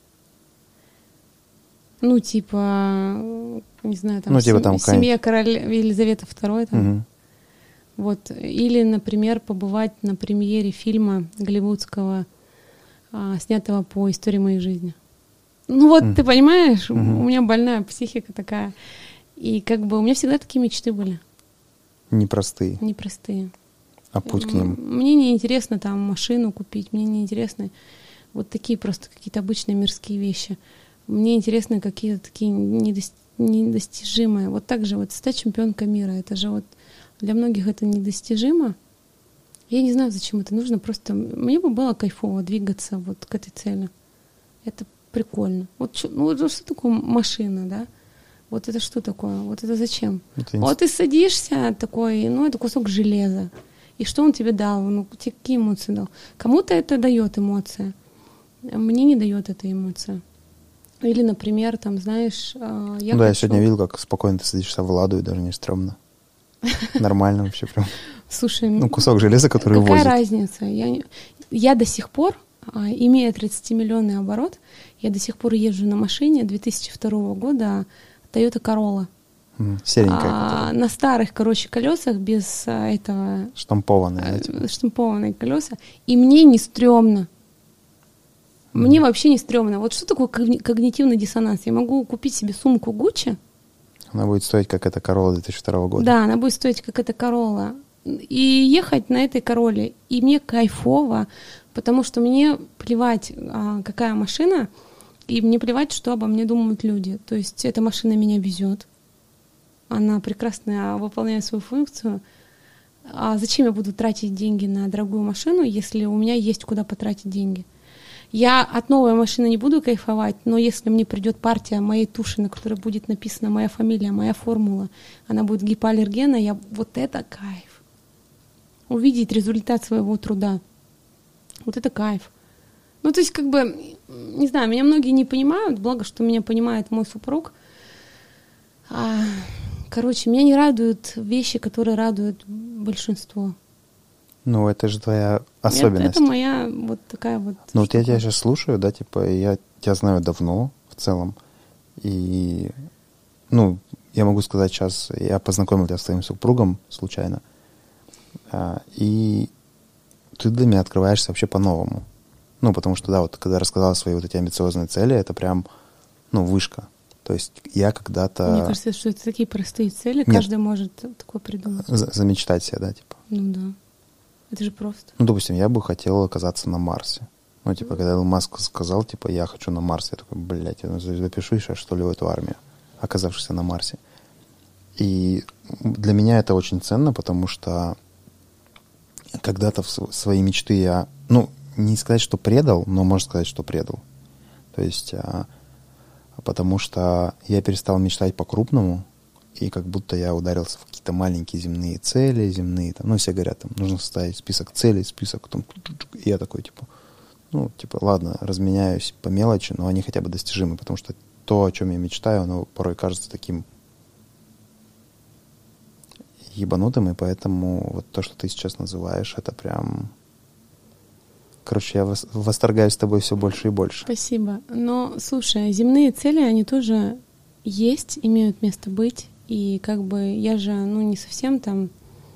Ну, типа, не знаю, там, ну, типа, сем... там семья короля Елизаветы второй. Там. Угу. Вот. Или, например, побывать на премьере фильма голливудского, а, снятого по истории моей жизни. Ну вот, mm. ты понимаешь, mm-hmm. у меня больная психика такая. И как бы у меня всегда такие мечты были. Непростые. Непростые. А путь к ним? Мне не интересно там машину купить, мне не интересно вот такие просто какие-то обычные мирские вещи. Мне интересны какие-то такие недос... недостижимые. Вот так же вот стать чемпионкой мира, это же вот для многих это недостижимо. Я не знаю, зачем это нужно, просто мне бы было кайфово двигаться вот к этой цели. Это прикольно. Вот что, ну, вот что такое машина, да? Вот это что такое? Вот это зачем? Это вот ты садишься такой, ну, это кусок железа. И что он тебе дал? Ну, тебе какие эмоции дал? Кому-то это дает эмоции. Мне не дает эта эмоция. Или, например, там, знаешь, я Да, хочу... я сегодня видел, как спокойно ты садишься в «Ладу», и даже не стрёмно. Нормально вообще прям. Слушай, ну, кусок железа, который какая возит. Какая разница? Я, я до сих пор, имея тридцатимиллионный оборот, я до сих пор езжу на машине две тысячи второго года Toyota Corolla. Mm, серенькая. А, на старых, короче, колесах без а, этого... Штампованные. А, штампованные колеса. И мне не стрёмно. Mm. Мне вообще не стрёмно. Вот что такое когнитивный диссонанс? Я могу купить себе сумку Gucci. Она будет стоить, как эта Corolla две тысячи второго года. Да, она будет стоить, как эта Corolla. И ехать на этой Короле. И мне кайфово, потому что мне плевать, а, какая машина, и мне плевать, что обо мне думают люди. То есть эта машина меня везет. Она прекрасно выполняет свою функцию. А зачем я буду тратить деньги на дорогую машину, если у меня есть куда потратить деньги? Я от новой машины не буду кайфовать, но если мне придет партия моей туши, на которой будет написана моя фамилия, моя формула, она будет гипоаллергена, я вот это кайф. Увидеть результат своего труда. Вот это кайф. Ну, то есть, как бы, не знаю, меня многие не понимают, благо, что меня понимает мой супруг. А, короче, меня не радуют вещи, которые радуют большинство. Ну, это же твоя особенность. Это, это моя вот такая вот... Ну, вот я тебя сейчас слушаю, да, типа, я тебя знаю давно в целом, и, ну, я могу сказать сейчас, я познакомил тебя с твоим супругом случайно, и ты для меня открываешься вообще по-новому. Ну, потому что, да, вот когда рассказала свои вот эти амбициозные цели, это прям, ну, вышка. То есть я когда-то... Мне кажется, что это такие простые цели, Нет. каждый может такое придумать. За- замечтать себя, да, типа. Ну да. Это же просто. Ну, допустим, я бы хотел оказаться на Марсе. Ну, типа, mm-hmm. когда Илон Маск сказал, типа, я хочу на Марс, я такой, блядь, я запишу сейчас, что ли, в эту армию, оказавшись на Марсе. И для меня это очень ценно, потому что когда-то в свои мечты я, ну, не сказать, что предал, но можно сказать, что предал. То есть, а, потому что я перестал мечтать по-крупному, и как будто я ударился в какие-то маленькие земные цели, земные, там, ну, все говорят, там, нужно составить список целей, список, там, и я такой, типа, ну, типа, ладно, разменяюсь по мелочи, но они хотя бы достижимы, потому что то, о чем я мечтаю, оно порой кажется таким ебанутым, и поэтому вот то, что ты сейчас называешь, это прям... Короче, я восторгаюсь с тобой все больше и больше. Спасибо. Но, слушай, земные цели, они тоже есть, имеют место быть, и как бы я же, ну, не совсем там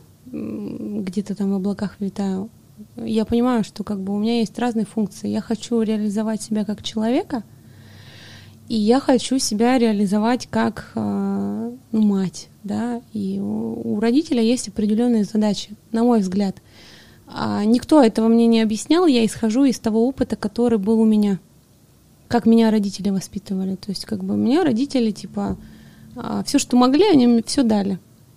где-то там в облаках витаю. Я понимаю, что как бы у меня есть разные функции. Я хочу реализовать себя как человека, и я хочу себя реализовать как э, ну, мать, да, и у, у родителя есть определенные задачи, на мой взгляд. А никто этого мне не объяснял, я исхожу из того опыта, который был у меня, как меня родители воспитывали. То есть как бы мне родители, типа, э, все, что могли, они мне все дали.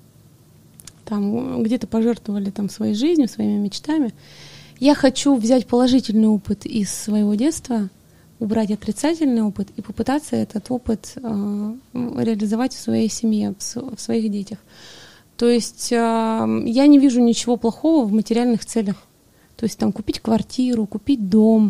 Там где-то пожертвовали там своей жизнью, своими мечтами. Я хочу взять положительный опыт из своего детства, убрать отрицательный опыт и попытаться этот опыт э, реализовать в своей семье, в, в своих детях. То есть э, я не вижу ничего плохого в материальных целях. То есть там купить квартиру, купить дом,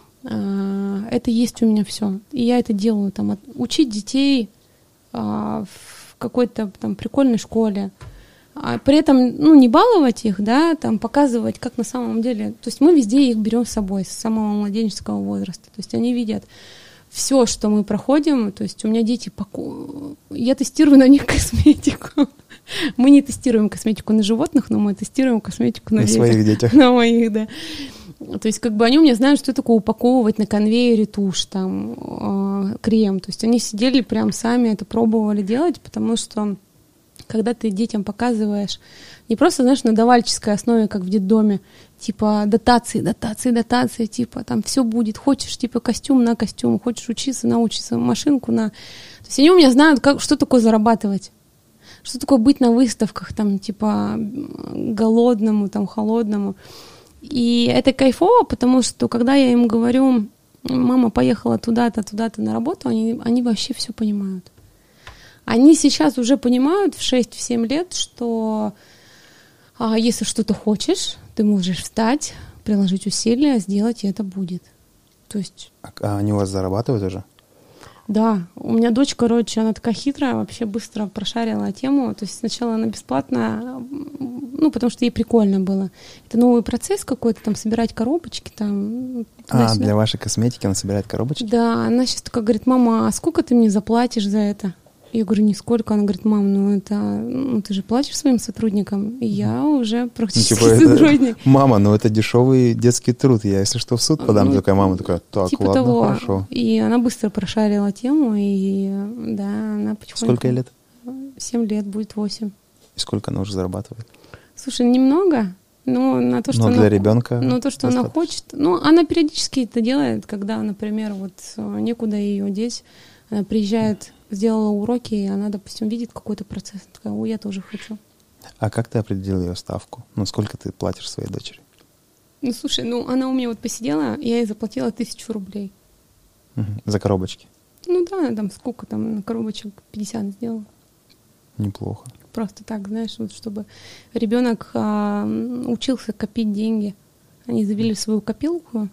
э, это есть у меня все. И я это делаю. Там, от, учить детей э, в какой-то там прикольной школе. А при этом, ну, не баловать их, да, там, показывать, как на самом деле. То есть мы везде их берем с собой с самого младенческого возраста. То есть они видят все, что мы проходим. То есть у меня дети, поку... я тестирую на них косметику. Мы не тестируем косметику на животных, но мы тестируем косметику на, на детях. своих детях. На моих, да. То есть как бы они у меня знают, что такое упаковывать на конвейере тушь, там, э, крем. То есть они сидели прям сами это пробовали делать, потому что когда ты детям показываешь, не просто, знаешь, на давальческой основе, как в детдоме, типа дотации, дотации, дотации, типа там все будет, хочешь, типа костюм на костюм, хочешь учиться, научиться, машинку на... То есть они у меня знают, как, что такое зарабатывать, что такое быть на выставках, там, типа голодному, там, холодному. И это кайфово, потому что когда я им говорю, мама поехала туда-то, туда-то на работу, они, они вообще все понимают. Они сейчас уже понимают в шесть-семь лет, что а, если что-то хочешь, ты можешь встать, приложить усилия, сделать, и это будет. То есть... А, а они у вас зарабатывают уже? Да. У меня дочь, короче, она такая хитрая, вообще быстро прошарила тему. То есть сначала она бесплатно, ну, потому что ей прикольно было. Это новый процесс какой-то, там, собирать коробочки, там... А, для вашей косметики она собирает коробочки? Да, она сейчас такая говорит, мама, а сколько ты мне заплатишь за это? Я говорю, нисколько. Она говорит, мам, ну это, ну ты же платишь своим сотрудникам, и я уже практически ну, типа сотрудник. Это, мама, ну это дешевый детский труд, я если что в суд подам. Ну, такая мама такая, так, типа ладно, того. хорошо. И она быстро прошарила тему, и да, она потихоньку... Сколько ей лет? Семь лет, будет восемь. И сколько она уже зарабатывает? Слушай, немного, но на то, что но она... для ребенка Ну, то, что достаточно. Она хочет... Ну, она периодически это делает, когда, например, вот некуда ее деть, она приезжает... Сделала уроки, и она, допустим, видит какой-то процесс. Она такая, ой, я тоже хочу. А как ты определил ее ставку? Ну, сколько ты платишь своей дочери? Ну, слушай, ну, она у меня вот посидела, я ей заплатила тысячу рублей. Угу. За коробочки? Ну, да, там сколько там на коробочек пятьдесят сделала. Неплохо. Просто так, знаешь, вот чтобы ребенок а, учился копить деньги. Они завели свою копилку,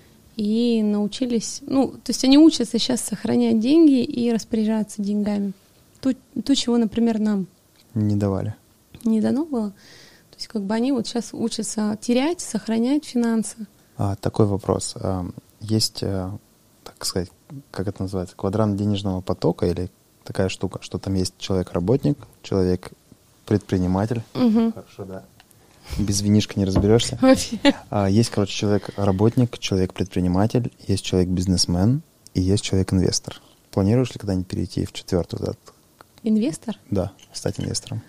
и научились, ну, то есть они учатся сейчас сохранять деньги и распоряжаться деньгами. То, то, чего, например, нам не давали. Не дано было. То есть как бы они вот сейчас учатся терять, сохранять финансы. А, такой вопрос. Есть, так сказать, как это называется, квадрант денежного потока или такая штука, что там есть человек-работник, человек-предприниматель. Угу. Хорошо, да. Без винишка не разберешься. Вообще. А, есть, короче, человек-работник, человек-предприниматель, есть человек-бизнесмен и есть человек-инвестор. Планируешь ли когда-нибудь перейти в четвертую? Да? Инвестор? Да, стать инвестором.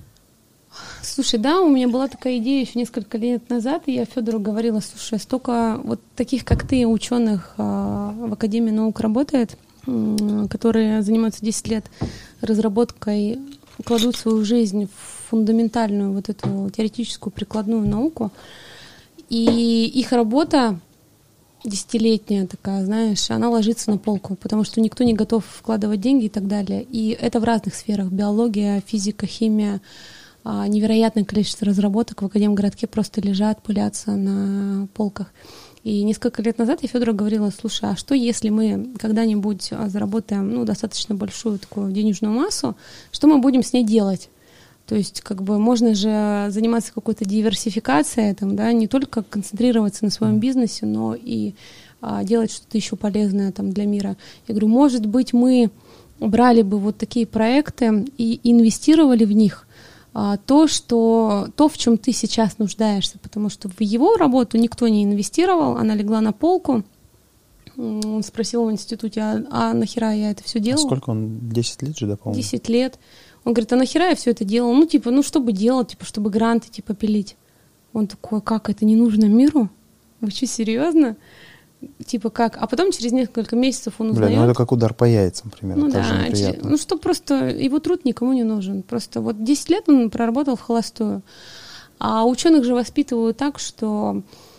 Слушай, да, у меня была такая идея еще несколько лет назад, и я Федору говорила, слушай, столько вот таких, как ты, ученых в Академии наук работает, которые занимаются десять лет разработкой кладут свою жизнь в фундаментальную вот эту теоретическую прикладную науку, и их работа десятилетняя такая, знаешь, она ложится на полку, потому что никто не готов вкладывать деньги и так далее. И это в разных сферах. Биология, физика, химия. Невероятное количество разработок в Академгородке просто лежат, пылятся на полках. И несколько лет назад я Федору говорила: слушай, а что если мы когда-нибудь заработаем ну, достаточно большую такую денежную массу, что мы будем с ней делать? То есть, как бы, можно же заниматься какой-то диверсификацией, там, да, не только концентрироваться на своем бизнесе, но и а, делать что-то еще полезное там, для мира. Я говорю, может быть, мы брали бы вот такие проекты и инвестировали в них а, то, что, то, в чем ты сейчас нуждаешься, потому что в его работу никто не инвестировал, она легла на полку. Он спросил в институте, а, а нахера я это все делал? А сколько он? десять лет же, да, по-моему? десять лет. Он говорит, а нахера я все это делал? Ну, типа, ну, чтобы делать, типа, чтобы гранты, типа, пилить. Он такой, как, это не нужно миру? Вы что, серьезно? Типа, как? А потом через несколько месяцев он узнает. Бля, ну это как удар по яйцам, примерно. Ну да, неприятно. Ну что просто, его труд никому не нужен. Просто вот десять лет он проработал в холостую. А ученых же воспитывают так, что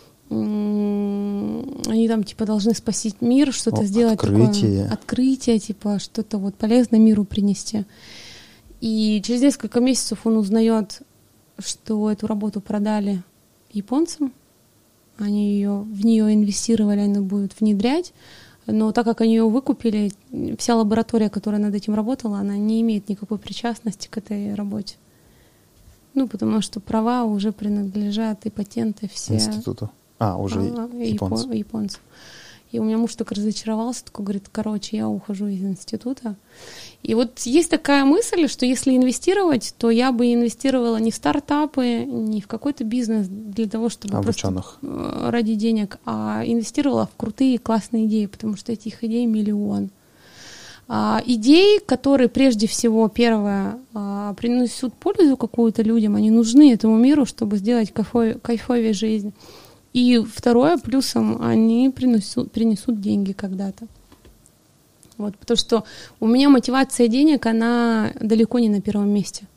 м- они там, типа, должны спасти мир, что-то О, сделать. Открытие. Такое, открытие, типа, что-то вот полезное миру принести. И через несколько месяцев он узнает, что эту работу продали японцам. Они ее, в нее инвестировали, они будут внедрять. Но так как они ее выкупили, вся лаборатория, которая над этим работала, она не имеет никакой причастности к этой работе. Ну, потому что права уже принадлежат и патенты все. Институту. А, уже а, японцам. японцам. И у меня муж так разочаровался, такой говорит, короче, я ухожу из института. И вот есть такая мысль, что если инвестировать, то я бы инвестировала не в стартапы, не в какой-то бизнес для того, чтобы а просто ученых. ради денег, а инвестировала в крутые, классные идеи, потому что этих идей миллион. А, идей, которые прежде всего, первое, а, принесут пользу какую-то людям, они нужны этому миру, чтобы сделать кайфовее, кайфовее жизнь. И второе, плюсом, они принесут, принесут деньги когда-то. Вот, потому что у меня мотивация денег, она далеко не на первом месте.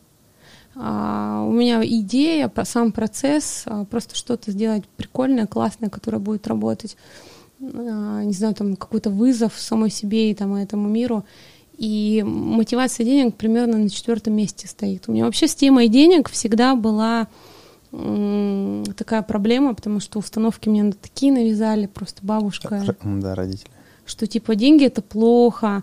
А, у меня идея, сам процесс, а, просто что-то сделать прикольное, классное, которое будет работать. А, не знаю, там какой-то вызов самой себе и там, этому миру. И мотивация денег примерно на четвертом месте стоит. У меня вообще с темой денег всегда была такая проблема, потому что установки мне такие навязали, просто бабушка. Да, родители. Что типа деньги это плохо,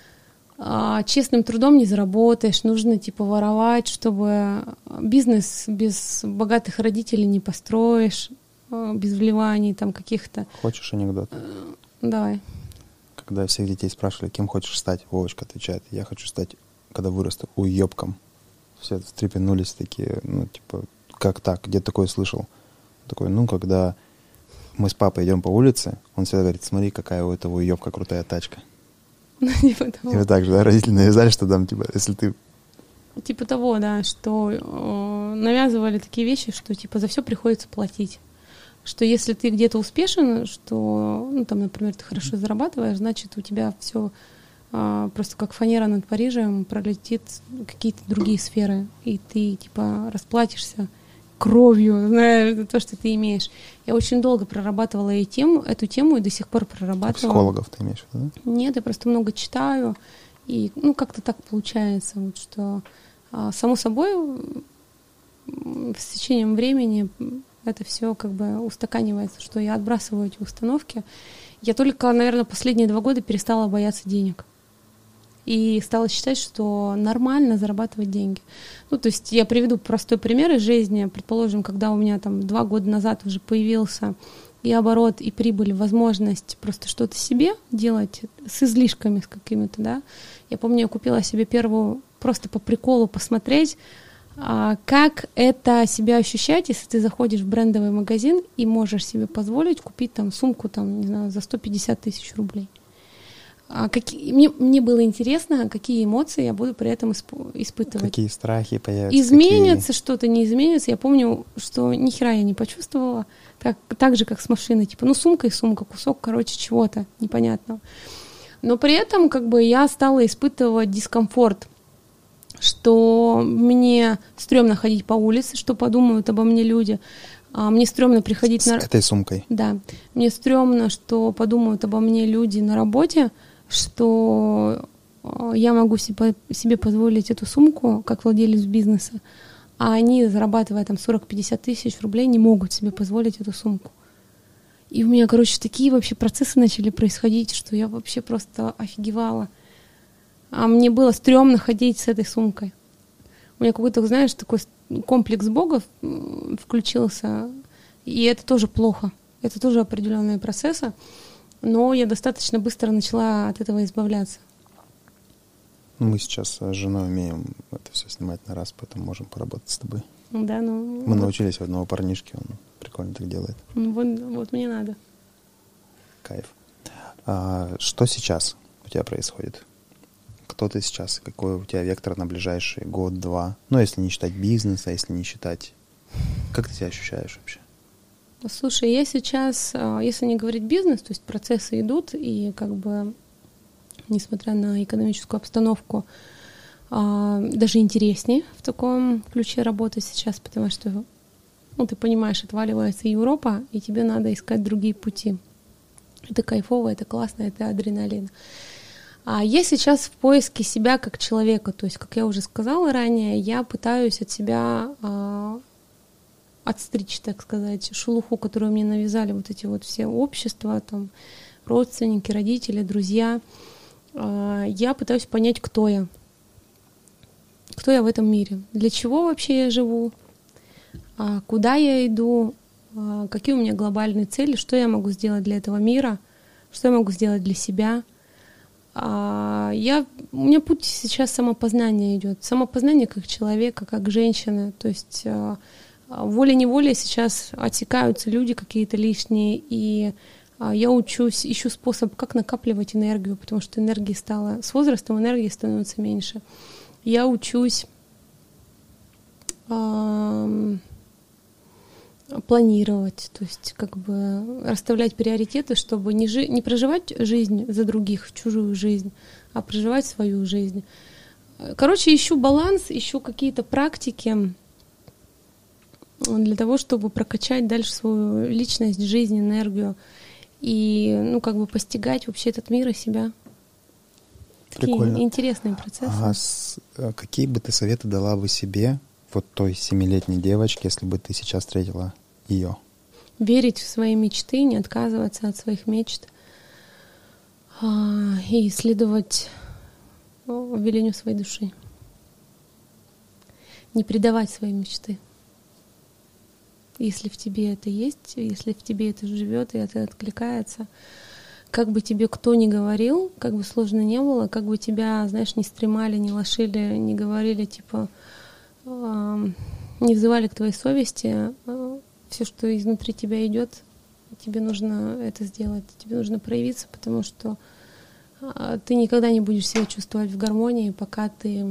а, честным трудом не заработаешь, нужно типа воровать, чтобы бизнес без богатых родителей не построишь, без вливаний там каких-то. Хочешь анекдот? Давай. Когда всех детей спрашивали, кем хочешь стать, Вовочка отвечает, я хочу стать, когда вырасту, уёбком. Все встрепенулись такие, ну типа, как так, где такое слышал? Такой, ну, когда мы с папой идем по улице, он всегда говорит, смотри, какая у этого уёбка крутая тачка. Ну, типа того. И вот так же, да, родители навязали, что там, типа, если ты... Типа того, да, что э, навязывали такие вещи, что, типа, за все приходится платить. Что если ты где-то успешен, что, ну, там, например, ты хорошо зарабатываешь, значит, у тебя все э, просто как фанера над Парижем пролетит какие-то другие сферы, и ты, типа, расплатишься кровью, знаешь, то, что ты имеешь. Я очень долго прорабатывала и тему, эту тему и до сих пор прорабатывала. Психологов ты имеешь в виду, да? Нет, я просто много читаю, и, ну, как-то так получается, вот, что а, само собой с течением времени это все как бы устаканивается, что я отбрасываю эти установки. Я только, наверное, последние два года перестала бояться денег. И стала считать, что нормально зарабатывать деньги. Ну, то есть я приведу простой пример из жизни. Предположим, когда у меня там два года назад уже появился и оборот, и прибыль, возможность просто что-то себе делать с излишками, с какими-то, да. Я помню, я купила себе первую просто по приколу посмотреть, а, как это себя ощущать, если ты заходишь в брендовый магазин и можешь себе позволить купить там сумку там, не знаю, за сто пятьдесят тысяч рублей. А какие, мне, мне было интересно, какие эмоции я буду при этом исп- испытывать. Какие страхи появятся. Изменится какие... что-то, не изменится. Я помню, что ни хера я не почувствовала. Так, так же, как с машиной. Типа, ну, сумка и сумка, кусок, короче, чего-то непонятного. Но при этом, как бы, я стала испытывать дискомфорт что мне стрёмно ходить по улице, что подумают обо мне люди. Мне стрёмно приходить с на... этой сумкой? Да. Мне стрёмно, что подумают обо мне люди на работе, что я могу себе, себе позволить эту сумку, как владелец бизнеса, а они, зарабатывая там сорок-пятьдесят тысяч рублей, не могут себе позволить эту сумку. И у меня, короче, такие вообще процессы начали происходить, что я вообще просто офигевала. А мне было стрёмно ходить с этой сумкой. У меня какой-то, знаешь, такой комплекс Бога включился, и это тоже плохо. Это тоже определенные процессы, но я достаточно быстро начала от этого избавляться. Мы сейчас с женой умеем это все снимать на раз, поэтому можем поработать с тобой. Да, ну... Мы вот. научились у одного парнишки, он прикольно так делает. Вот, вот мне надо. Кайф. А, что сейчас у тебя происходит? Кто ты сейчас? Какой у тебя вектор на ближайший год-два? Ну, если не считать бизнеса, если не считать... Как ты себя ощущаешь вообще? Слушай, я сейчас, если не говорить бизнес, то есть процессы идут, и как бы, несмотря на экономическую обстановку, даже интереснее в таком ключе работать сейчас, потому что, ну, ты понимаешь, отваливается Европа, и тебе надо искать другие пути. Это кайфово, это классно, это адреналин. А я сейчас в поиске себя как человека, то есть, как я уже сказала ранее, я пытаюсь от себя а, отстричь, так сказать, шелуху, которую мне навязали вот эти вот все общества, там, родственники, родители, друзья. А, я пытаюсь понять, кто я. Кто я в этом мире, для чего вообще я живу, а, куда я иду, а, какие у меня глобальные цели, что я могу сделать для этого мира, что я могу сделать для себя. Я, у меня путь сейчас самопознания идет. Самопознание как человека, как женщины. То есть волей-неволей сейчас отсекаются люди какие-то лишние, и я учусь, ищу способ, как накапливать энергию, потому что энергии стало, с возрастом энергии становится меньше. Я учусь э, планировать, то есть как бы расставлять приоритеты, чтобы не, жи- не проживать жизнь за других, чужую жизнь, а проживать свою жизнь. Короче, ищу баланс, ищу какие-то практики для того, чтобы прокачать дальше свою личность, жизнь, энергию и, ну, как бы постигать вообще этот мир и себя. Такие Прикольно. Интересные процессы. А с, какие бы ты советы дала бы себе, вот той семилетней девочке, если бы ты сейчас встретила ее? Верить в свои мечты, не отказываться от своих мечт а, и следовать ну, велению своей души. Не предавать свои мечты. Если в тебе это есть, если в тебе это живет и это откликается, как бы тебе кто ни говорил, как бы сложно не было, как бы тебя, знаешь, не стремали, не лошили, не говорили, типа, э, не взывали к твоей совести, э, все, что изнутри тебя идет, тебе нужно это сделать, тебе нужно проявиться, потому что э, ты никогда не будешь себя чувствовать в гармонии, пока ты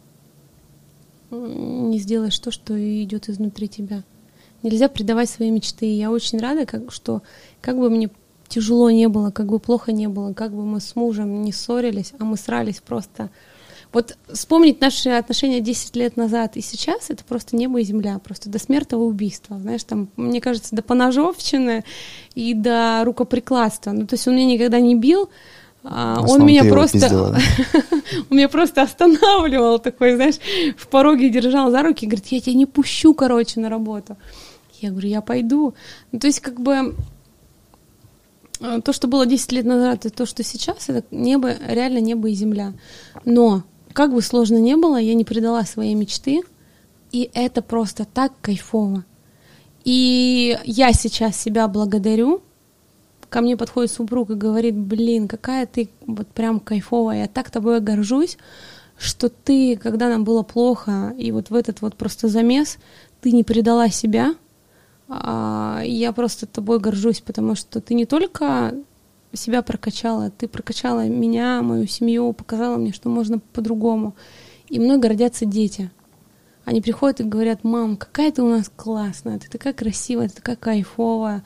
не сделаешь то, что идет изнутри тебя. Нельзя предавать свои мечты. Я очень рада, как, что как бы мне тяжело не было, как бы плохо не было, как бы мы с мужем не ссорились, а мы срались просто. Вот вспомнить наши отношения десять лет назад и сейчас, это просто небо и земля, просто до смертного убийства. Знаешь, там, мне кажется, до поножовщины и до рукоприкладства. Ну, то есть он меня никогда не бил, а он меня просто он меня просто останавливал, такой, знаешь, в пороге держал за руки и говорит, я тебя не пущу, короче, на работу. Я говорю, я пойду. Ну, то есть, как бы, то, что было десять лет назад, и то, что сейчас, это небо, реально небо и земля. Но, как бы сложно ни было, я не предала своей мечты, и это просто так кайфово. И я сейчас себя благодарю. Ко мне подходит супруг и говорит, блин, какая ты вот прям кайфовая, я так тобой горжусь, что ты, когда нам было плохо, и вот в этот вот просто замес, ты не предала себя. Я просто тобой горжусь, потому что ты не только себя прокачала, ты прокачала меня, мою семью, показала мне, что можно по-другому. И мной гордятся дети. Они приходят и говорят, мам, какая ты у нас классная, ты такая красивая, ты такая кайфовая,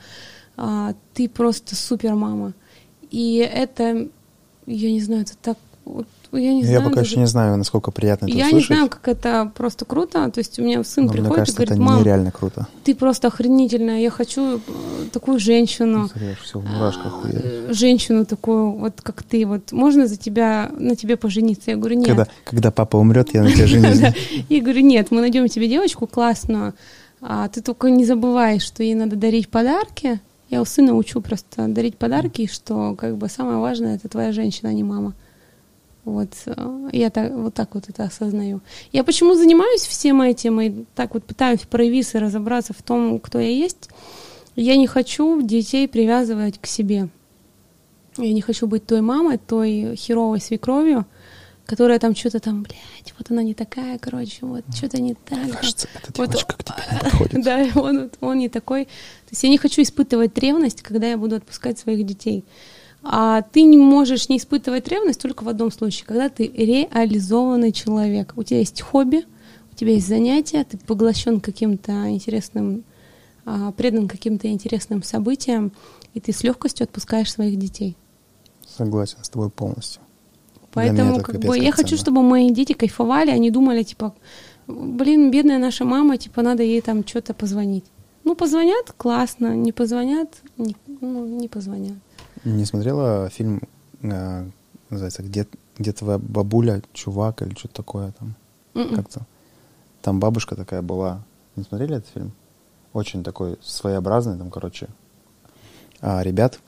ты просто супер мама. И это, я не знаю, это так, вот, Я не я знаю. пока даже... еще не знаю, насколько приятно это я услышать. Я не знаю, как это просто круто. То есть у меня сын Но приходит мне кажется, и говорит, это мам, нереально круто. Ты просто охренительная, я хочу такую женщину. Смотри, все в мурашках хуярит. Женщину такую, вот как ты. Вот можно за тебя, на тебе пожениться? Я говорю, нет. Когда, когда папа умрет, я на тебя женюсь. Я говорю, нет, мы найдем тебе девочку классную, а ты только не забывай, что ей надо дарить подарки. Я у сына учу просто дарить подарки, что как бы самое важное — это твоя женщина, а не мама. Вот я так, вот так вот это осознаю. Я почему занимаюсь всем этим и так вот пытаюсь проявиться и разобраться в том, кто я есть. Я не хочу детей привязывать к себе. Я не хочу быть той мамой, той херовой свекровью, которая там что-то там, блядь, вот она не такая, короче, вот что-то не так. Мне кажется, эта вот, девочка к тебе не подходит. Да, он, он не такой. То есть я не хочу испытывать ревность, когда я буду отпускать своих детей. А ты не можешь не испытывать ревность только в одном случае, когда ты реализованный человек. У тебя есть хобби, у тебя есть занятия, ты поглощен каким-то интересным, предан каким-то интересным событиям, и ты с легкостью отпускаешь своих детей. Согласен с тобой полностью. Поэтому как бы, я хочу, чтобы мои дети кайфовали, они думали, типа, блин, бедная наша мама, типа, надо ей там что-то позвонить. Ну, позвонят, классно, не позвонят, не, ну, не позвонят. Не смотрела фильм, э, называется, где, где твоя бабуля, чувак или что-то такое там? Mm-mm. Как-то. Там бабушка такая была. Не смотрели этот фильм? Очень такой своеобразный, там, короче. А ребят,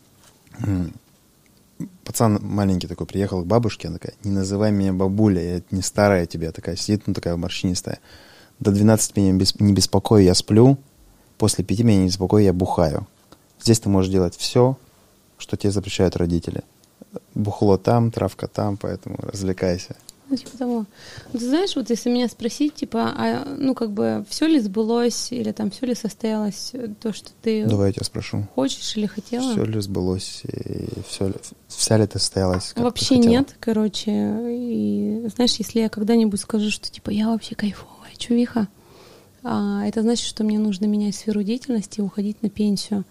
пацан маленький такой приехал к бабушке, она такая, не называй меня бабуля, я не старая тебе, такая сидит, ну такая морщинистая. До двенадцати меня не беспокой, я сплю, после пяти меня не беспокой, я бухаю. Здесь ты можешь делать все, что тебе запрещают родители. Бухло там, травка там, поэтому развлекайся. Ну, типа того. Ты знаешь, вот если меня спросить, типа, а, ну, как бы, все ли сбылось, или там все ли состоялось то, что ты Давай я тебя спрошу. Хочешь или хотела? Все ли сбылось, и все ли, вся ли ты состоялась, как вообще ты нет, короче. И знаешь, если я когда-нибудь скажу, что, типа, я вообще кайфовая чувиха, а, это значит, что мне нужно менять сферу деятельности и уходить на пенсию.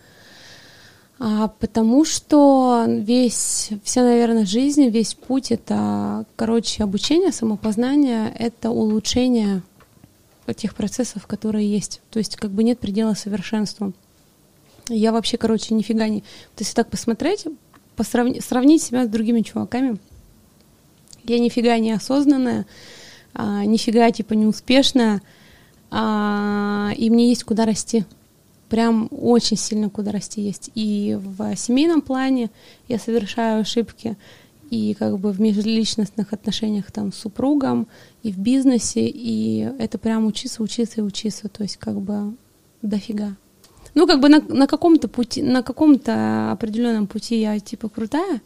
А, потому что весь, вся, наверное, жизнь, весь путь — это, короче, обучение, самопознание, это улучшение тех процессов, которые есть. То есть как бы нет предела совершенству. Я вообще, короче, нифига не... То есть так посмотреть, посравни, сравнить себя с другими чуваками, я нифига не осознанная, а, нифига типа неуспешная, а, и мне есть куда расти. Прям очень сильно куда расти есть. И в семейном плане я совершаю ошибки, и как бы в межличностных отношениях там с супругом, и в бизнесе, и это прям учиться, учиться и учиться, то есть как бы дофига. Ну, как бы на, на каком-то пути, на каком-то определенном пути я типа крутая,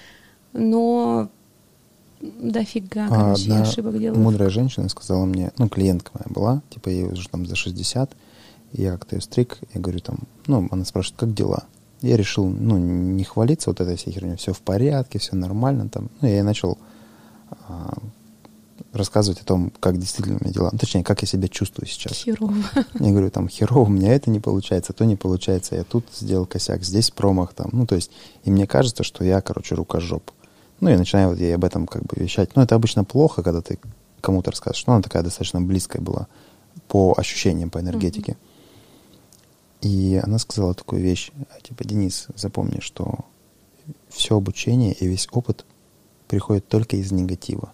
но дофига, короче, Одна я ошибок делаю. мудрая женщина сказала мне, ну, клиентка моя была, типа ей уже там за шестьдесят, я как-то ее стриг, я говорю там, ну, она спрашивает, как дела? Я решил, ну, не хвалиться вот этой всей херней, все в порядке, все нормально там. Ну, я ей начал а, рассказывать о том, как действительно у меня дела. Ну, точнее, как я себя чувствую сейчас. Херово. Я говорю, там, херово, у меня это не получается, то не получается, я тут сделал косяк, здесь промах там. Ну, то есть, и мне кажется, что я, короче, рукожоп. Ну, и начинаю вот ей об этом как бы вещать. Ну, это обычно плохо, когда ты кому-то рассказываешь. Но она такая достаточно близкая была по ощущениям, по энергетике. Mm-hmm. И она сказала такую вещь, типа, Денис, запомни, что все обучение и весь опыт приходит только из негатива.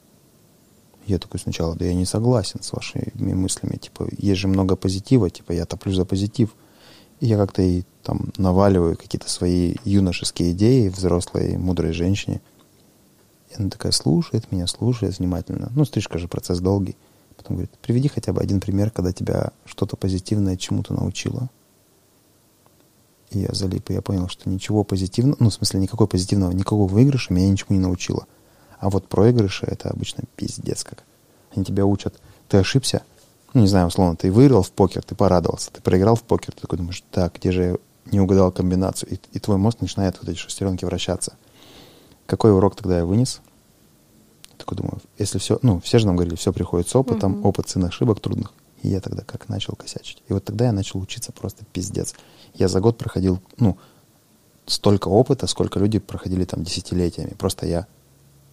Я такой сначала, да я не согласен с вашими мыслями, типа, есть же много позитива, типа, я топлю за позитив. И я как-то и там наваливаю какие-то свои юношеские идеи взрослой, мудрой женщине. И она такая слушает меня, слушает внимательно. Ну, стрижка же процесс долгий. Потом говорит, приведи хотя бы один пример, когда тебя что-то позитивное чему-то научило. И я залип, и я понял, что ничего позитивного, ну, в смысле, никакой позитивного, никакого выигрыша меня ничему не научило. А вот проигрыши — это обычно пиздец как. Они тебя учат, ты ошибся, ну, не знаю, условно, ты выиграл в покер, ты порадовался, ты проиграл в покер, ты такой думаешь, так, где же я не угадал комбинацию? И, и твой мозг начинает вот эти шестеренки вращаться. Какой урок тогда я вынес? Такой думаю, если все, ну, все же нам говорили, все приходит с опытом, uh-huh. опыт сын ошибок трудных. И я тогда как начал косячить. И вот тогда я начал учиться просто пиздец. Я за год проходил, ну, столько опыта, сколько люди проходили там десятилетиями. Просто я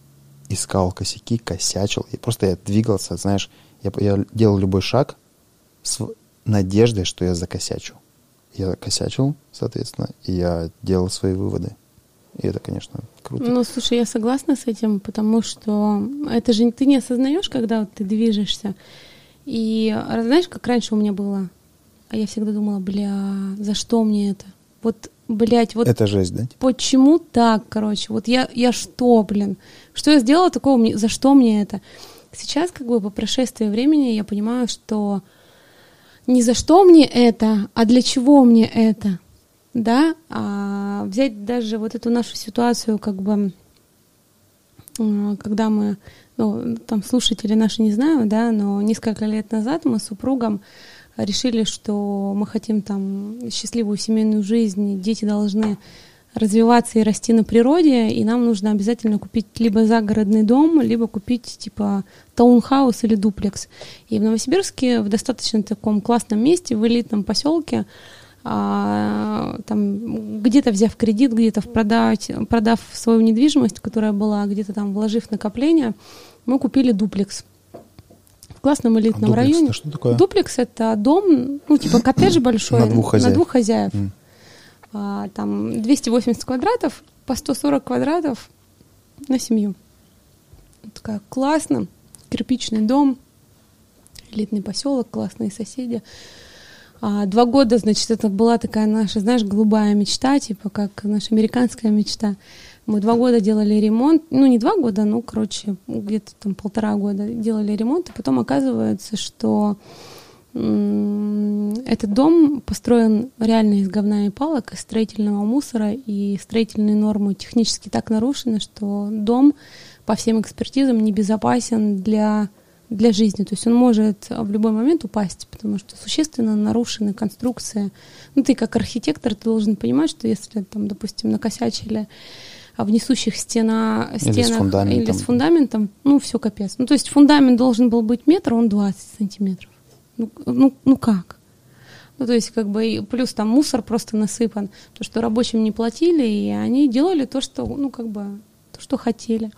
искал косяки, косячил. И просто я двигался, знаешь, я, я делал любой шаг с надеждой, что я закосячу. Я косячил, соответственно, и я делал свои выводы. И это, конечно, круто. Ну, слушай, я согласна с этим, потому что это же ты не осознаешь, когда вот ты движешься. И знаешь, как раньше у меня было? А я всегда думала, бля, за что мне это? Вот, блядь, вот... Это жесть, да? Почему так, короче? Вот я, я что, блин? Что я сделала такого? За что мне это? Сейчас, как бы, по прошествии времени я понимаю, что не за что мне это, а для чего мне это, да? А взять даже вот эту нашу ситуацию, как бы, когда мы, ну, там, слушатели наши не знают, да, но несколько лет назад мы с супругом решили, что мы хотим там счастливую семейную жизнь, дети должны развиваться и расти на природе, и нам нужно обязательно купить либо загородный дом, либо купить типа таунхаус или дуплекс. И в Новосибирске, в достаточно таком классном месте, в элитном поселке, а, там где-то взяв кредит, где-то продать, продав свою недвижимость, которая была, где-то там вложив накопления, мы купили дуплекс. В классном элитном а дуплекс, районе. Что такое? Дуплекс — это дом, ну типа коттедж большой, на двух хозяев. На двух хозяев. Mm. А, там двести восемьдесят квадратов, по сто сорок квадратов на семью. Такая классно, кирпичный дом, элитный поселок, классные соседи. А, два года, значит, это была такая наша, знаешь, голубая мечта, типа как наша американская мечта. Мы два года делали ремонт, ну не два года, ну, короче, где-то там полтора года делали ремонт, и потом оказывается, что м- этот дом построен реально из говна и палок, из строительного мусора, и строительные нормы технически так нарушены, что дом по всем экспертизам небезопасен для, для жизни. То есть он может в любой момент упасть, потому что существенно нарушены конструкции. Ну, ты как архитектор, ты должен понимать, что если там, допустим, накосячили в несущих стена, стенах или с фундаментом, или с фундаментом, ну, все капец. Ну, то есть фундамент должен был быть метр, он двадцать сантиметров. Ну, ну, ну как? Ну, то есть, как бы, и плюс там мусор просто насыпан, то, что рабочим не платили, и они делали то, что, ну, как бы, то, что хотели.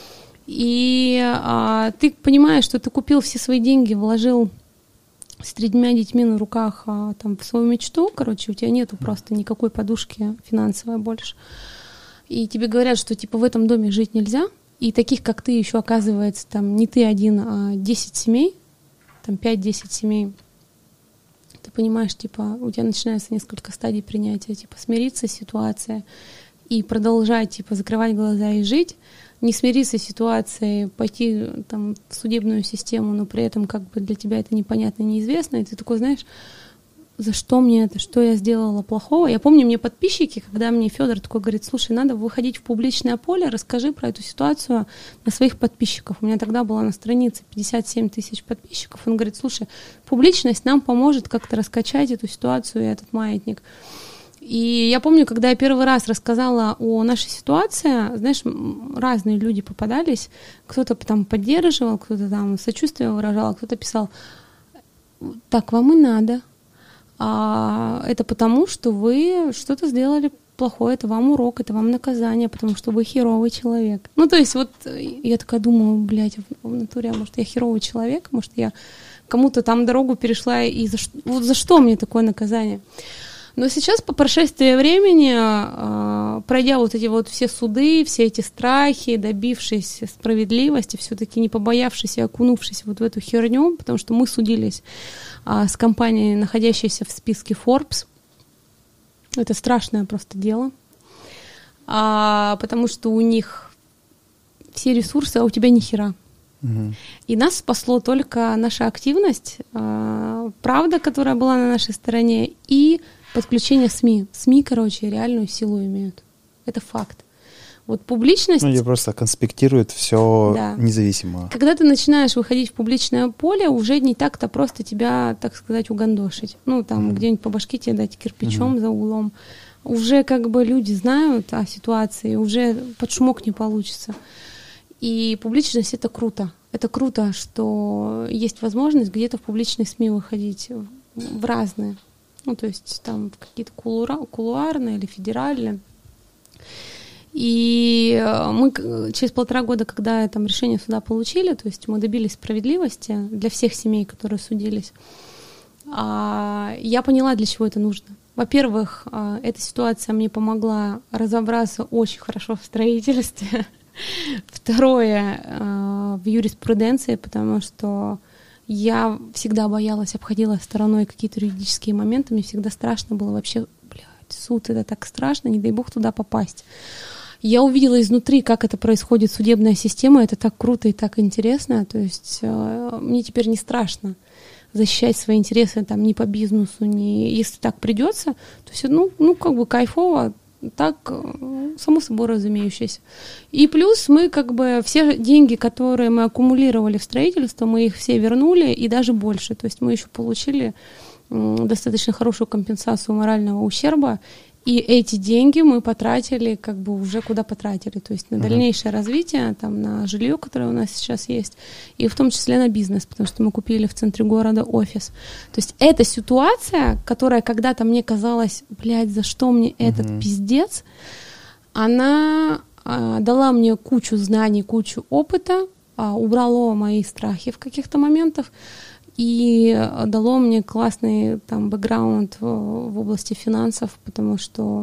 И а, ты понимаешь, что ты купил все свои деньги, вложил с тремя детьми на руках а, там, в свою мечту, короче, у тебя нету просто никакой подушки финансовой больше. И тебе говорят, что типа в этом доме жить нельзя, и таких, как ты, еще оказывается, там не ты один, а десять семей, там пять-десять семей. Ты понимаешь, типа, у тебя начинается несколько стадий принятия, типа смириться с ситуацией и продолжать, типа, закрывать глаза и жить, не смириться с ситуацией, пойти там в судебную систему, но при этом как бы для тебя это непонятно, неизвестно, и ты такой, знаешь, за что мне это, что я сделала плохого. Я помню, мне подписчики, когда мне Федор такой говорит, слушай, надо выходить в публичное поле, расскажи про эту ситуацию на своих подписчиков. У меня тогда была на странице пятьдесят семь тысяч подписчиков. Он говорит, слушай, публичность нам поможет как-то раскачать эту ситуацию и этот маятник. И я помню, когда я первый раз рассказала о нашей ситуации, знаешь, разные люди попадались, кто-то там поддерживал, кто-то там сочувствие выражал, кто-то писал, так вам и надо. А это потому, что вы что-то сделали плохое, это вам урок, это вам наказание, потому что вы херовый человек. Ну, то есть вот я такая думаю, блядь, в натуре, может, я херовый человек, может, я кому-то там дорогу перешла, и за, вот за что мне такое наказание? Но сейчас, по прошествии времени, пройдя вот эти вот все суды, все эти страхи, добившись справедливости, все-таки не побоявшись и окунувшись вот в эту херню, потому что мы судились с компанией, находящейся в списке Forbes. Это страшное просто дело, потому что у них все ресурсы, а у тебя ни хера. Угу. И нас спасло только наша активность, правда, которая была на нашей стороне, и подключение СМИ. СМИ, короче, реальную силу имеют. Это факт. Вот публичность... Ну, или просто конспектирует все да. независимо. Когда ты начинаешь выходить в публичное поле, уже не так-то просто тебя, так сказать, угандошить. Ну, там, mm-hmm. где-нибудь по башке тебе дать кирпичом mm-hmm. за углом. Уже как бы люди знают о ситуации, уже под шумок не получится. И публичность — это круто. Это круто, что есть возможность где-то в публичные СМИ выходить, в разные. Ну, то есть там какие-то кулуара, кулуарные или федеральные. И мы через полтора года, когда там решение суда получили, то есть мы добились справедливости для всех семей, которые судились, я поняла, для чего это нужно. Во-первых, эта ситуация мне помогла разобраться очень хорошо в строительстве. Второе, в юриспруденции, потому что я всегда боялась, обходила стороной какие-то юридические моменты, мне всегда страшно было вообще, блядь, суд, это так страшно, не дай бог туда попасть. Я увидела изнутри, как это происходит, судебная система, это так круто и так интересно, то есть э, мне теперь не страшно защищать свои интересы там ни по бизнесу, ни если так придется, то есть ну, ну как бы кайфово, так само собой разумеющееся. И плюс мы как бы все деньги, которые мы аккумулировали в строительство, мы их все вернули и даже больше, то есть мы еще получили достаточно хорошую компенсацию морального ущерба. И эти деньги мы потратили, как бы уже куда потратили, то есть на uh-huh. дальнейшее развитие, там, на жилье, которое у нас сейчас есть, и в том числе на бизнес, потому что мы купили в центре города офис. То есть эта ситуация, которая когда-то мне казалась, блядь, за что мне uh-huh. этот пиздец, она а, дала мне кучу знаний, кучу опыта, а, убрала мои страхи в каких-то моментах, и дало мне классный там бэкграунд в, в области финансов, потому что,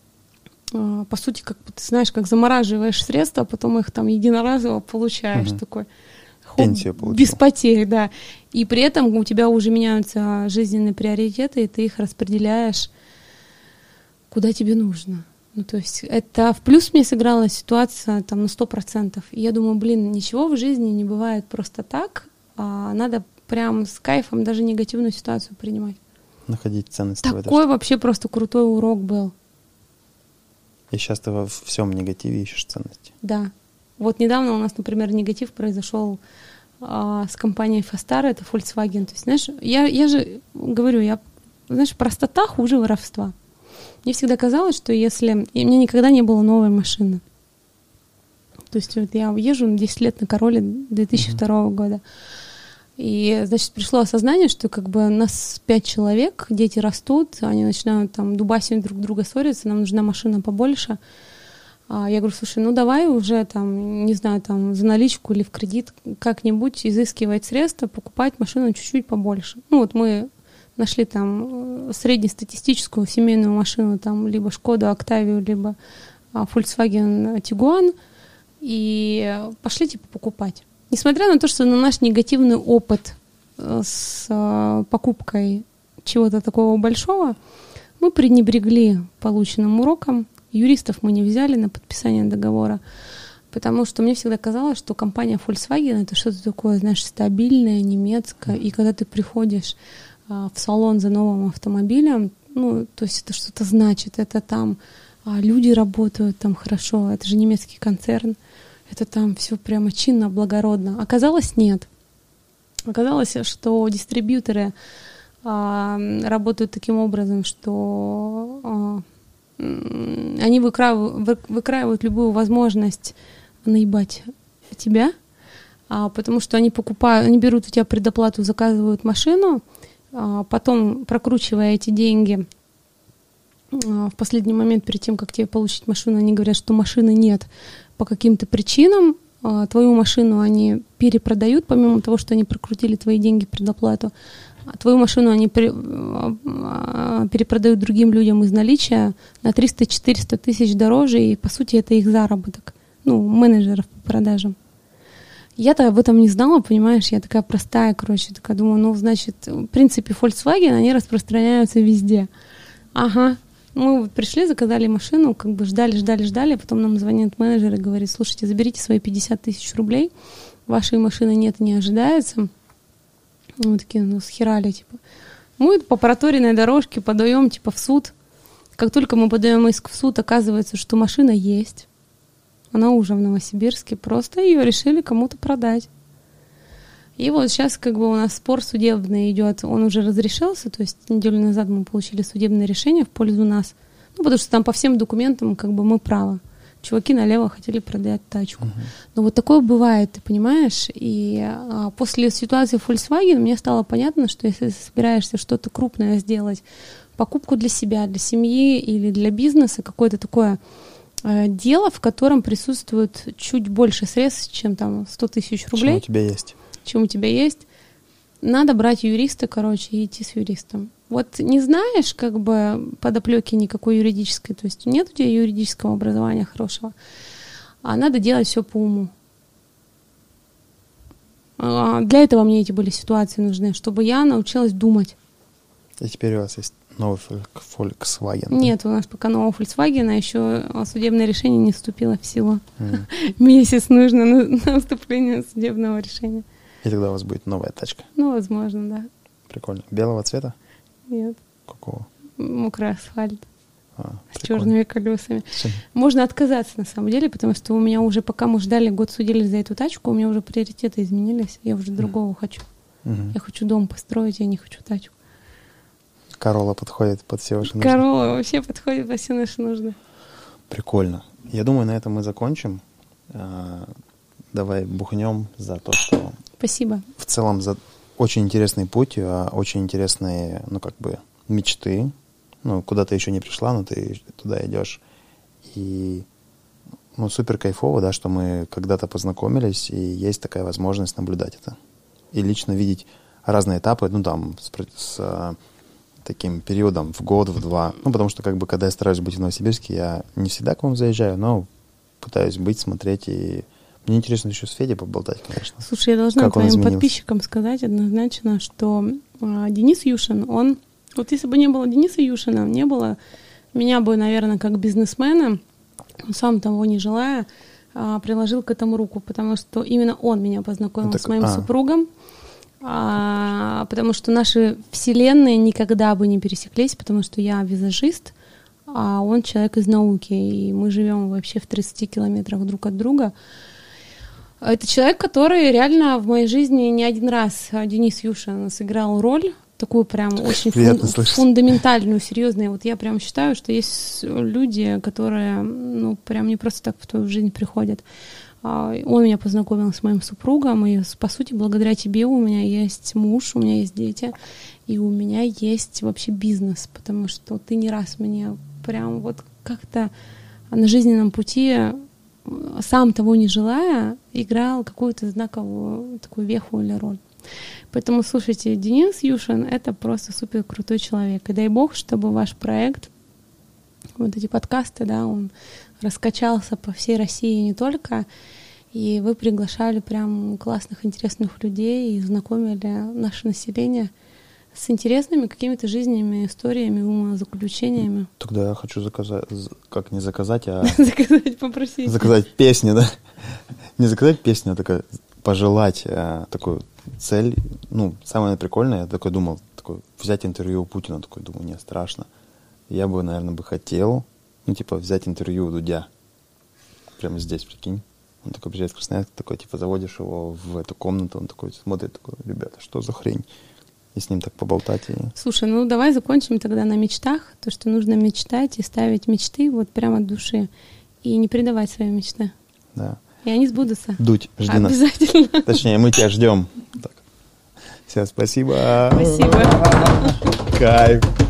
э, по сути, как ты знаешь, как замораживаешь средства, а потом их там единоразово получаешь, угу. такой хоп, без потерь, да. И при этом у тебя уже меняются жизненные приоритеты, и ты их распределяешь, куда тебе нужно. Ну, то есть это в плюс мне сыграла ситуация там на сто процентов. И я думаю, блин, ничего в жизни не бывает просто так, а надо прям с кайфом даже негативную ситуацию принимать. Находить ценность. Такой вообще просто крутой урок был. И сейчас ты во всем негативе ищешь ценности. Да. Вот недавно у нас, например, негатив произошел а, с компанией Фастара, это Volkswagen. То есть, знаешь, я, я же говорю, я, знаешь, простота хуже воровства. Мне всегда казалось, что если... И у меня никогда не было новой машины. То есть вот я езжу десять лет на Короле две тысячи второго uh-huh. года. И, значит, пришло осознание, что как бы нас пять человек, дети растут, они начинают там дубасить друг друга, ссориться, нам нужна машина побольше. А я говорю, слушай, ну давай уже там, не знаю, там за наличку или в кредит как-нибудь изыскивать средства, покупать машину чуть-чуть побольше. Ну вот мы нашли там среднестатистическую семейную машину, там либо Шкоду Октавию, либо Volkswagen Tiguan, и пошли типа покупать. Несмотря на то, что на наш негативный опыт с покупкой чего-то такого большого, мы пренебрегли полученным уроком. Юристов мы не взяли на подписание договора, потому что мне всегда казалось, что компания Volkswagen — это что-то такое, знаешь, стабильное, немецкое. И когда ты приходишь в салон за новым автомобилем, ну, то есть это что-то значит, это там люди работают там хорошо, это же немецкий концерн. Это там все прямо чинно, благородно. Оказалось, нет. Оказалось, что дистрибьюторы а, работают таким образом, что а, они выкраивают, выкраивают любую возможность наебать тебя, а, потому что они покупают, они берут у тебя предоплату, заказывают машину, а, потом, прокручивая эти деньги, а, в последний момент, перед тем, как тебе получить машину, они говорят, что машины нет. По каким-то причинам а, твою машину они перепродают, помимо того, что они прокрутили твои деньги предоплату, а твою машину они при, а, а, перепродают другим людям из наличия на триста-четыреста тысяч дороже, и по сути это их заработок, ну, менеджеров по продажам. Я-то об этом не знала, понимаешь, я такая простая, короче, такая думаю, ну, значит, в принципе, Volkswagen, они распространяются везде. Ага. Мы пришли, заказали машину, как бы ждали, ждали, ждали, потом нам звонит менеджер и говорит, слушайте, заберите свои пятьдесят тысяч рублей, вашей машины нет, не ожидается. Мы такие, ну, схерали, типа. Мы по проторенной дорожке подаем, типа, в суд. Как только мы подаем иск в суд, оказывается, что машина есть. Она уже в Новосибирске, просто ее решили кому-то продать. И вот сейчас как бы у нас спор судебный идет, он уже разрешился, то есть неделю назад мы получили судебное решение в пользу нас, ну, потому что там по всем документам как бы мы правы. Чуваки налево хотели продать тачку. Uh-huh. Но вот такое бывает, ты понимаешь? И а, после ситуации Volkswagen мне стало понятно, что если ты собираешься что-то крупное сделать, покупку для себя, для семьи или для бизнеса, какое-то такое дело, в котором присутствует чуть больше средств, чем там сто тысяч рублей. Чем у тебя есть. Чем у тебя есть. Надо брать юриста, короче, и идти с юристом. Вот не знаешь, как бы, подоплеки никакой юридической, то есть нет у тебя юридического образования хорошего, а надо делать все по уму. Для этого мне эти были ситуации нужны, чтобы я научилась думать. И теперь у вас есть новый Volkswagen? Нет, да? У нас пока нового Volkswagen, а еще судебное решение не вступило в силу. Mm. Месяц нужно на, на вступление судебного решения. И тогда у вас будет новая тачка? Ну, возможно, да. Прикольно. Белого цвета? Нет. Какого? Мокрый асфальт. А, с черными колесами. Чем? Можно отказаться, на самом деле, потому что у меня уже, пока мы ждали, год судились за эту тачку, у меня уже приоритеты изменились. Я уже другого mm. хочу. Mm-hmm. Я хочу дом построить, я не хочу тачку. Королла подходит под все ваши нужды. Королла вообще подходит под все наши нужды. Прикольно. Я думаю, на этом мы закончим. А, давай бухнем за то, что... Спасибо. В целом за очень интересный путь, очень интересные, ну, как бы, мечты. Ну, куда ты еще не пришла, но ты туда идешь. И, ну, супер кайфово, да, что мы когда-то познакомились, и есть такая возможность наблюдать это. И лично видеть разные этапы, ну, там, с, с таким периодом в год, в два. Ну, потому что, как бы, когда я стараюсь быть в Новосибирске, я не всегда к вам заезжаю, но пытаюсь быть, смотреть. И мне интересно еще с Федей поболтать, конечно. Слушай, я должна как твоим подписчикам сказать однозначно, что э, Денис Юшин, он... Вот если бы не было Дениса Юшина, не было меня бы, наверное, как бизнесмена, сам того не желая, э, приложил к этому руку, потому что именно он меня познакомил так, с моим а. супругом. А, потому что наши вселенные никогда бы не пересеклись, потому что я визажист, а он человек из науки, и мы живем вообще в тридцати километрах друг от друга. Это человек, который реально в моей жизни не один раз, Денис Юшин, сыграл роль, такую прям очень фун- фундаментальную, серьезную. Вот я прям считаю, что есть люди, которые, ну, прям не просто так в твою жизнь приходят. Он меня познакомил с моим супругом, и, по сути, благодаря тебе у меня есть муж, у меня есть дети, и у меня есть вообще бизнес, потому что ты не раз мне прям вот как-то на жизненном пути, сам того не желая, играл какую-то знаковую такую веху или роль. Поэтому, слушайте, Денис Юшин — это просто супер крутой человек. И дай бог, чтобы ваш проект, вот эти подкасты, да, он раскачался по всей России не только, и вы приглашали прям классных, интересных людей и знакомили наше население с интересными какими-то жизненными историями, умозаключениями. Тогда я хочу заказать, как не заказать, а... Заказать, попросить. Заказать песню, да? Не заказать песню, а такая пожелать такую цель. Ну, самое прикольное, я такой думал, такой, взять интервью у Путина, такой думаю, не, страшно. Я бы, наверное, бы хотел, ну, типа, взять интервью у Дудя. Прямо здесь, прикинь. Он такой приезжает в Красноярск, такой, типа, заводишь его в эту комнату, он такой смотрит, такой, ребята, что за хрень? И с ним так поболтать. И... Слушай, ну давай закончим тогда на мечтах. То, что нужно мечтать и ставить мечты вот прямо от души. И не предавать свои мечты. Да. И они сбудутся. Дудь, жди Обязательно. нас. Обязательно. Точнее, мы тебя ждем. Так. Все, спасибо. Спасибо. Кайф.